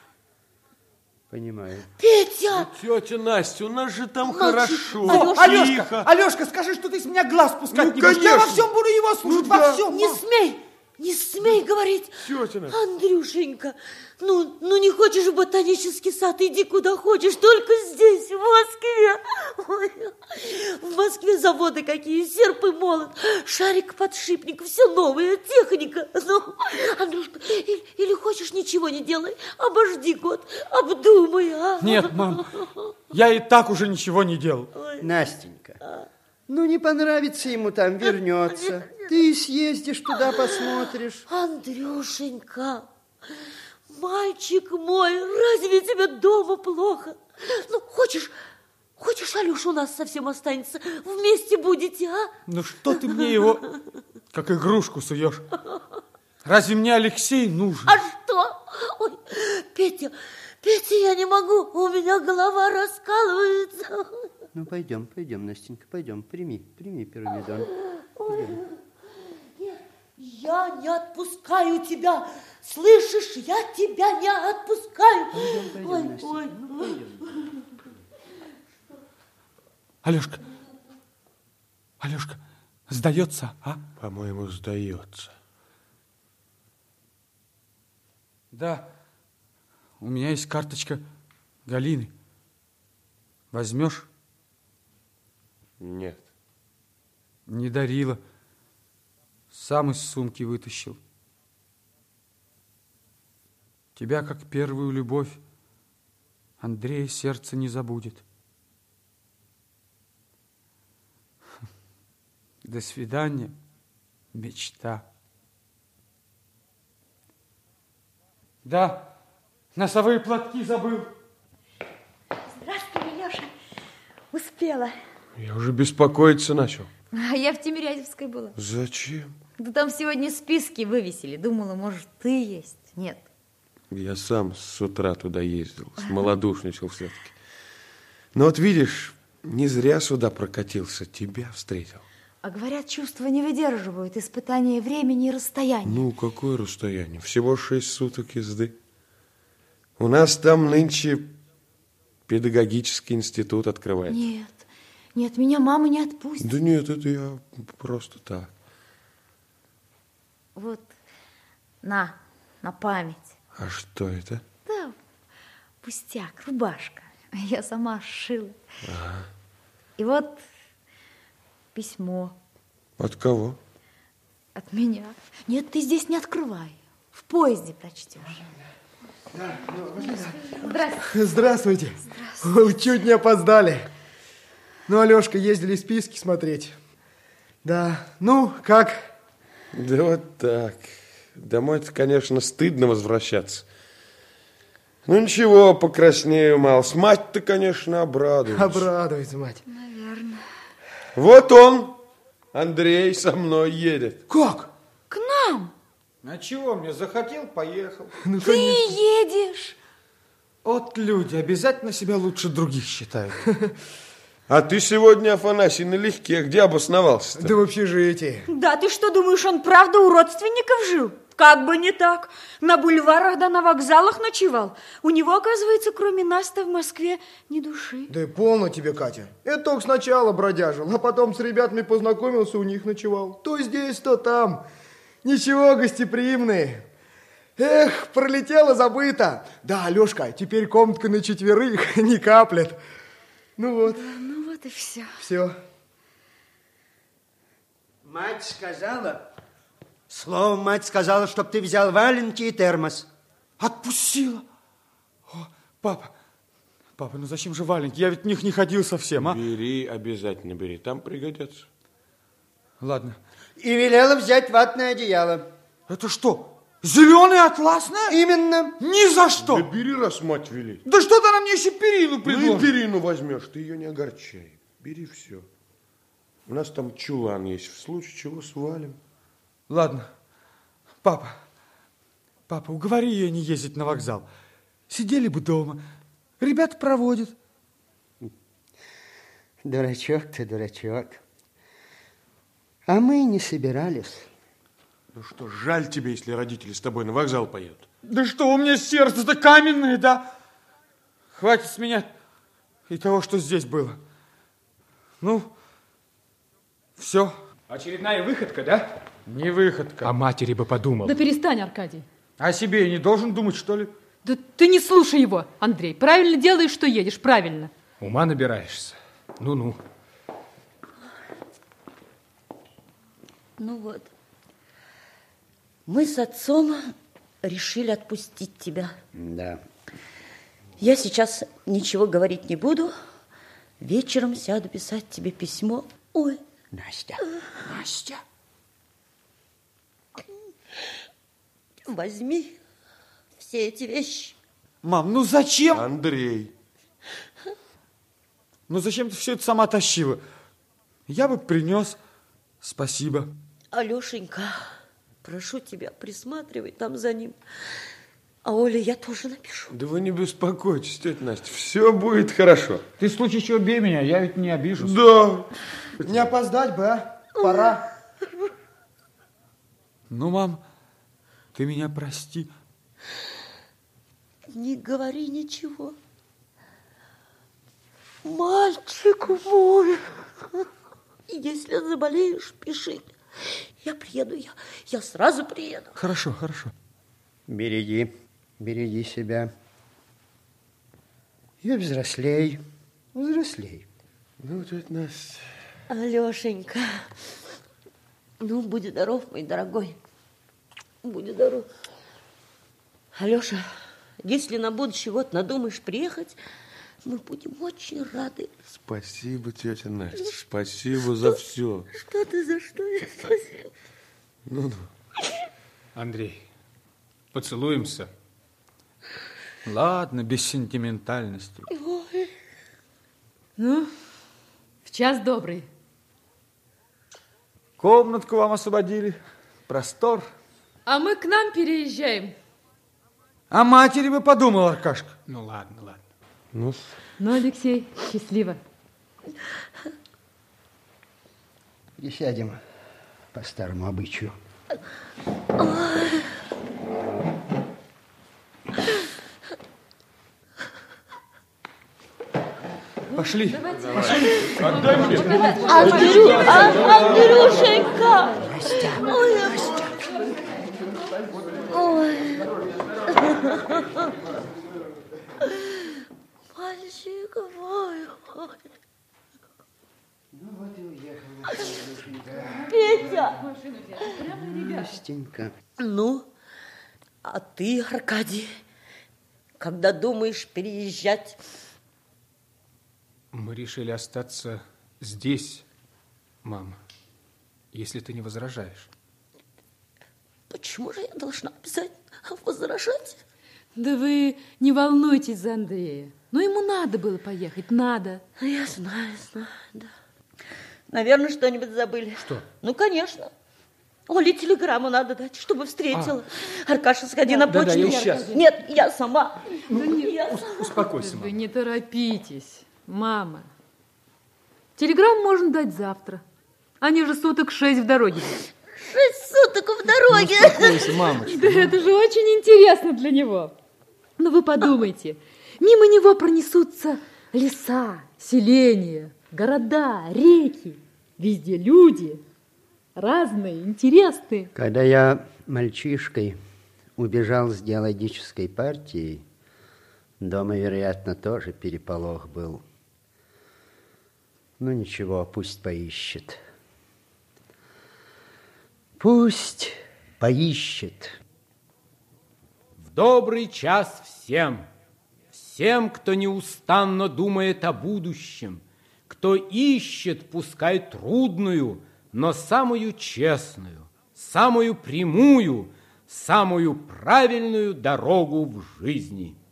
Понимаю. Петя! Тетя Настя, у нас же там хорошо. Алешка, скажи, что ты с меня глаз пускать не будешь. Конечно. Я во всем буду его слушать, во всем. Не смей говорить. Тетя Настя. Андрюшенька, ну не хочешь в ботанический сад, иди куда хочешь, только здесь, в Москве. Ой, в Москве заводы какие, серп и молот, шарик-подшипник, все новая техника. Ну, Андрюшка, или хочешь, ничего не делай, обожди год, обдумай, а? Нет, мам, я и так уже ничего не делал. Настенька, ну не понравится ему там, вернется. Ты съездишь туда, посмотришь. Андрюшенька, мальчик мой, разве тебе дома плохо? Ну, хочешь, Алеша у нас совсем останется, вместе будете, а? Ну, что ты мне его, как игрушку суешь? Разве мне Алексей нужен? А что? Ой, Петя, я не могу, у меня голова раскалывается. Ну, пойдем, Настенька, пойдем, прими пирамидон. Ой, нет, я Я не отпускаю тебя. Слышишь, я тебя не отпускаю. Алешка, сдается, а? По-моему, сдается. Да, у меня есть карточка Галины. Возьмешь? Нет. Не дарила. Сам из сумки вытащил. Тебя, как первую любовь, Андрея сердце не забудет. До свидания, мечта. Да, носовые платки забыл. Здравствуй, Леша. Успела. Я уже беспокоиться начал. А я в Тимирязевской была. Зачем? Да там сегодня списки вывесили. Думала, может, ты есть. Нет. Я сам с утра туда ездил, смолодушничал все-таки. Но вот видишь, не зря сюда прокатился, тебя встретил. А говорят, чувства не выдерживают испытания времени и расстояния. Ну, какое расстояние? Всего 6 суток езды. У нас там нынче педагогический институт открывается. Нет, меня мама не отпустит. Да нет, это я просто так. Вот, на память. А что это? Да, пустяк, рубашка. Я сама сшила. Ага. И вот письмо. От кого? От меня. Нет, ты здесь не открывай. В поезде прочтешь. Здравствуйте. Здравствуйте. Чуть не опоздали. Ну, Алешка, ездили списки смотреть. Да, ну, как? Да вот так. Домой-то, конечно, стыдно возвращаться. Ну, ничего, покраснею мало. Мать-то, конечно, обрадуется. Обрадуется мать. Наверное. Вот он, Андрей, со мной едет. Как? К нам? А чего мне? Захотел, поехал. Ну, ты едешь? Вот люди обязательно себя лучше других считают. А ты сегодня, Афанасий, налегке. Где обосновался-то? Да в общежитии. Да, ты что, думаешь, он правда у родственников жил? Как бы не так. На бульварах да на вокзалах ночевал. У него, оказывается, кроме нас-то в Москве ни души. Да и полно тебе, Катя. Это только сначала бродяжил, а потом с ребятами познакомился, у них ночевал. То здесь, то там. Ничего, гостеприимные. Эх, пролетело, забыто. Да, Алешка, теперь комнатка на 4 не каплет. Ну вот. Ну вот и все. Все. Мать сказала, словом мать сказала, чтоб ты взял валенки и термос. Отпустила. О, папа, ну зачем же валенки? Я ведь в них не ходил совсем, а? Бери, обязательно бери, там пригодятся. Ладно. И велела взять ватное одеяло. Это что, зеленое атласное? Именно. Ни за что. Да бери, раз мать велит. Да что-то она мне еще перину предложит. Ну и перину возьмешь, ты ее не огорчай. Бери все. У нас там чулан есть, в случае чего свалим. Ладно. Папа, уговори ее не ездить на вокзал. Сидели бы дома. Ребята проводят. Дурачок ты, дурачок. А мы не собирались. Ну что, жаль тебе, если родители с тобой на вокзал поедут. Да что, у меня сердце-то каменное, да? Хватит с меня и того, что здесь было. Ну, все. Очередная выходка, да? Не выходка. О матери бы подумал. Да перестань, Аркадий. О себе я не должен думать, что ли? Да ты не слушай его, Андрей. Правильно делаешь, что едешь, правильно. Ума набираешься. Ну-ну. Ну вот. Мы с отцом решили отпустить тебя. Да. Я сейчас ничего говорить не буду. Вечером сяду писать тебе письмо. Ой. Настя. Настя. Возьми все эти вещи. Мам, ну зачем? Андрей. Ну зачем ты все это сама тащила? Я бы принес. Спасибо. Алешенька, прошу тебя, присматривай там за ним. А Оле я тоже напишу. Да вы не беспокойтесь, тетя Настя, все будет хорошо. Ты в случае чего бей меня, я ведь не обижусь. Да. Не опоздать бы, а? Пора. Ну, мам, ты меня прости. Не говори ничего. Мальчик мой, если заболеешь, пиши. Я приеду, я сразу приеду. Хорошо, хорошо. Береги себя. И взрослей. Ну, тетя Настя. Алешенька, ну, будь здоров, мой дорогой. Будь здоров. Алеша, если на будущий год надумаешь приехать, мы будем очень рады. Спасибо, тетя Настя. Спасибо за все. Что ты за что? Спасибо. Ну. Андрей, поцелуемся. Ладно, без сентиментальности. Ой. Ну, в час добрый. Комнатку вам освободили. Простор. А мы к нам переезжаем. О матери бы подумал, Аркашка. Ну, ладно, ладно. Ну, Алексей, счастливо. И сядем по старому обычаю. Пошли. Отдай мне. Андрюшенька! Ой. Мальчик мой. Ну вот и уехала. Петя! Настенька. Ну, а ты, Аркадий, когда думаешь переезжать? Мы решили остаться здесь, мама, если ты не возражаешь. Почему же я должна обязательно возражать? Да вы не волнуйтесь за Андрея. Но ему надо было поехать, надо. Я знаю, да. Наверное, что-нибудь забыли. Что? Ну, конечно. Оле телеграмму надо дать, чтобы встретила. Аркаша, сходи на почту. Да, я сейчас. Нет, я сама. Успокойся, Вы мама. не торопитесь, мама. Телеграмму можно дать завтра. Они же суток 6 в дороге. 6 суток в дороге. Успокойся, мамочка. Да это же очень интересно для него. Ну вы подумайте, мимо него пронесутся леса, селения, города, реки. Везде люди разные, интересные. Когда я мальчишкой убежал с геологической партией, дома, вероятно, тоже переполох был. Ну ничего, пусть поищет. Пусть поищет. В добрый час всем, всем, кто неустанно думает о будущем, кто ищет, пускай трудную, но самую честную, самую прямую, самую правильную дорогу в жизни.